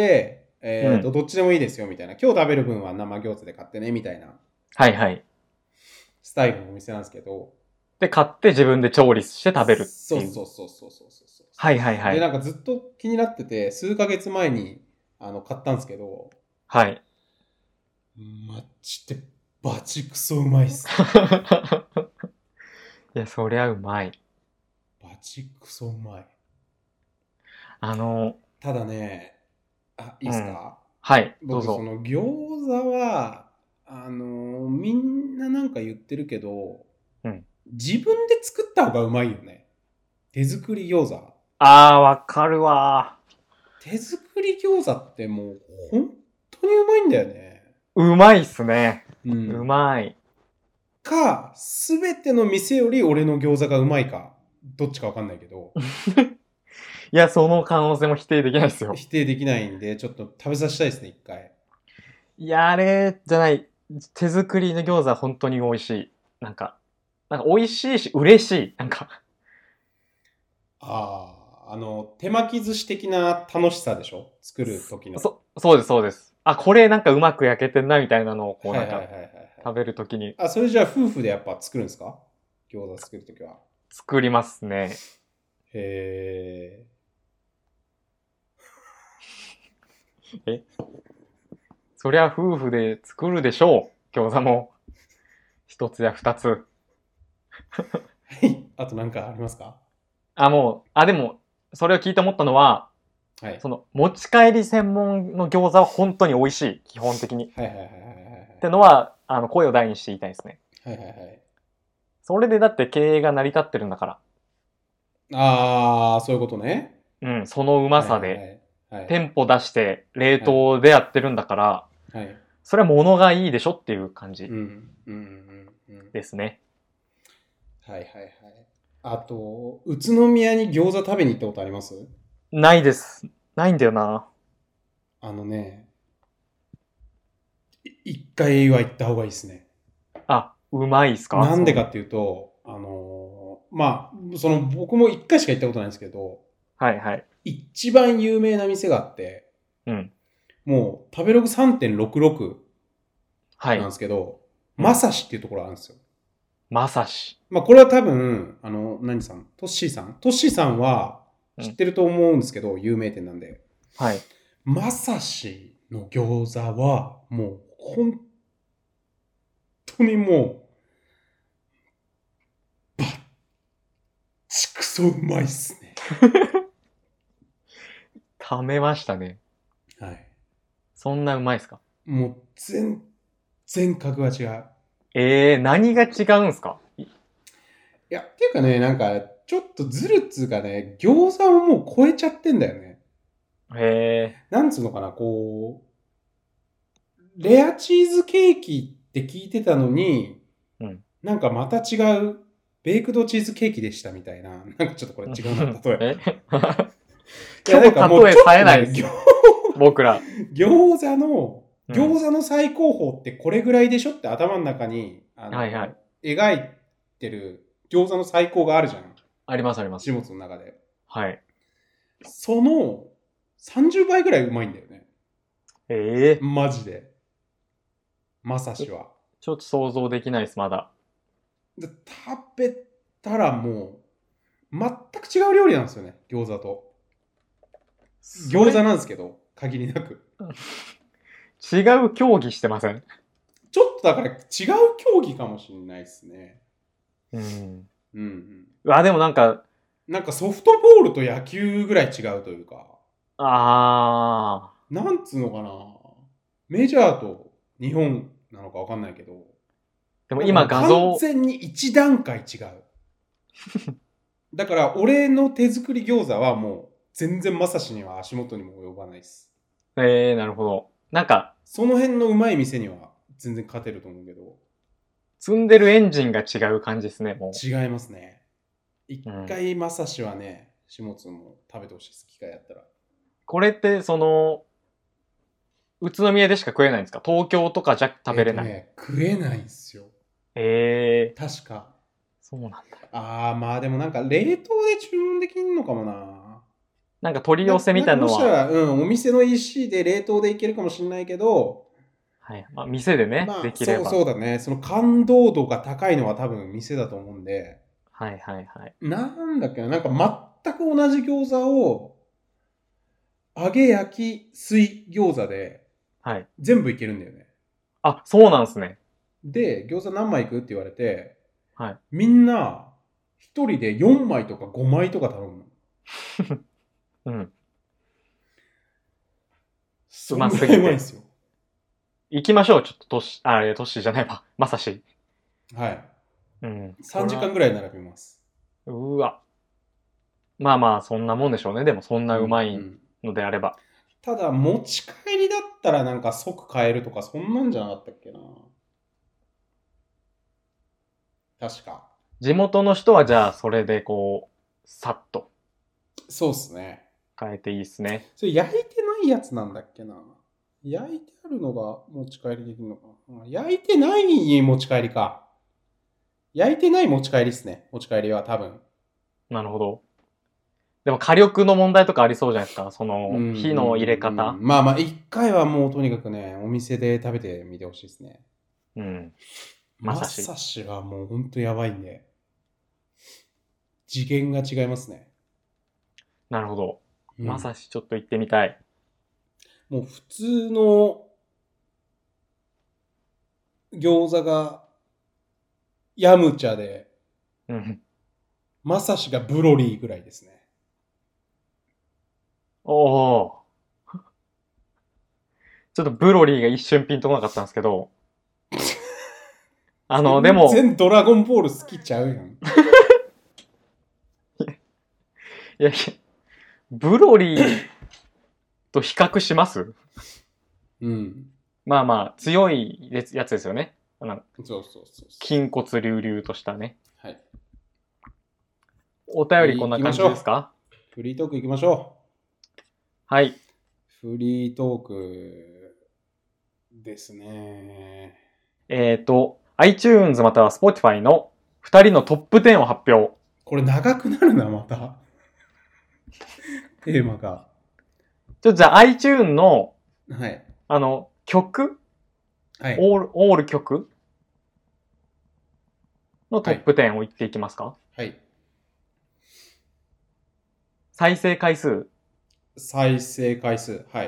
えっと、うん、どっちでもいいですよみたいな。今日食べる分は生餃子で買ってねみたいな。 はいはい。 スタイルのお店なんですけど。 で、買って自分で調理して食べるっていう。 そうそうそうそうそうそう。 はいはいはい。 で、なんかずっと気になってて、数ヶ月前にあの買ったんですけど。 はい。 マジでバチクソうまいっす。 いや、そりゃうまい。 バチクソうまい。 あの、 ただね、あ、いいっすか、うん、 はい、 僕、その餃子は、あのー、みんななんか言ってるけど、うん、自分で作った方がうまいよね。手作り餃子。 あー、わかるわ。 手作り餃子ってもう、本当にうまいんだよね。 うまいっすね。うん、うまい。 か、すべての店より俺の餃子がうまいか、どっちかわかんないけど。 いや、その可能性も否定できないですよ。 否定できないんで、ちょっと食べさせたいですね、一回。 いや、あれじゃない。手作りの餃子は本当に美味しい。なんか、なんか美味しいし、嬉しい。なんか。 ああ、あの、手巻き寿司的な楽しさでしょ、作る時の。 そ、そうです、そうです。あ、これなんかうまく焼けてんな、みたいなのを、こうなんか、食べるときに。 あ、それじゃあ夫婦でやっぱ作るんですか、餃子作るときは。 作りますね。 へー。えそりゃ夫婦で作るでしょう。餃子も。一つや二つ。はい 。あとなんかありますか？ あ、もう、あ、でも、それを聞いて思ったのは、はい、その、持ち帰り専門の餃子は本当に美味しい。基本的に。はいはいはいはい。ってのは、あの、声を大にして言いたいですね。はいはいはい。それでだって経営が成り立ってるんだから。 ああ、そういうことね。 うん、そのうまさで。はいはいはいはい、店舗出して冷凍でやってるんだから、はい、それは物がいいでしょっていう感じですね。 はいはいはい。あと、宇都宮に餃子食べに行ったことあります？ ないです。ないんだよな。 あのね、一回は行った方がいいですね。 あ、うまいっすか？ なんでかっていうと、あのー、まあ、その僕も一回しか行ったことないんですけど、 はいはい。 一番有名な店があって、うん。もう食べログ さんてんろくろく なんですけど、はい、まさしっていうところあるんですよ。 まさし。 まあこれは多分、あの、何さんトッシーさんトッシーさんは知ってると思うんですけど、うん、有名店なんで。はい。まさしの餃子は、もう本当にもう、バッチクソうまいっすね。 ためましたね。はい。そんなうまいっすか？ もう全然格が違う。 ええー、何が違うんすか？ いや、っていうかね、なんか、ちょっとずるっつうかね、餃子をもう超えちゃってんだよね。へえ。なんつうのかな、こう、レアチーズケーキって聞いてたのに、うん、なんかまた違う、ベイクドチーズケーキでしたみたいな。なんかちょっとこれ違うな、例え。え今日例えさえないですよ。僕ら。 餃子の、餃子の最高峰ってこれぐらいでしょって頭の中に、あの、はいはい、描いてる餃子の最高があるじゃん。 ありますあります。 始末の中で。 はい。 そのさんじゅうばいぐらいうまいんだよね。 ええー。 マジで。まさしは。 ちょっと想像できないです、まだ。 で食べたらもう、全く違う料理なんですよね、餃子と。餃子なんですけど、限りなく。 違う競技してません？ ちょっとだから違う競技かもしれないですね。 うん。うん。あ、でもなんか、 なんかソフトボールと野球ぐらい違うというか。ああ。なんつうのかな。メジャーと日本なのかわかんないけど。 でも今画像。 完全に一段階違う。だから俺の手作り餃子はもう全然まさしには足元にも及ばないです。 ええー、なるほど。なんか。 その辺のうまい店には全然勝てると思うけど。 積んでるエンジンが違う感じですね、もう。違いますね。一回まさしはね、下津も食べてほしいです、機会やったら。 これって、その、宇都宮でしか食えないんですか？東京とかじゃ食べれない？ えっとね、食えないんですよ。 ええー。確か。 そうなんだ。 ああ、まあでもなんか冷凍で注文できんのかもな。 なんか取り寄せみたいなのは。もしかしたら、うん、お店の イーシー で冷凍でいけるかもしれないけど、 はい。まあ、店でね、まあ、できれば。 そうそうだね。その感動度が高いのは多分店だと思うんで。 はいはいはい。 なんだっけな、なんか全く同じ餃子を、揚げ焼き水餃子で、はい。全部いけるんだよね。 あ、そうなんですね。 で、餃子何枚いくって言われて、はい。みんな、一人でよんまいとかごまいとか頼むの。うん。そんなうまいですよ。 行きましょう、ちょっと、トシ、あれ、トシじゃないわ、まさし。 はい。うん。さんじかんぐらい並びます。 うわ。まあまあ、そんなもんでしょうね。でも、そんなうまいのであれば。 うんうん、ただ、持ち帰りだったらなんか即買えるとか、そんなんじゃなかったっけな。確か。 地元の人はじゃあ、それでこう、さっと。 そうっすね。 変えていいっすね。 それ焼いてないやつなんだっけな。焼いてあるのが持ち帰りできるのかな。焼いてない持ち帰りか。焼いてない持ち帰りっすね。持ち帰りは多分。 なるほど。でも火力の問題とかありそうじゃないですか。その、火の入れ方。 まあまあ、一回はもうとにかくね、お店で食べてみてほしいですね。うん。まさし。まさしはもうほんとやばいんで。次元が違いますね。 なるほど。うん、まさしちょっと行ってみたい。 もう普通の餃子がヤムチャで、うん、まさしがブロリーぐらいですね。 おお。ちょっとブロリーが一瞬ピンとこなかったんですけど。あの、でも。 全然ドラゴンボール好きちゃうやん。いやいや、ブロリーと比較しますうん。まあまあ、強いやつですよね。そうそうそうそう。筋骨隆々としたね。はい。お便りこんな感じですか？ フリートーク行きましょう。 はい。 フリートークですね。 えっと、iTunes または Spotify のふたりのトップテンを発表。 これ長くなるな、また。テーマが。 ちょっとじゃあ iTunes の、はい。あの、曲、はい。オール、オール曲のトップテンを言っていきますか？はい。再生回数。 再生回数。はい。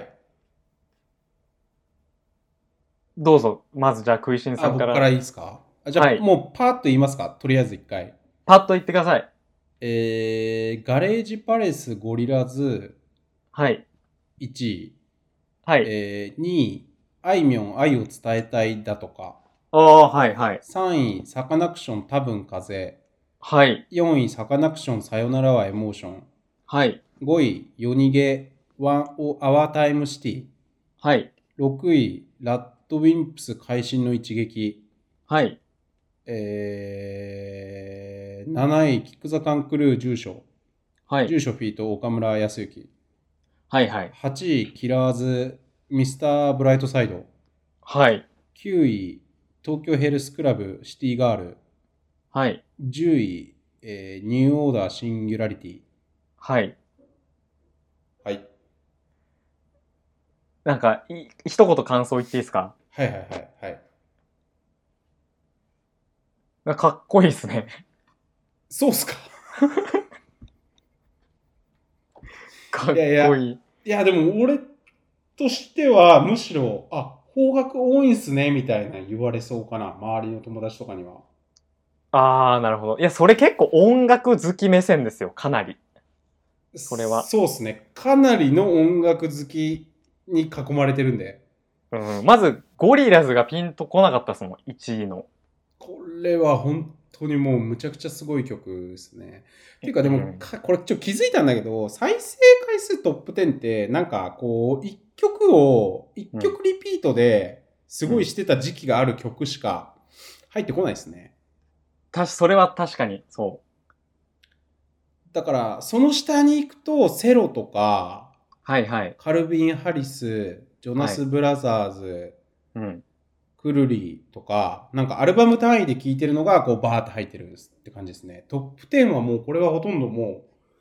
どうぞ。まずじゃあ、食いしんさんから。 あ、僕からいいですか？あ、じゃあ、はい、もうパーッと言いますか？とりあえず一回。 パッと言ってください。 えー、ガレージパレスゴリラズ。はい。いちい。はい。えー、にい、あいみょん愛を伝えたいだとか。 ああ、はいはい。 さんい、サカナクション多分風。はい。よんい、サカナクションさよならはエモーション。はい。ごい、夜逃げ、ワンオアワータイムシティ。はい。ろくい、ラッドウィンプス会心の一撃。はい。えー、なない、キックザカンクルー住所。はい。住所フィート岡村康之。はいはい。はちい、キラーズ、ミスターブライトサイド。はい。きゅうい、東京ヘルスクラブ、シティガール。はい。じゅうい、えー、ニューオーダーシンギュラリティ。はい。はい。 なんか、い一言感想言っていいですか？ はいはいはいはい。 かっこいいですね。 そうっすか。 かっこいい。いやいや、いやでも俺としてはむしろ、あ、邦楽多いんすねみたいな言われそうかな。周りの友達とかには。 あー、なるほど。いや、それ結構音楽好き目線ですよ。かなり。それは。 そうっすね。かなりの音楽好きに囲まれてるんで。 うん、まず、ゴリラズがピンとこなかったですもん。いちいの。 これは本当にもうむちゃくちゃすごい曲ですね。っていうかでも、うん、これちょっと気づいたんだけど、再生回数トップテンって、なんかこう、いっきょくを、いっきょくリピートですごいしてた時期がある曲しか入ってこないですね。 たし、それは確かに、そう。 だから、その下に行くと、セロとか、 はいはい。 カルビン・ハリス、ジョナス・ブラザーズ、はい、うん。クルリーとか、なんかアルバム単位で聴いてるのがこうバーって入ってるって感じですね。トップテンはもうこれはほとんどもう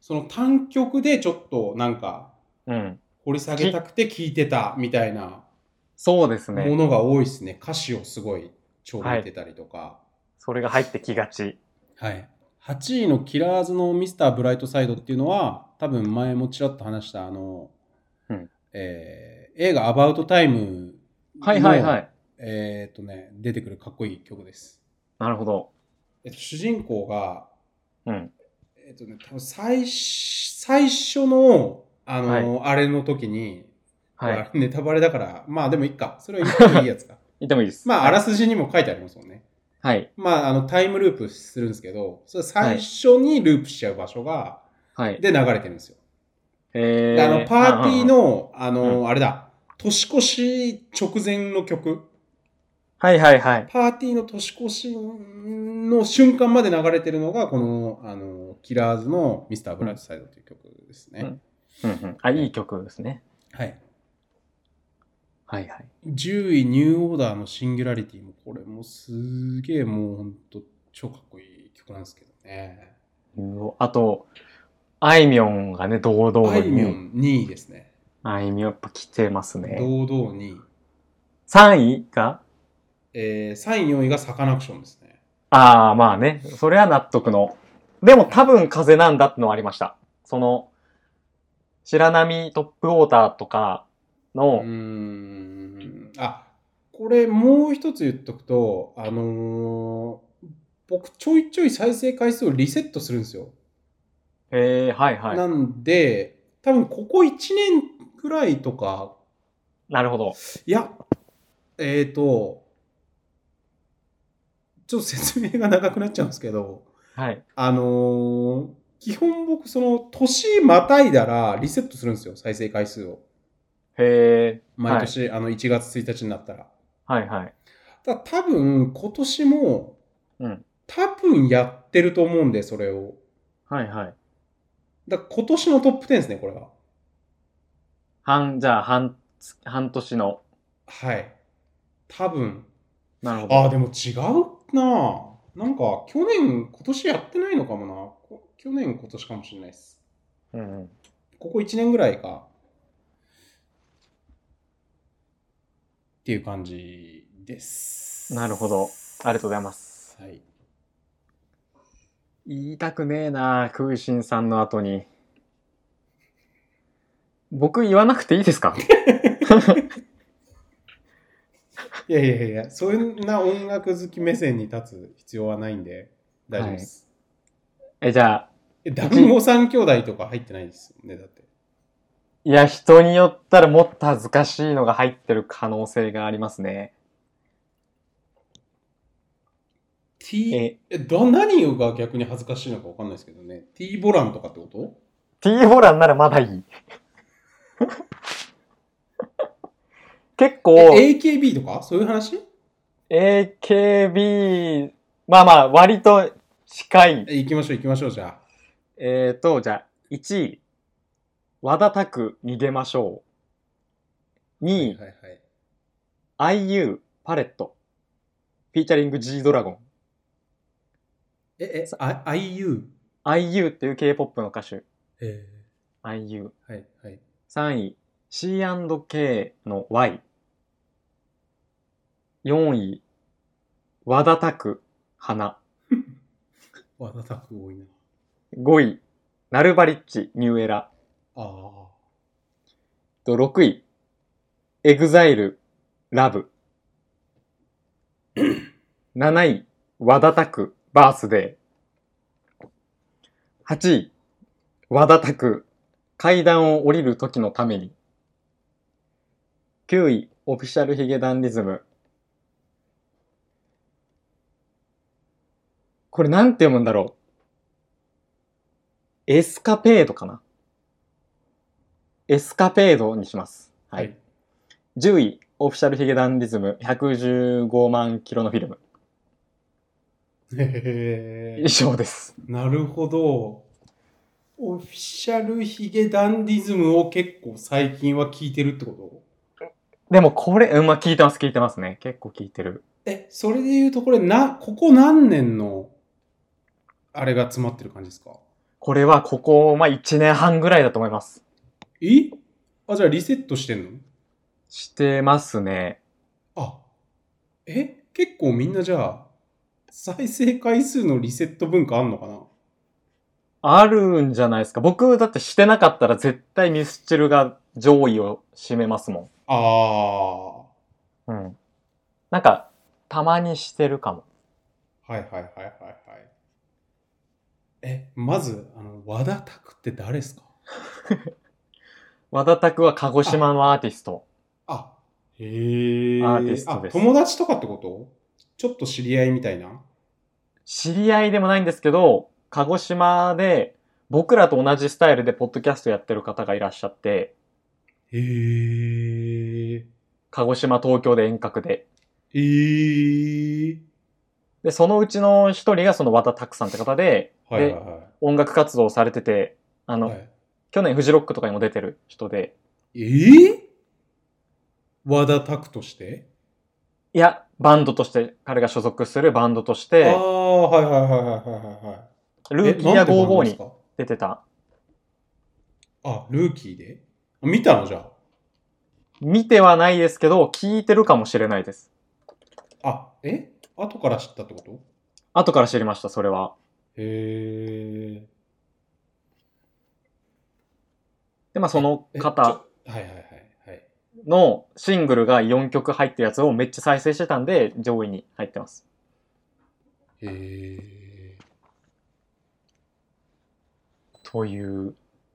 その単曲でちょっとなんか、うん。掘り下げたくて聴いてたみたいな。 そうですね。 ものが多いですね。歌詞をすごいちょろいてたりとか、はい。 それが入ってきがち。 はい。はちいのキラーズのミスターブライトサイドっていうのは、多分前もちらっと話したあの、うん、えー、映画アバウトタイムの、はいはいはい。えっとね、出てくるかっこいい曲です。 なるほど。 えっと、主人公が、うん。えっとね、多分最、最初の、あの、はい、あれの時に、はい。ネタバレだから、まあでもいいか。それは言ってもいいやつか。 言ってもいいです。 まあ、あらすじにも書いてありますもんね。はい。まあ、あの、タイムループするんですけど、それ最初にループしちゃう場所が、はい。で流れてるんですよ。へ、あの、パーティーの、あの、うん、あれだ、年越し直前の曲。 はいはいはい。 パーティーの年越しの瞬間まで流れてるのが、この、あの、キラーズのミスターブライトサイドという曲ですね。 うん。うんうん。あ、いい曲ですね。 はい。 はいはい。 じゅうい、ニューオーダーのシンギュラリティも、これもすげえもうほんと超かっこいい曲なんですけどね。 あと、あいみょんがね、堂々 に。あいみょんにいですね。 あいみょんやっぱ来てますね。 堂々にい。 さんいがえー、さんい、よんいがサカナクションですね。 ああ、まあね。それは納得の。でも多分風なんだってのはありました。その、白波トップウォーターとかの。うーん。あ、これもう一つ言っとくと、あのー、僕ちょいちょい再生回数をリセットするんですよ。 へえ、はいはい。 なんで、多分ここいちねんくらいとか。 なるほど。 いや、えっ、ー、と、ちょっと説明が長くなっちゃうんですけど、はい。あのー、基本僕その年またいだらリセットするんですよ、再生回数を。へえ。毎年、はい、あのいちがつついたちになったら。はいはい。だ多分今年も、うん、多分やってると思うんで、それを。はいはい。だ今年のトップテンですね、これは。 半、じゃあ半、半年の。 はい。多分。なるほど。あ、でも違うななんか、去年、今年やってないのかもな。去年、今年かもしれないです。うん、うん。ここいちねんぐらいか。っていう感じです。 なるほど。ありがとうございます。はい。言いたくねえな、空心さんの後に。僕言わなくていいですか？ いやいやいや、そんな音楽好き目線に立つ必要はないんで、大丈夫です。 はい、え、じゃあ。 え、団子三兄弟とか入ってないですよね、だって。 いや、人によったらもっと恥ずかしいのが入ってる可能性がありますね。 T、え、えど、何が逆に恥ずかしいのか分かんないですけどね。T ボランとかってこと ?T ボランならまだいい。結構。 エーケービー とかそういう話 ?エーケービー、まあまあ、割と近い。 行きましょう行きましょう、じゃあ。 えーと、じゃあ、いちい。和田拓逃げましょう。にい。はいはいはい、アイユー パレット。フィーチャリング G ドラゴン。 え、え、アイユー? アイユー っていう K-ポップ の歌手。えー、アイユー。はいはい。さんい、シーアンドケー の Y。よんい、和田拓、花。 和田拓多いな。 ごい、ナルバリッチ、ニューエラ。ああ。と、ろくい、エグザイル、ラブ。なない、和田拓、バースデー。はちい、和田拓、階段を降りる時のために。きゅうい、オフィシャルヒゲダンディズム。これなんて読むんだろう。エスカペードかな。エスカペードにします。はい。はい、じゅうい、オフィシャルヒゲダンディズムひゃくじゅうごまんキロのフィルム。へ以上です。 なるほど。オフィシャルヒゲダンディズムを結構最近は聞いてるってこと？ でもこれ、うん、まあ聞いてます、聞いてますね。結構聞いてる。 え、それで言うとこれな、ここ何年のあれが詰まってる感じですか？ これはここ、まあ、いちねんはんぐらいだと思います。 えあ、じゃあリセットしてんの？ してますね。 あ、え結構みんなじゃあ、再生回数のリセット文化あんのかな？ あるんじゃないですか。僕だってしてなかったら絶対ミスチルが上位を占めますもん。 ああ。うん。なんか、たまにしてるかも。 はいはいはいはいはい。え、まず、あの、和田拓って誰ですか？ 和田拓は鹿児島のアーティスト。 あ、へえ。 アーティストです。 あ、友達とかってこと？ちょっと知り合いみたいな？ 知り合いでもないんですけど、鹿児島で僕らと同じスタイルでポッドキャストやってる方がいらっしゃって、 へえ。 鹿児島、東京で遠隔で。 へえ。 で、そのうちの一人がその和田拓さんって方で、 はいはいはい。 で、音楽活動をされてて、あの、はい、去年フジロックとかにも出てる人で。 えー、和田拓として？ いや、バンドとして、彼が所属するバンドとして、 ああ、はいはいはいはいはいはい。 ルーキーやごじゅうごに出てた。 あ、ルーキーで？見たのじゃあ。 見てはないですけど、聞いてるかもしれないです。 あ、え後から知ったってこと？ 後から知りました、それは。 へえ。 で、まあその方はいはいはいはいのシングルがよんきょく入ってるやつをめっちゃ再生してたんで、上位に入ってます。 へえ。 という。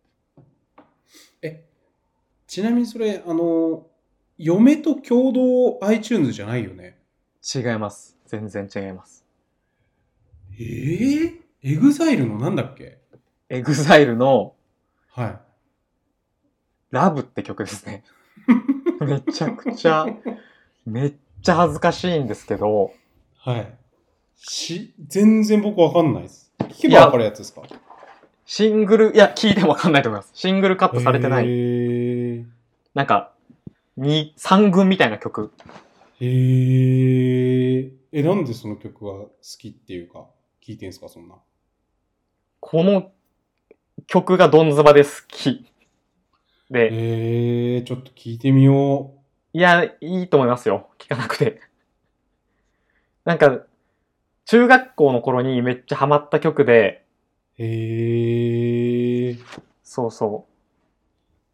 え、ちなみにそれ、あの、嫁と共同 iTunes じゃないよね？ 違います。全然違います。 えー、エグザイルのなんだっけ？ エグザイルの、 はい。 ラブって曲ですね。めちゃくちゃ、めっちゃ恥ずかしいんですけど。 はい。し、全然僕わかんないです。聞けばわかるやつですか？ シングル、いや、聞いてもわかんないと思います。シングルカットされてない。へー。なんか、に、さんぐんみたいな曲。 へー。え、なんでその曲が好きっていうか、聞いてんすか、そんな。 この曲がドンズバで好き。で。 えー、ちょっと聞いてみよう。 いや、いいと思いますよ。聞かなくて。なんか、中学校の頃にめっちゃハマった曲で。 へー。 そうそう。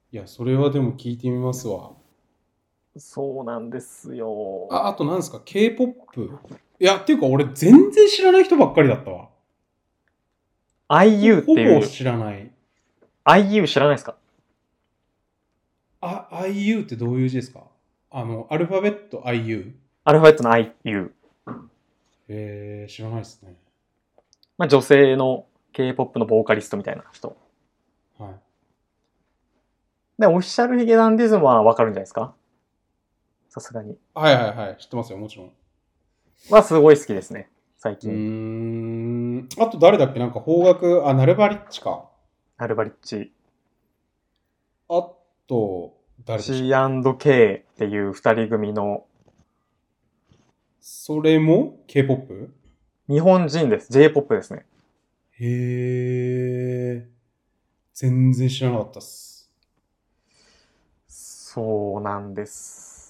いや、それはでも聞いてみますわ。 そうなんですよ。 あ、あとなんですか ?K-ポップ? いや、っていうか俺全然知らない人ばっかりだったわ。 アイユー っていう。 ほぼ知らない。 アイユー 知らないですか？ あ、アイユー ってどういう字ですか？あの、アルファベット アイユー？ アルファベットの アイユー。 へー、知らないですね。 まあ女性の K-ポップ のボーカリストみたいな人。はい。で、オフィシャルヒゲダンディズムはわかるんじゃないですか？さすがに。 はいはいはい。知ってますよ、もちろん。 はすごい好きですね、最近。 うーん。あと誰だっけ？なんか邦楽、あ、ナルバリッチか。 ナルバリッチ。 あと、誰でしたっけ？ シーアンドケー っていう二人組の。 それも K-ポップ？ 日本人です。J-ポップ ですね。 へー。全然知らなかったっす。 そうなんです。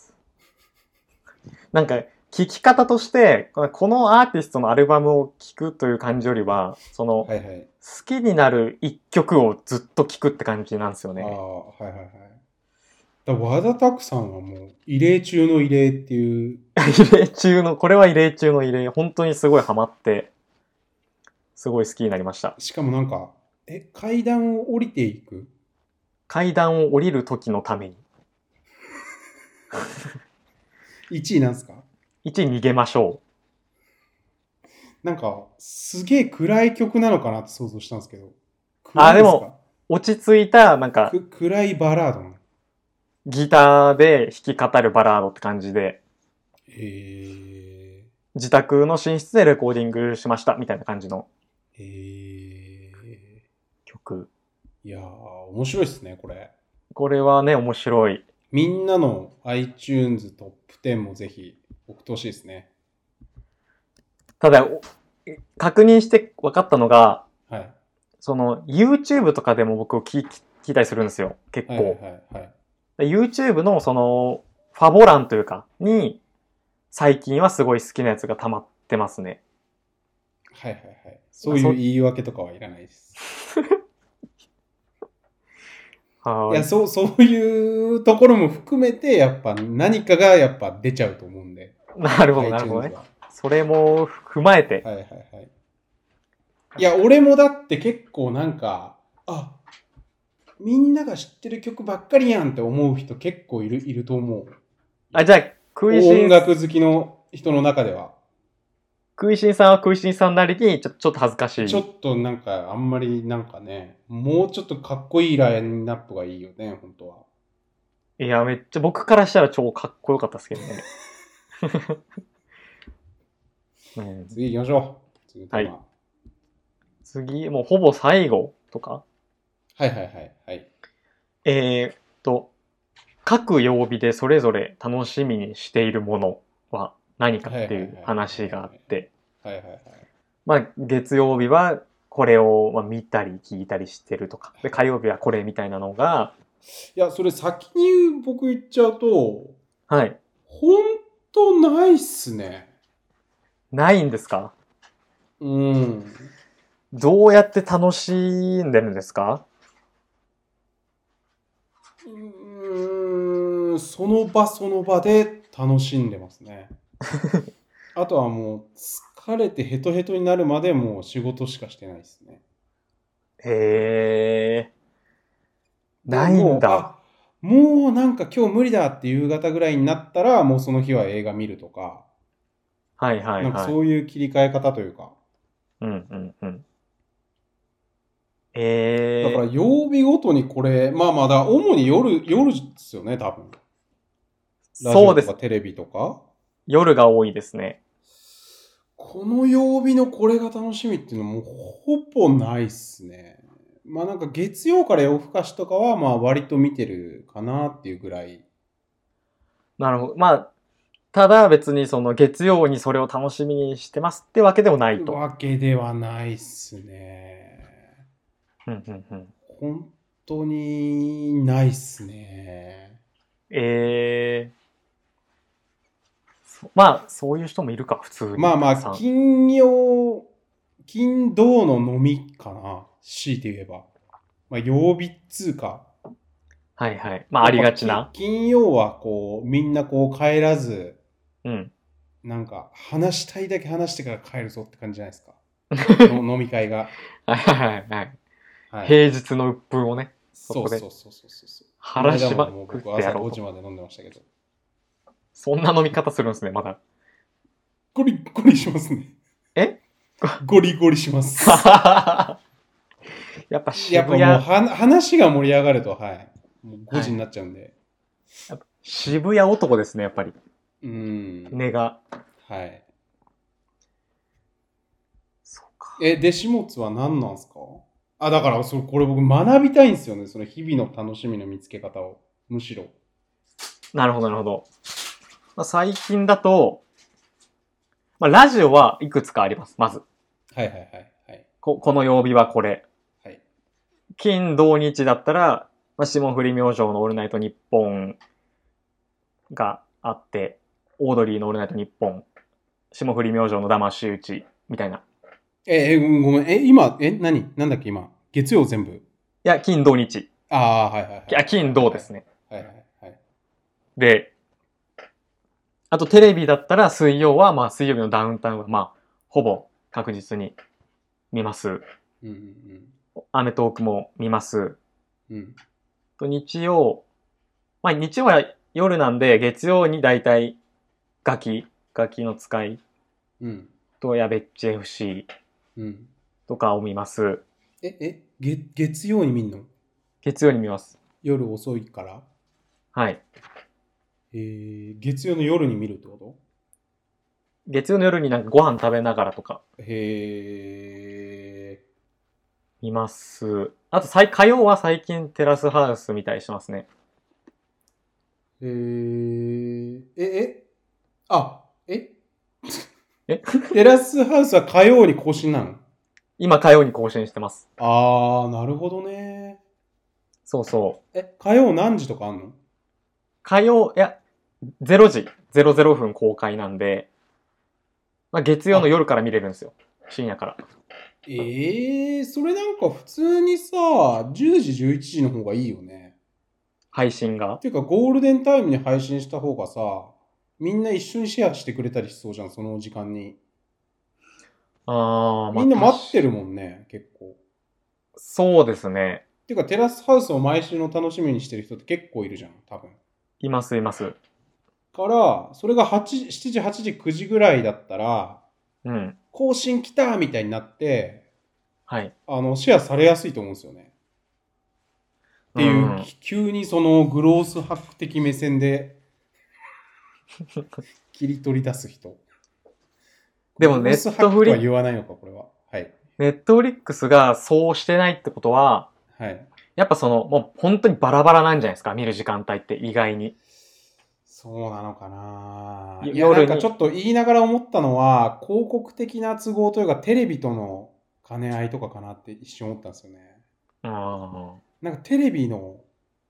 なんか、聴き方として、このアーティストのアルバムを聴くという感じよりは、その、はいはい、好きになる一曲をずっと聴くって感じなんですよね。ああ、はいはいはい。 だ和田拓さんはもう異例中の異例っていう。 異例中の、これは異例中の異例。本当にすごいハマって、すごい好きになりました。 しかもなんか、え、階段を降りていく？ 階段を降りる時のために。 いちいなんすか？ いちい逃げましょう。なんか、すげえ暗い曲なのかなって想像したんですけど。 あ、でも、落ち着いた、なんか、 暗いバラードなの。 ギターで弾き語るバラードって感じで。 へー。 自宅の寝室でレコーディングしましたみたいな感じの。へー。 曲。 いやー、面白いっすね、これ。 これはね、面白い。 みんなの iTunes トップテンもぜひ送ってほしいですね。 ただ、確認して分かったのが、はい、 その YouTube とかでも僕聞き聞いたりするんですよ。結構。はいはいはい、YouTube のそのファボ欄というかに最近はすごい好きなやつが溜まってますね。 はいはいはい。そういう言い訳とかはいらないです。はい。いや、そう、そういうところも含めて、やっぱ何かがやっぱ出ちゃうと思うんで。 なるほど、なるほどね。それも踏まえて。 はいはいはい。いや、俺もだって結構なんか、あ、みんなが知ってる曲ばっかりやんって思う人結構いる、いると思う。 あ、じゃあ、 食いしん。音楽好きの人の中では。 食いしんさんは食いしんさんなりにちょ、ちょっと恥ずかしい。 ちょっとなんか、あんまりなんかね、もうちょっとかっこいいラインナップがいいよね、本当は。 いや、めっちゃ僕からしたら超かっこよかったですけどね。 うん、次行きましょう。次はい。次、もうほぼ最後とか。 はいはいはいはい。 えー、っと、各曜日でそれぞれ楽しみにしているものは何かっていう話があって。はいはいはい。まあ、月曜日はこれを見たり聞いたりしてるとか。で、火曜日はこれみたいなのが。 いや、それ先に僕言っちゃうと、 はい。 ほんとないっすね。 ないんですか？ うん。 どうやって楽しんでるんですか？ うーん、その場その場で楽しんでますね。あとはもう疲れてヘトヘトになるまでもう仕事しかしてないですね。 へえ。ないんだ。 もうなんか今日無理だって夕方ぐらいになったらもうその日は映画見るとか。 はいはいはい。 なんかそういう切り替え方というか。 うんうんうん。えー、だから曜日ごとにこれ、まあまだ主に夜、夜ですよね、多分。ラジオとかテレビとか。 夜が多いですね。 この曜日のこれが楽しみっていうのもほぼないっすね。まあなんか月曜から夜更かしとかはまあ割と見てるかなっていうぐらい。 なるほど。まあ、ただ別にその月曜にそれを楽しみにしてますってわけでもないと。 わけではないっすね。 うんうんうん。 本当にないっすね。 ええー。まあ、そういう人もいるか、普通に。 まあまあ、金曜、金土の飲みかな。強いて言えば。まあ、曜日っつうか。 はいはい。まあ、ありがちな。 金曜はこう、みんなこう帰らず、 うん。 なんか、話したいだけ話してから帰るぞって感じじゃないですか。の飲み会が。 はいはいはい。はい、平日の鬱憤をね、そこで。 そうそうそうそうそう。 晴らしまくってやろうと。 僕朝ごじまで飲んでましたけど。 そんな飲み方するんですね、まだ。 ゴリゴリしますね。 えゴリゴリします。 やっぱ渋谷。 やっぱもう話が盛り上がると、はい。もうごじになっちゃうんで。はい、 やっぱ渋谷男ですね、やっぱり。 うん。 根が。 はい。 そうか。 え、で、始末は何なんすか？あ、だから、そこれ僕学びたいんですよね。その日々の楽しみの見つけ方を。むしろ。 なるほど、なるほど。まあ、最近だと、まあ、ラジオはいくつかあります、まず。 はいはいはい、はい。 こ、この曜日はこれ。 はい。 金、土、日だったら、まあ、霜降り明星のオールナイトニッポンがあって、オードリーのオールナイトニッポン、霜降り明星の騙し討ち、みたいな。 え、え、ごめん。え、今、え、何なんだっけ今。月曜全部。いや、金、土、日。 ああ、はいはいはい。いや、金、土ですね。 はいはいはい。 で、あとテレビだったら水曜は、まあ水曜日のダウンタウンは、まあ、ほぼ確実に見ます。うんうんうん。 アメトークも見ます。 うん。 と日曜、まあ日曜は夜なんで、月曜にだいたいガキ、ガキの使い、 うん、 とやべっち エフシー、うん、とかを見ます。 え、え、月、月曜に見んの？ 月曜に見ます。 夜遅いから？ はい。 えー、月曜の夜に見るってこと？ 月曜の夜になんかご飯食べながらとか。 へー。 見ます。あと、火曜は最近テラスハウス見たりしますね。 へー。え、えあ、ええテラスハウスは火曜に更新なの？ 今火曜に更新してます。 あー、なるほどね。 そうそう。 え、火曜何時とかあんの？ 火曜、いや、れいじ、ぜろぜろふん公開なんで、まあ、月曜の夜から見れるんですよ。深夜から。 ええー、それなんか普通にさ、じゅうじ、じゅういちじの方がいいよね。 配信が。 っていうか、ゴールデンタイムに配信した方がさ、みんな一緒にシェアしてくれたりしそうじゃん、その時間に。 ああ、 みんな待ってるもんね、結構。 そうですね。 っていうか、テラスハウスを毎週の楽しみにしてる人って結構いるじゃん、多分。 います、います。 から、それがはち、しちじ、はちじ、くじぐらいだったら、 うん。 更新来たみたいになって、 はい。 あの、シェアされやすいと思うんですよね。っていう、うん、急にそのグロースハック的目線で切り取り出す人。 でもネットフリックスは言わないのか、これは。はい。 ネットフリックスがそうしてないってことは、 はい。 やっぱその、もう本当にバラバラなんじゃないですか、見る時間帯って意外に。 そうなのかな。いや、なんかちょっと言いながら思ったのは、広告的な都合というか、テレビとの兼ね合いとかかなって一瞬思ったんですよね。 ああ。 なんかテレビの、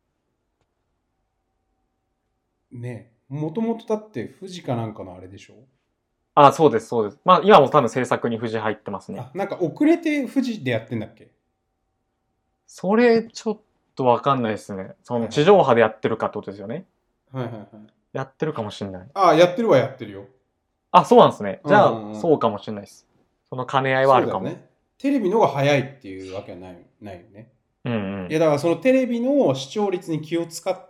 ね、もともとだって富士かなんかのあれでしょ？ ああ、そうです、そうです。まあ今も多分制作に富士入ってますね。 あ、なんか遅れて富士でやってんだっけ？ それちょっとわかんないですね。その地上波でやってるかってことですよね。 はいはいはい。 やってるかもしれない。 ああ、やってるはやってるよ。 あ、そうなんですね。じゃあ、うんうんうん、そうかもしれないです。その兼ね合いはあるかも。 ね。テレビのが早いっていうわけはない、ないよね。 うんうん。 いやだからそのテレビの視聴率に気を使って、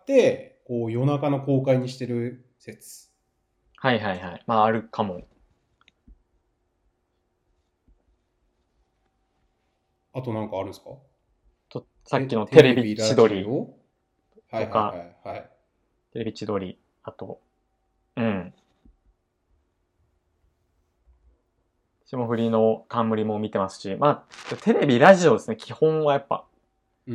こう夜中の公開にしてる説。 はいはいはい。まああるかも。 あとなんかあるんですか？ とさっきのテレビ千鳥とか、はいはいはい、はい。 テレビ千鳥、あと、うん。霜降りの冠も見てますし、まあ、テレビ、ラジオですね、基本はやっぱ。 うん。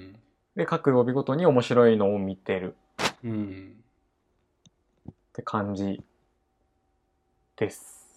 で、各曜日ごとに面白いのを見てる。 うん。 って感じです。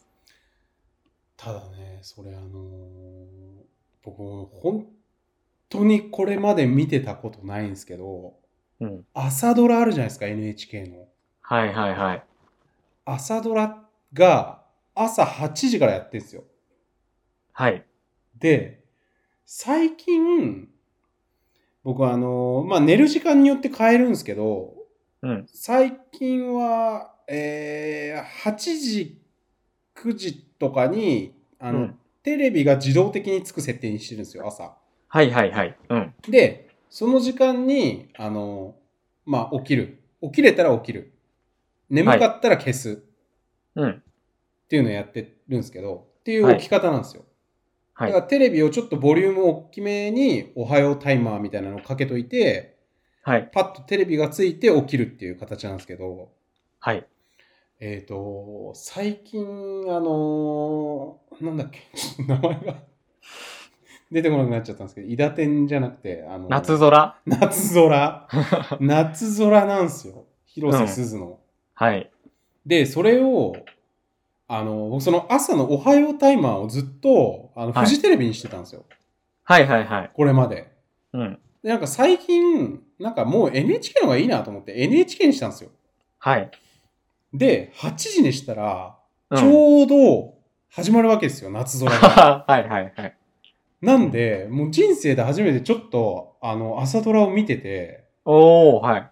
ただね、それあのー、僕、本当にこれまで見てたことないんですけど、うん、朝ドラあるじゃないですか、エヌエイチケー の。 はいはいはい。 朝ドラが朝はちじからやってるんですよ。 はい。 で、最近、僕はあのー、まあ、寝る時間によって変えるんですけど、うん、最近は、えー、はちじ、くじとかに、あの、うん、テレビが自動的につく設定にしてるんですよ、朝。 はいはいはい。うん。 で、その時間に、あの、まあ、起きる。起きれたら起きる。眠かったら消す。はい、うん。っていうのをやってるんですけど、っていう起き方なんですよ。はい。だからテレビをちょっとボリューム大きめに、おはようタイマーみたいなのをかけといて、はい。パッとテレビがついて起きるっていう形なんですけど、はい。えっと、最近、あのー、なんだっけ、名前が出てこなくなっちゃったんですけど、伊達天じゃなくて、あのー、 夏空夏空夏空なんですよ。広瀬すずの、うん。はい。で、それを、あのー、その朝のおはようタイマーをずっと、あの、フジテレビにしてたんですよ。 はいはいはい。 これまで。うん。で、なんか最近、なんかもう エヌエイチケー の方がいいなと思って エヌエイチケー にしたんですよ。はい。で、はちじにしたら、ちょうど始まるわけですよ、うん、夏空が。はいはいはい。なんで、もう人生で初めてちょっと、あの、朝ドラを見てて。おー、はい。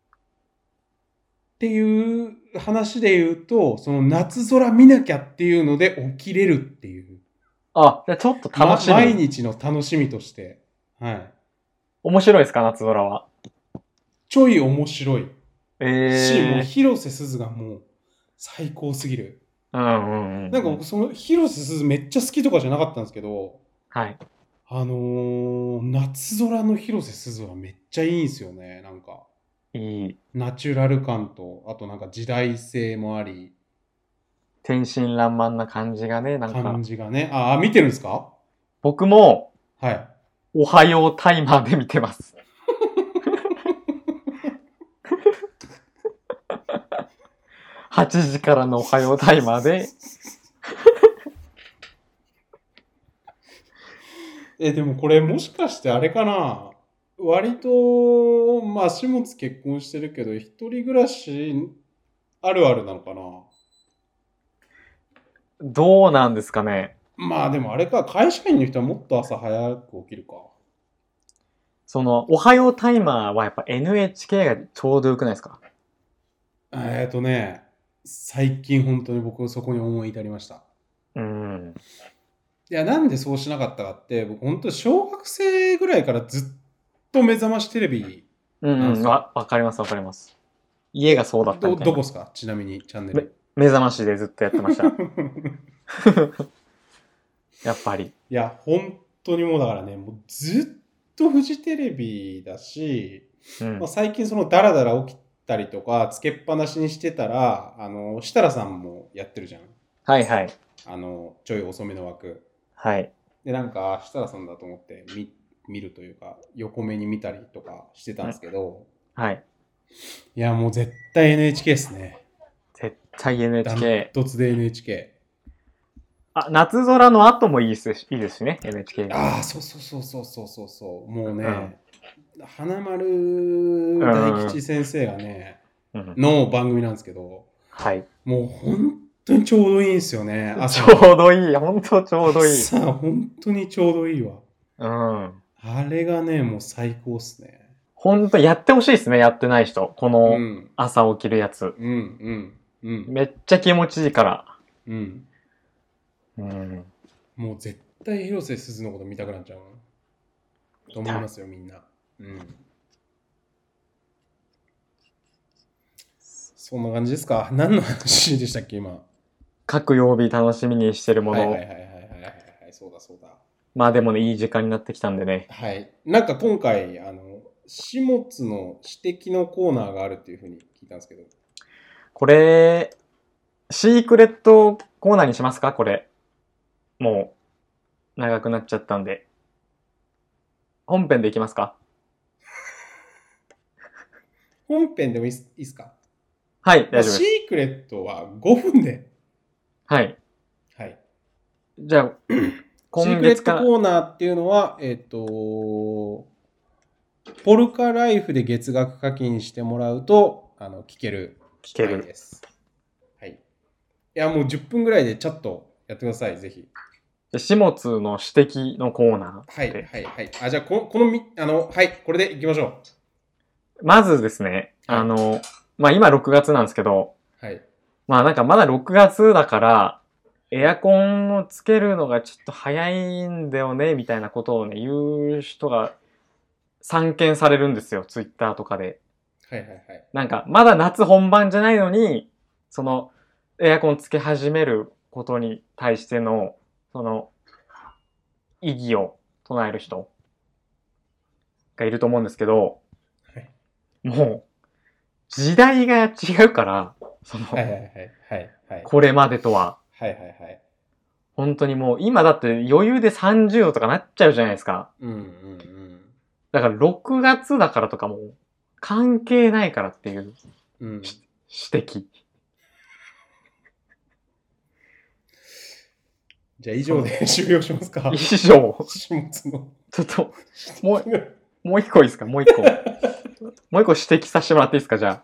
っていう話で言うと、その夏空見なきゃっていうので起きれるっていう。 あ、じゃあちょっと楽しみ、 ま。毎日の楽しみとして。はい。 面白いですか、夏空は。 ちょい面白い。えー、し、もう広瀬すずがもう最高すぎる。うんうんうん、うん。なんか僕その広瀬すずめっちゃ好きとかじゃなかったんですけど、はい。あのー、夏空の広瀬すずはめっちゃいいんですよね、なんか。いい。ナチュラル感と、あとなんか時代性もあり。 天真爛漫な感じがね、なんか。 感じがね。ああ、見てるんですか？ 僕も、はい。おはようタイマーで見てます。はちじからのおはようタイマーでえ、でもこれもしかしてあれかな、割と、まあ、始末結婚してるけど、一人暮らしあるあるなのかな。 どうなんですかね。 まあでもあれか、会社員の人はもっと朝早く起きるか。 その、おはようタイマーはやっぱ エヌエイチケー がちょうどよくないですか？ えっとね、最近本当に僕そこに思い至りました。 うん。 いや、なんでそうしなかったかって、僕本当小学生ぐらいからずっと目覚ましテレビうんうん、わ、わかりますわかります。家がそうだったみたいな。 ど、どこっすかちなみにチャンネル。 目覚ましでずっとやってました。やっぱり。 いや、本当にもうだからね、もうずっとフジテレビだし、うん、まあ、最近そのダラダラ起きたりとか、つけっぱなしにしてたら、あの、設楽さんもやってるじゃん。 はいはい。 あの、ちょい遅めの枠。 はい。 で、なんか、設楽さんだと思って見、見るというか、横目に見たりとかしてたんですけど、 うん、はい。 いや、もう絶対 エヌエイチケー ですね。 絶対 エヌエイチケー。 ダントツで エヌエイチケー。 あ、夏空の後もいいですし、いいですしね、エヌエイチケー が。 ああ、そうそうそうそうそうそうそう。もうね、うん、花丸大吉先生がね、うん、の番組なんですけど、 はい。 もう本当にちょうどいいんですよね。 朝ちょうどいい。本当ちょうどいい。 朝、本当にちょうどいいわ。 うん。 あれがね、もう最高っすね。 本当やってほしいですね、やってない人。この朝起きるやつ。 うん、うん、うん。 めっちゃ気持ちいいから。 うん。うん、もう絶対広瀬すずのこと見たくなっちゃうと思いますよ、みんな。うん。そんな感じですか。何の話でしたっけ、今。 各曜日楽しみにしてるもの。 はいはいはいはいはいはい、そうだそうだ。 まあでもね、いい時間になってきたんでね。 はい。なんか今回、あの、始末の指摘のコーナーがあるっていうふうに聞いたんですけど。 これ、シークレットコーナーにしますかこれ。もう、長くなっちゃったんで。本編でいきますか？ 本編でもいいですか？ はい、大丈夫です。 シークレットはごふんで。 はい。 はい。 じゃあ、 今月から。シークレットコーナーっていうのは、えっと、ポルカライフで月額課金してもらうと、あの、聞ける。 聞ける。 です。はい。いや、もうじゅっぷんぐらいでちょっとやってください、ぜひ。 始末の指摘のコーナー。はい、はい、はい。あ、じゃあ、この、このみ、あの、はい、これでいきましょう。まずですね、はい、あの、まあ、今ろくがつなんですけど、 はい。 まあ、なんかまだろくがつだから、エアコンをつけるのがちょっと早いんだよね、みたいなことをね、言う人が散見されるんですよ、ツイッターとかで。 はいはいはい。 なんか、まだ夏本番じゃないのに、その、エアコンつけ始めることに対しての、その、意義を唱える人がいると思うんですけど、はい、もう、時代が違うから、その、はいはいはいはいはい、これまでとは。 はいはいはい。 本当にもう、今だって余裕でさんじゅうどとかなっちゃうじゃないですか。うんうんうん。だからろくがつだからとかも、関係ないからっていう、うん、指摘。 じゃあ以上で終了しますか。 以上。 始末の。 ちょっと、もう、もう一個いいですかもう一個。もう一個指摘させてもらっていいですかじゃあ。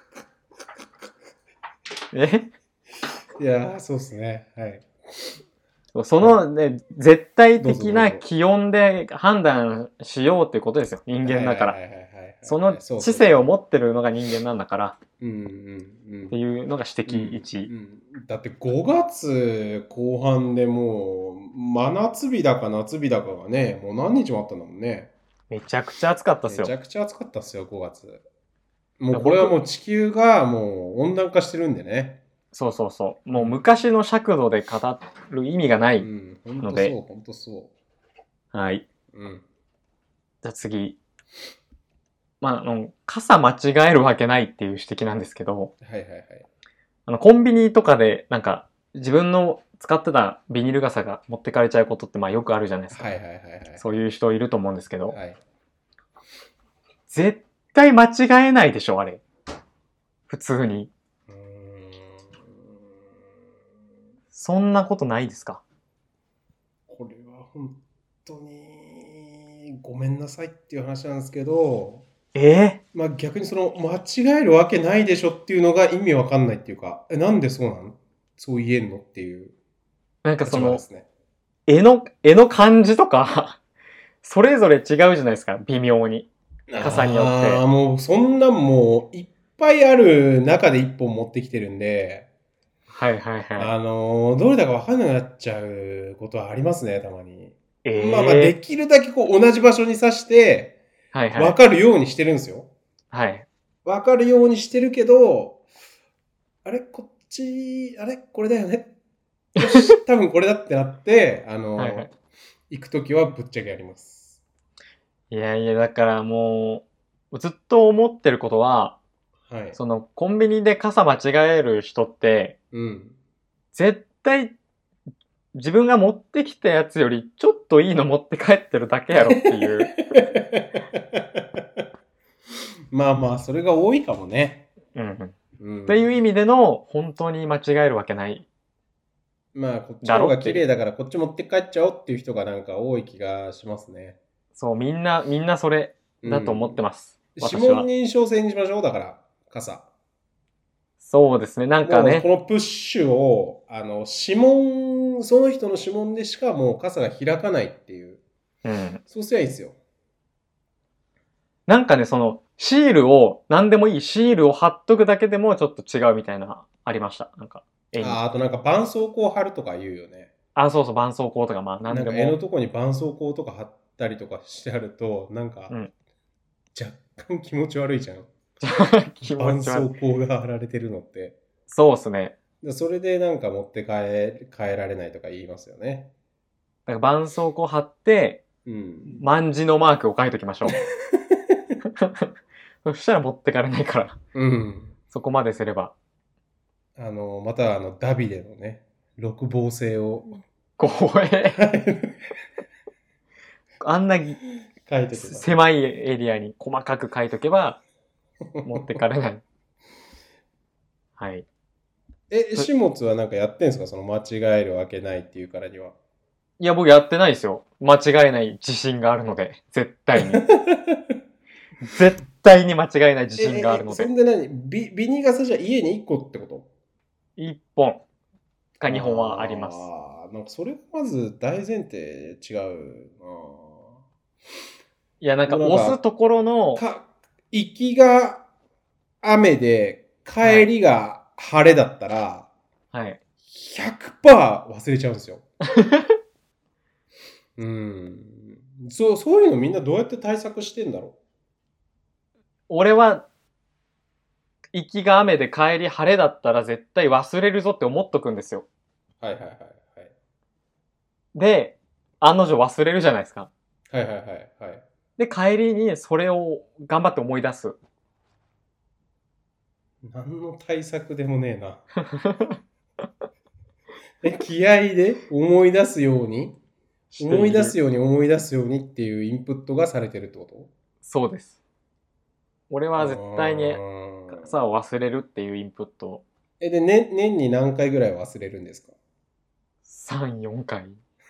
えいやー、そうですね。はい。 そのね、絶対的な気温で判断しようっていうことですよ。人間だから。その知性を持ってるのが人間なんだから。うんうんうん。っていうのが指摘いち、 うんうん。だってごがつこう半でもう真夏日だか夏日だかがね、もう何日もあったんだもんね。 めちゃくちゃ暑かったっすよ。 めちゃくちゃ暑かったっすよ、ごがつ。もうこれはもう地球がもう温暖化してるんでね。 そうそうそう。もう昔の尺度で語る意味がないので。 うん、ほんとそう、ほんとそう。はい。うん。じゃあ次。まあ、あの、傘間違えるわけないっていう指摘なんですけど。 はいはいはい。 あの、コンビニとかで、なんか、自分の使ってたビニール傘が持ってかれちゃうことってまあよくあるじゃないですか。はいはいはい、はい。そういう人いると思うんですけど。はい。絶対間違えないでしょ、あれ。普通に。うーん。そんなことないですか？ これは本当ににごめんなさいっていう話なんですけど、 えー、 まあ逆にその間違えるわけないでしょっていうのが意味わかんないっていうか、え、なんでそうなの？そう言えんのっていう、ね。 なんかその、絵の、絵の感じとか、それぞれ違うじゃないですか、微妙に。傘によって。 ああ、もうそんなんもういっぱいある中で一本持ってきてるんで、 はいはいはい。 あのー、どれだかわかんなくなっちゃうことはありますね、たまに。 えー、 まあまあ、できるだけこう同じ場所に刺して、はいはい。わかるようにしてるんですよ。はい。わかるようにしてるけど、あれこっち、あれこれだよね。よし、多分これだってなって、あのー、はいはい、行くときはぶっちゃけやります。 いやいや、だからもう、ずっと思ってることは、はい、そのコンビニで傘間違える人って、うん、絶対自分が持ってきたやつよりちょっといいの持って帰ってるだけやろっていう。 まあまあ、それが多いかもね。 うん、うん。っていう意味での、本当に間違えるわけない。 まあ、こっちの方が綺麗だからこっち持って帰っちゃおうっていう人がなんか多い気がしますね。 そう、みんな、みんなそれだと思ってます。 うん、指紋認証制にしましょう、だから、傘。 そうですね、なんかね。 このプッシュを、あの、指紋、その人の指紋でしかもう傘が開かないっていう。うん。そうすりゃいいですよ。 なんかね、その、シールを、何でもいいシールを貼っとくだけでもちょっと違うみたいな、ありました。なんか、 絵に。あ、あとなんか絆創膏貼るとか言うよね。 あ、そうそう、絆創膏とか、まあ何でも。 なんか絵のとこに絆創膏とか貼ったりとかしてあると、なんか、うん、若干気持ち悪いじゃん。気持ち悪い。絆創膏が貼られてるのって。 そうっすね。 それでなんか持って帰、帰られないとか言いますよね。 だから絆創膏貼って、うん、万字のマークを書いときましょう。そしたら持ってかれないから。うん。そこまですれば。 あの、またあの、ダビデのね、六芒星を。 怖え。あんな狭いエリアに細かく書いとけば、持ってかれない。はい。 え、始末はなんかやってんすか？その間違えるわけないっていうからには。 いや、僕やってないですよ。間違えない自信があるので、絶対に。絶対に間違えない自信があるので。 ええ、そんで何ビ、ビニ傘じゃ家にいっこってこと？ いっぽんかにほんはあります。 ああ、なんかそれがまず大前提違うな。 いや、なんか押すところの。 か、行きが雨で帰りが晴れだったら、はい。ひゃくパーセント 忘れちゃうんですよ。うん。そう、そういうのみんなどうやって対策してんだろう？ 俺は、行きが雨で帰り晴れだったら絶対忘れるぞって思っとくんですよ。 はいはいはいはい。 で、案の定忘れるじゃないですか。 はいはいはいはい。 で、帰りにそれを頑張って思い出す。 何の対策でもねえな。え、気合で思い出すように思い出すように思い出すようにっていうインプットがされてるってこと？ そうです。俺は絶対にさを忘れるっていうインプットを。 え、で、ね、年に何回ぐらい忘れるんですか？ さん、よんかい。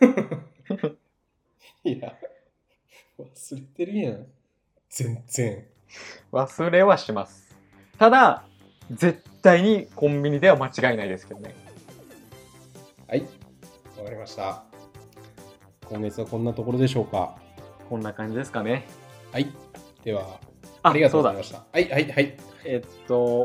いや、忘れてるやん。全然。 忘れはします。ただ、絶対にコンビニでは間違いないですけどね。 はい。わかりました。今月はこんなところでしょうか。 こんな感じですかね。 はい。では、ありがとうございました。はいはいはい。 えっと、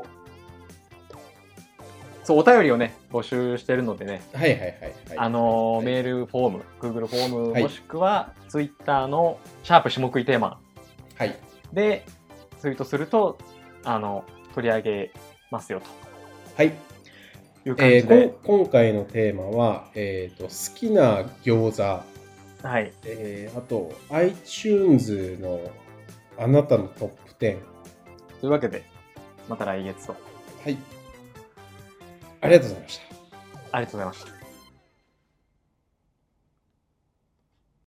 そう、お便りをね、募集してるのでね。 はいはいはい、はい。 あのーはい、メールフォーム、Google フォーム、はい、もしくは Twitter のシャープ下食いテーマ。はい。で、ツイートすると、あの、取り上げますよと。はい。 いう感じで、えー、今回のテーマは、えーと、好きな餃子。はい。えー、あと、iTunes のあなたのトップじゅう。 というわけで、また来月と。 はい。ありがとうございました。 ありがとうございました。